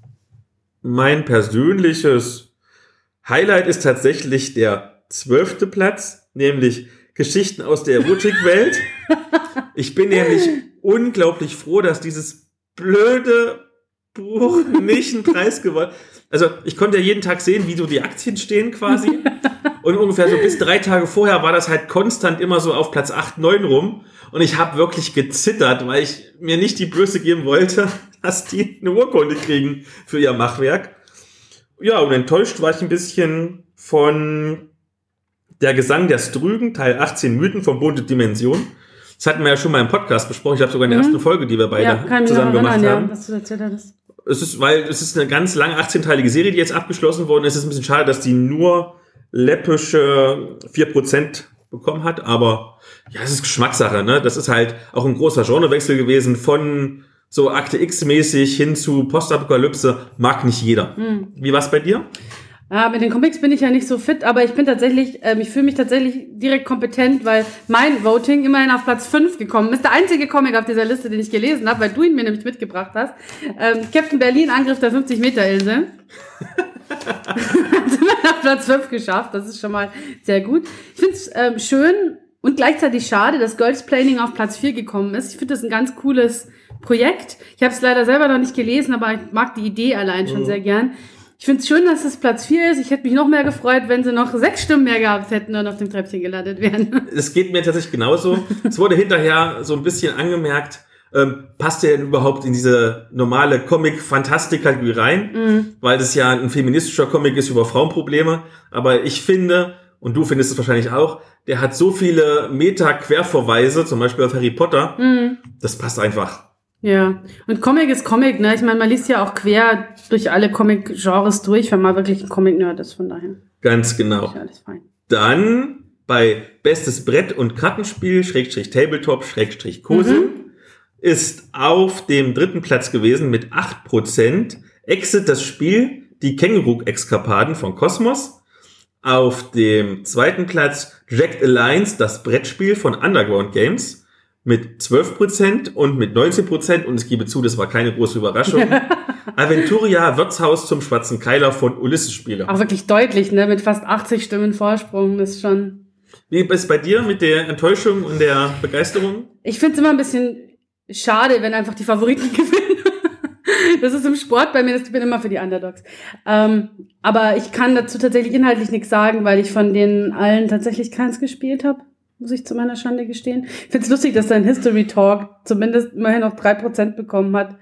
Mein persönliches Highlight ist tatsächlich der zwölfte Platz, nämlich Geschichten aus der Erotikwelt. Ich bin nämlich unglaublich froh, dass dieses blöde Buch nicht einen Preis gewonnen. Also ich konnte ja jeden Tag sehen, wie so die Aktien stehen quasi. Und ungefähr so bis drei Tage vorher war das halt konstant immer so auf Platz acht, neun rum. Und ich habe wirklich gezittert, weil ich mir nicht die Blöße geben wollte, dass die eine Urkunde kriegen für ihr Machwerk. Ja, und enttäuscht war ich ein bisschen von Der Gesang der Strügen, Teil achtzehn Mythen von Bunte Dimension. Das hatten wir ja schon mal im Podcast besprochen. Ich habe sogar in der mhm. ersten Folge, die wir beide ja, zusammen gemacht erinnern, haben. Ja, was du erzählt hattest. Es ist, weil es ist eine ganz lange achtzehnteilige Serie, die jetzt abgeschlossen worden ist. Es ist ein bisschen schade, dass die nur läppische vier Prozent bekommen hat. Aber ja, es ist Geschmackssache. Ne? Das ist halt auch ein großer Genrewechsel gewesen von so Akte X-mäßig hin zu Postapokalypse. Mag nicht jeder. Mhm. Wie war's bei dir? Ja, mit den Comics bin ich ja nicht so fit, aber ich bin tatsächlich, ähm, ich fühle mich tatsächlich direkt kompetent, weil mein Voting immerhin auf Platz fünf gekommen ist. Der einzige Comic auf dieser Liste, den ich gelesen habe, weil du ihn mir nämlich mitgebracht hast. Ähm, Captain Berlin, Angriff der fünfzig Meter Ilse. Hat immerhin auf Platz fünf geschafft, das ist schon mal sehr gut. Ich finde es ähm, schön und gleichzeitig schade, dass Girls Planning auf Platz vier gekommen ist. Ich finde das ein ganz cooles Projekt. Ich habe es leider selber noch nicht gelesen, aber ich mag die Idee allein schon mhm. sehr gern. Ich finde es schön, dass es Platz vier ist. Ich hätte mich noch mehr gefreut, wenn sie noch sechs Stimmen mehr gehabt hätten und auf dem Treppchen gelandet wären. Es geht mir tatsächlich genauso. Es wurde hinterher so ein bisschen angemerkt, ähm, passt der denn überhaupt in diese normale Comic-Fantastik-Kategorie rein? Mhm. Weil das ja ein feministischer Comic ist über Frauenprobleme. Aber ich finde, und du findest es wahrscheinlich auch, der hat so viele Meta-Querverweise, zum Beispiel auf Harry Potter. Mhm. Das passt einfach. Ja, und Comic ist Comic, ne? Ich meine, man liest ja auch quer durch alle Comic-Genres durch, wenn man wirklich ein Comic-Nerd ist, von daher. Ganz genau. Ist ja alles fein. Dann bei Bestes Brett- und Kartenspiel, Schrägstrich Tabletop, Schrägstrich Kosim, mhm. ist auf dem dritten Platz gewesen mit acht Prozent Exit, das Spiel, die Känguru-Exkapaden von Kosmos. Auf dem zweiten Platz Jacked Alliance, das Brettspiel von Underground Games, mit zwölf Prozent und mit neunzehn Prozent, und ich gebe zu, das war keine große Überraschung. Aventuria Wirtshaus zum Schwarzen Keiler von Ulysses Spieler. Auch wirklich deutlich, ne? Mit fast achtzig Stimmen Vorsprung ist schon... Wie ist es bei dir mit der Enttäuschung und der Begeisterung? Ich finde es immer ein bisschen schade, wenn einfach die Favoriten gewinnen. Das ist im Sport bei mir, ich bin immer für die Underdogs. Ähm, aber ich kann dazu tatsächlich inhaltlich nichts sagen, weil ich von denen allen tatsächlich keins gespielt habe. Muss ich zu meiner Schande gestehen. Ich finde es lustig, dass dein History Talk zumindest immerhin noch drei Prozent bekommen hat.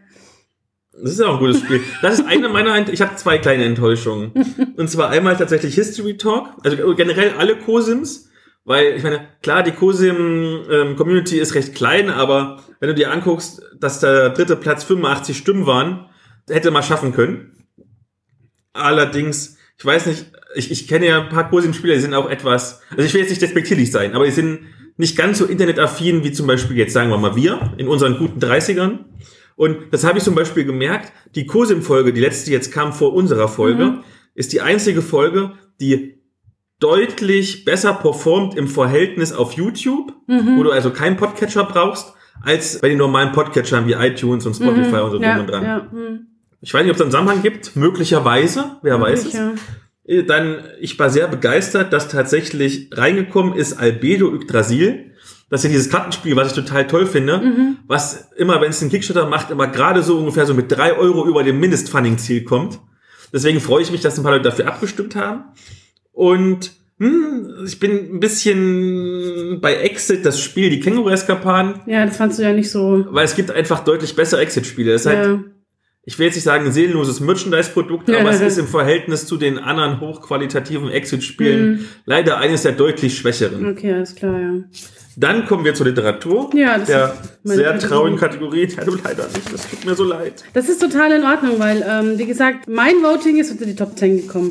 Das ist ja auch ein gutes Spiel. Das ist eine meiner, ich habe zwei kleine Enttäuschungen. Und zwar einmal tatsächlich History Talk, also generell alle Cosims, weil ich meine, klar, die Cosim-Community ist recht klein, aber wenn du dir anguckst, dass der dritte Platz fünfundachtzig Stimmen waren, hätte man schaffen können. Allerdings, ich weiß nicht, ich, ich kenne ja ein paar Cosim-Spieler, die sind auch etwas, also ich will jetzt nicht despektierlich sein, aber die sind nicht ganz so internetaffin wie zum Beispiel jetzt, sagen wir mal, wir in unseren guten dreißigern. Und das habe ich zum Beispiel gemerkt, die Cosim-Folge, die letzte jetzt kam vor unserer Folge, mhm. ist die einzige Folge, die deutlich besser performt im Verhältnis auf YouTube, mhm. wo du also keinen Podcatcher brauchst, als bei den normalen Podcatchern wie iTunes und Spotify mhm. und so ja, drum und dran. Ja. Mhm. Ich weiß nicht, ob es einen Zusammenhang gibt, möglicherweise, wer Möglich, weiß es. Ja. Dann, ich war sehr begeistert, dass tatsächlich reingekommen ist Albedo Yggdrasil. Das ist ja dieses Kartenspiel, was ich total toll finde, mhm. was immer, wenn es einen Kickstarter macht, immer gerade so ungefähr so mit drei Euro über dem Mindestfunding-Ziel kommt. Deswegen freue ich mich, dass ein paar Leute dafür abgestimmt haben. Und hm, ich bin ein bisschen bei Exit, das Spiel, die Känguru-Eskapaden. Ja, das fandst du ja nicht so. Weil es gibt einfach deutlich bessere Exit-Spiele. Das ist ja. halt, ich will jetzt nicht sagen, ein seelenloses Merchandise-Produkt, aber es ist im Verhältnis zu den anderen hochqualitativen Exit-Spielen mhm. leider eines der deutlich schwächeren. Okay, alles klar, ja. Dann kommen wir zur Literatur, ja, das der ist sehr Kategorie. traurigen Kategorie. Ja, du leider nicht, das tut mir so leid. Das ist total in Ordnung, weil, ähm, wie gesagt, mein Voting ist unter die Top zehn gekommen.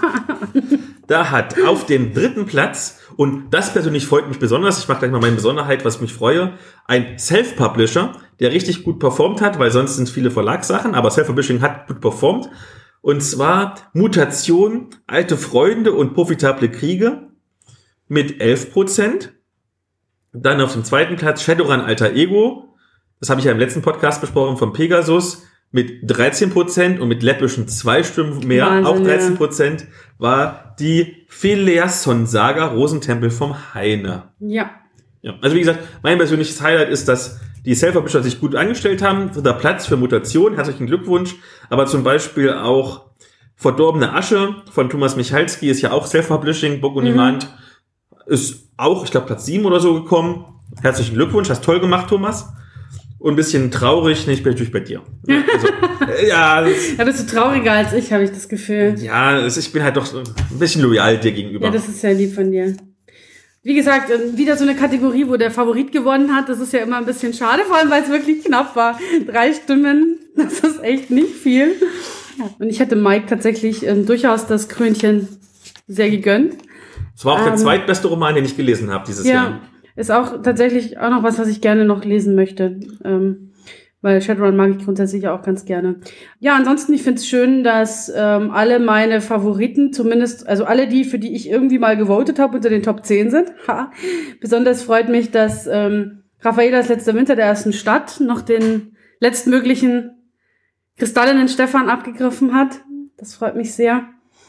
Da hat auf dem dritten Platz, und das persönlich freut mich besonders, ich mache gleich mal meine Besonderheit, was mich freue, ein Self-Publisher, der richtig gut performt hat, weil sonst sind es viele Verlagssachen, aber Self-Publishing hat gut performt. Und zwar Mutation, alte Freunde und profitable Kriege mit elf Prozent. Dann auf dem zweiten Platz Shadowrun Alter Ego. Das habe ich ja im letzten Podcast besprochen von Pegasus mit dreizehn Prozent und mit läppischen zwei Stimmen mehr, Wahnsinn, auch dreizehn Prozent, ja. war die Phileason-Saga Rosentempel vom Heine. Ja. ja. Also wie gesagt, mein persönliches Highlight ist, dass die Self-Publisher sich gut angestellt haben. Dritter Platz für Mutation, herzlichen Glückwunsch. Aber zum Beispiel auch Verdorbene Asche von Thomas Michalski ist ja auch Self-Publishing, Book on Demand. Mhm. Ist auch, ich glaube, Platz sieben oder so gekommen. Herzlichen Glückwunsch, hast toll gemacht, Thomas. Und ein bisschen traurig, nee, ich bin natürlich bei dir. Also, äh, ja, ja, bist du trauriger als ich, habe ich das Gefühl. Ja, ich bin halt doch ein bisschen loyal dir gegenüber. Ja, das ist sehr lieb von dir. Wie gesagt, wieder so eine Kategorie, wo der Favorit gewonnen hat. Das ist ja immer ein bisschen schade, vor allem, weil es wirklich knapp war. Drei Stimmen, das ist echt nicht viel. Und ich hätte Mike tatsächlich ähm, durchaus das Krönchen sehr gegönnt. Es war auch der ähm, zweitbeste Roman, den ich gelesen habe dieses ja, Jahr. Ist auch tatsächlich auch noch was, was ich gerne noch lesen möchte. Ähm, weil Shadowrun mag ich grundsätzlich auch ganz gerne. Ja, ansonsten, ich finde es schön, dass ähm, alle meine Favoriten, zumindest, also alle die, für die ich irgendwie mal gewotet habe, unter den Top zehn sind. Ha. Besonders freut mich, dass ähm, Raffaelas letzter Winter der ersten Stadt noch den letztmöglichen kristallenen Stefan abgegriffen hat. Das freut mich sehr.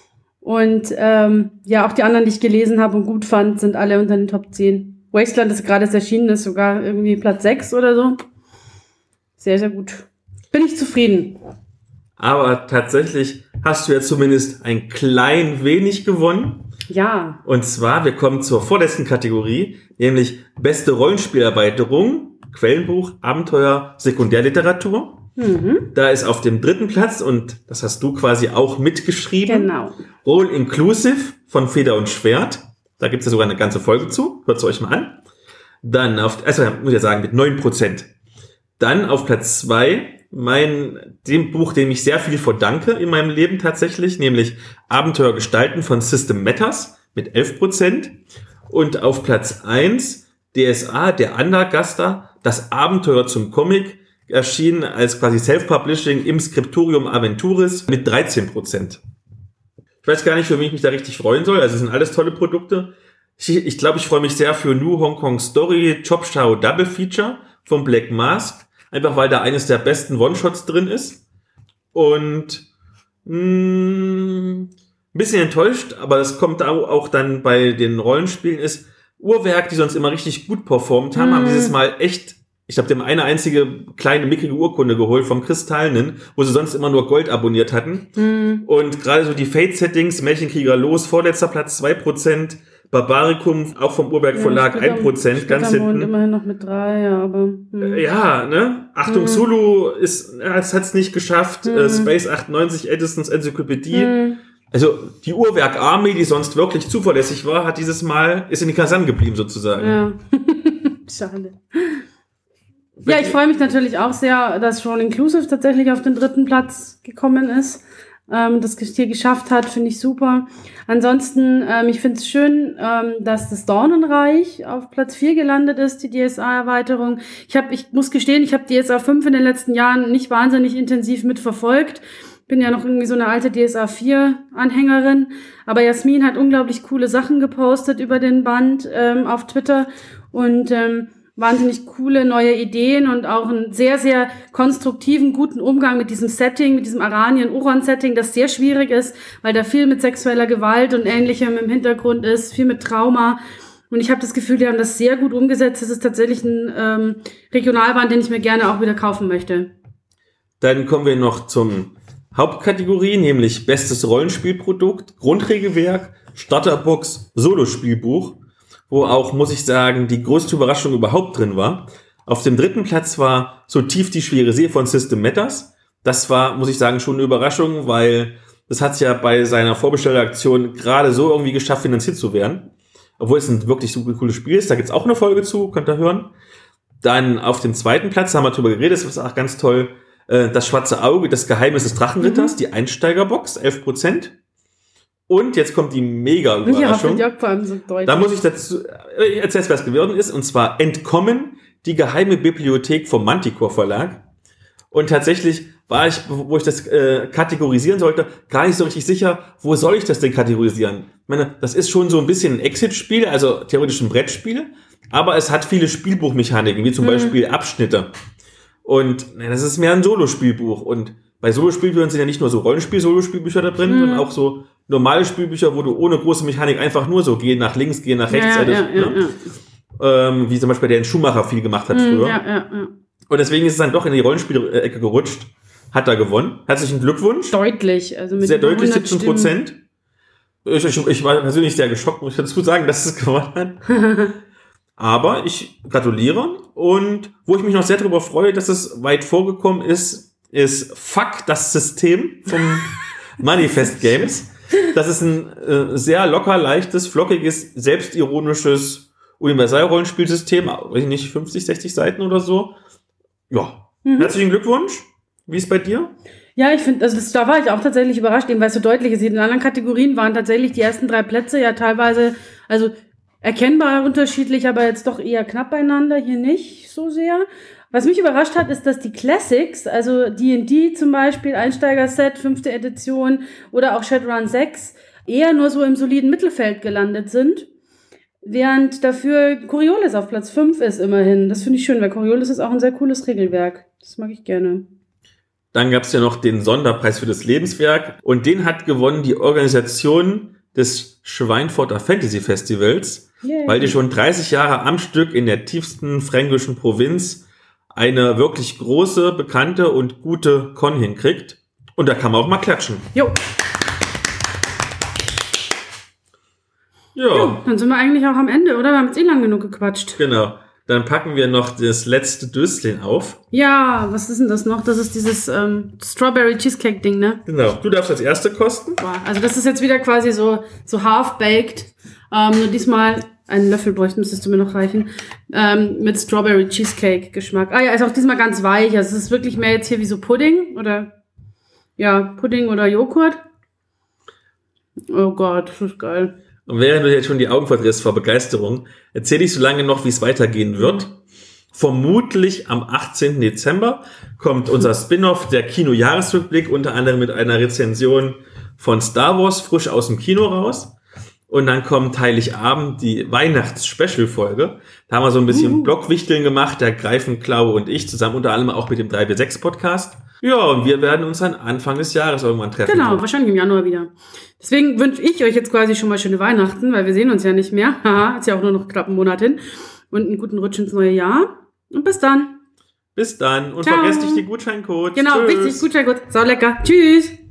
Und ähm, ja, auch die anderen, die ich gelesen habe und gut fand, sind alle unter den Top zehn. Wasteland ist gerade erschienen, ist sogar irgendwie Platz sechs oder so. Sehr, sehr gut. Bin ich zufrieden. Aber tatsächlich hast du ja zumindest ein klein wenig gewonnen. Ja. Und zwar, wir kommen zur vorletzten Kategorie, nämlich beste Rollenspielerweiterung, Quellenbuch, Abenteuer, Sekundärliteratur. Mhm. Da ist auf dem dritten Platz, und das hast du quasi auch mitgeschrieben, genau. All Inclusive von Feder und Schwert. Da gibt es ja sogar eine ganze Folge zu. Hört es euch mal an. Dann auf, also muss ich ja sagen, mit neun Prozent. Dann auf Platz zwei, mein, dem Buch, dem ich sehr viel verdanke in meinem Leben tatsächlich, nämlich Abenteuer gestalten von System Matters mit elf Prozent. Und auf Platz eins, D S A, der Andergaster, das Abenteuer zum Comic, erschienen als quasi Self-Publishing im Scriptorium Aventuris mit dreizehn Prozent. Ich weiß gar nicht, für wen ich mich da richtig freuen soll. Also es sind alles tolle Produkte. Ich, ich glaube, ich freue mich sehr für New Hong Kong Story Chop Chow Double Feature von Black Mask. Einfach weil da eines der besten One-Shots drin ist. Und mh, ein bisschen enttäuscht, aber das kommt auch dann bei den Rollenspielen, ist Uhrwerk, die sonst immer richtig gut performt haben, mm. haben dieses Mal echt, ich habe dem eine einzige kleine mickrige Urkunde geholt vom Kristallnen, wo sie sonst immer nur Gold abonniert hatten. Mm. Und gerade so die Fate-Settings, Märchenkrieger los, vorletzter Platz zwei Prozent, Barbaricum, auch vom Uhrwerk Verlag, ja, ein Prozent, ganz hinten. Immerhin noch mit drei, ja, aber... Hm. Ja, ne? Achtung, hm. Zulu ist, es hat's nicht geschafft. Hm. Äh, Space achtundneunzig, Edisons Enzyklopädie. Hm. Also, die Uhrwerk Army, die sonst wirklich zuverlässig war, hat dieses Mal, ist in die Kasan geblieben, sozusagen. Ja. Schade. Ja, ich freue mich natürlich auch sehr, dass All Inclusive tatsächlich auf den dritten Platz gekommen ist. ähm, das hier geschafft hat, finde ich super. Ansonsten, ähm, ich finde es schön, ähm, dass das Dornenreich auf Platz vier gelandet ist, die D S A-Erweiterung. Ich habe, ich muss gestehen, ich habe D S A fünf in den letzten Jahren nicht wahnsinnig intensiv mitverfolgt. Bin ja noch irgendwie so eine alte D S A vier Anhängerin. Aber Jasmin hat unglaublich coole Sachen gepostet über den Band ähm, auf Twitter und ähm, wahnsinnig coole neue Ideen und auch einen sehr, sehr konstruktiven, guten Umgang mit diesem Setting, mit diesem Aranien-Oron-Setting, das sehr schwierig ist, weil da viel mit sexueller Gewalt und Ähnlichem im Hintergrund ist, viel mit Trauma. Und ich habe das Gefühl, die haben das sehr gut umgesetzt. Das ist tatsächlich ein ähm, Regionalband, den ich mir gerne auch wieder kaufen möchte. Dann kommen wir noch zum Hauptkategorie, nämlich bestes Rollenspielprodukt, Grundregelwerk, Starterbox, Solospielbuch, wo auch, muss ich sagen, die größte Überraschung überhaupt drin war. Auf dem dritten Platz war So tief die schwere See von System Matters. Das war, muss ich sagen, schon eine Überraschung, weil das hat es ja bei seiner Vorbestelleraktion gerade so irgendwie geschafft, finanziert zu werden. Obwohl es ein wirklich super cooles Spiel ist. Da gibt's auch eine Folge zu, könnt ihr hören. Dann auf dem zweiten Platz, da haben wir drüber geredet, das ist auch ganz toll, Das schwarze Auge, das Geheimnis des Drachenritters, mhm. die Einsteigerbox, elf Prozent. Und jetzt kommt die Mega-Überraschung. Ja, vor allem so deutlich. Da muss ich dazu, ich erzähl's, was geworden ist, und zwar Entkommen, die geheime Bibliothek vom Manticore Verlag. Und tatsächlich war ich, wo ich das äh, kategorisieren sollte, gar nicht so richtig sicher, wo soll ich das denn kategorisieren? Ich meine, das ist schon so ein bisschen ein Exit-Spiel, also theoretisch ein Brettspiel, aber es hat viele Spielbuchmechaniken, wie zum mhm. Beispiel Abschnitte. Und ne, das ist mehr ein Solospielbuch. Und bei Solospielbüchern sind ja nicht nur so Rollenspiel-Solospielbücher da drin, mhm. sondern auch so normale Spielbücher, wo du ohne große Mechanik einfach nur so geh nach links, geh nach rechts. Ja, ja, also, ja, ne? ja. Ähm, wie zum Beispiel der in Schumacher viel gemacht hat früher. Ja, ja, ja. Und deswegen ist es dann doch in die Rollenspielecke gerutscht. Hat er gewonnen. Herzlichen Glückwunsch. Deutlich. Also mit sehr deutlich, siebzehn Prozent. Ich, ich, ich war persönlich sehr geschockt, muss ich dazu sagen, dass es gewonnen hat. Aber ich gratuliere. Und wo ich mich noch sehr darüber freue, dass es weit vorgekommen ist, ist Fuck das System vom Manifest Games. Das ist ein äh, sehr locker, leichtes, flockiges, selbstironisches Universal-Rollenspielsystem. Weiß ich nicht, fünfzig, sechzig Seiten oder so. Ja. Mhm. Herzlichen Glückwunsch. Wie ist bei dir? Ja, ich finde, also das, da war ich auch tatsächlich überrascht, eben weil es so deutlich ist. In den anderen Kategorien waren tatsächlich die ersten drei Plätze ja teilweise, also erkennbar unterschiedlich, aber jetzt doch eher knapp beieinander, hier nicht so sehr. Was mich überrascht hat, ist, dass die Classics, also D und D zum Beispiel, Einsteiger-Set, fünfte Edition oder auch Shadowrun sechs, eher nur so im soliden Mittelfeld gelandet sind. Während dafür Coriolis auf Platz fünf ist immerhin. Das finde ich schön, weil Coriolis ist auch ein sehr cooles Regelwerk. Das mag ich gerne. Dann gab es ja noch den Sonderpreis für das Lebenswerk. Und den hat gewonnen die Organisation des Schweinfurter Fantasy Festivals, Yay. Weil die schon dreißig Jahre am Stück in der tiefsten fränkischen Provinz eine wirklich große, bekannte und gute Con hinkriegt. Und da kann man auch mal klatschen. Jo. Ja. Jo, dann sind wir eigentlich auch am Ende, oder? Wir haben jetzt eh lang genug gequatscht. Genau. Dann packen wir noch das letzte Döschen auf. Ja, was ist denn das noch? Das ist dieses ähm, Strawberry Cheesecake Ding, ne? Genau. Du darfst als Erste kosten. Boah, also das ist jetzt wieder quasi so, so half-baked. Ähm, nur diesmal einen Löffel bräuchten, müsstest du mir noch reichen. Ähm, mit Strawberry Cheesecake Geschmack. Ah ja, ist auch diesmal ganz weich. Also es ist wirklich mehr jetzt hier wie so Pudding oder ja, Pudding oder Joghurt. Oh Gott, das ist geil. Und während du jetzt schon die Augen verdrehst vor Begeisterung, erzähle ich so lange noch, wie es weitergehen wird. Vermutlich am achtzehnten Dezember kommt unser Spin-off, der Kino-Jahresrückblick, unter anderem mit einer Rezension von Star Wars frisch aus dem Kino raus. Und dann kommt Heiligabend die Weihnachts-Special-Folge. Da haben wir so ein bisschen uh. Blockwichteln gemacht, der Greifenklaue und ich, zusammen unter anderem auch mit dem drei vier sechs Podcast. Ja, und wir werden uns dann Anfang des Jahres irgendwann treffen. Genau, wahrscheinlich im Januar wieder. Deswegen wünsche ich euch jetzt quasi schon mal schöne Weihnachten, weil wir sehen uns ja nicht mehr. Haha, ist ja auch nur noch knapp einen Monat hin. Und einen guten Rutsch ins neue Jahr. Und bis dann. Bis dann. Und Ciao. Vergesst nicht die Gutscheincodes. Genau, Tschüss. Wichtig, Gutscheincodes. Sau lecker. Tschüss.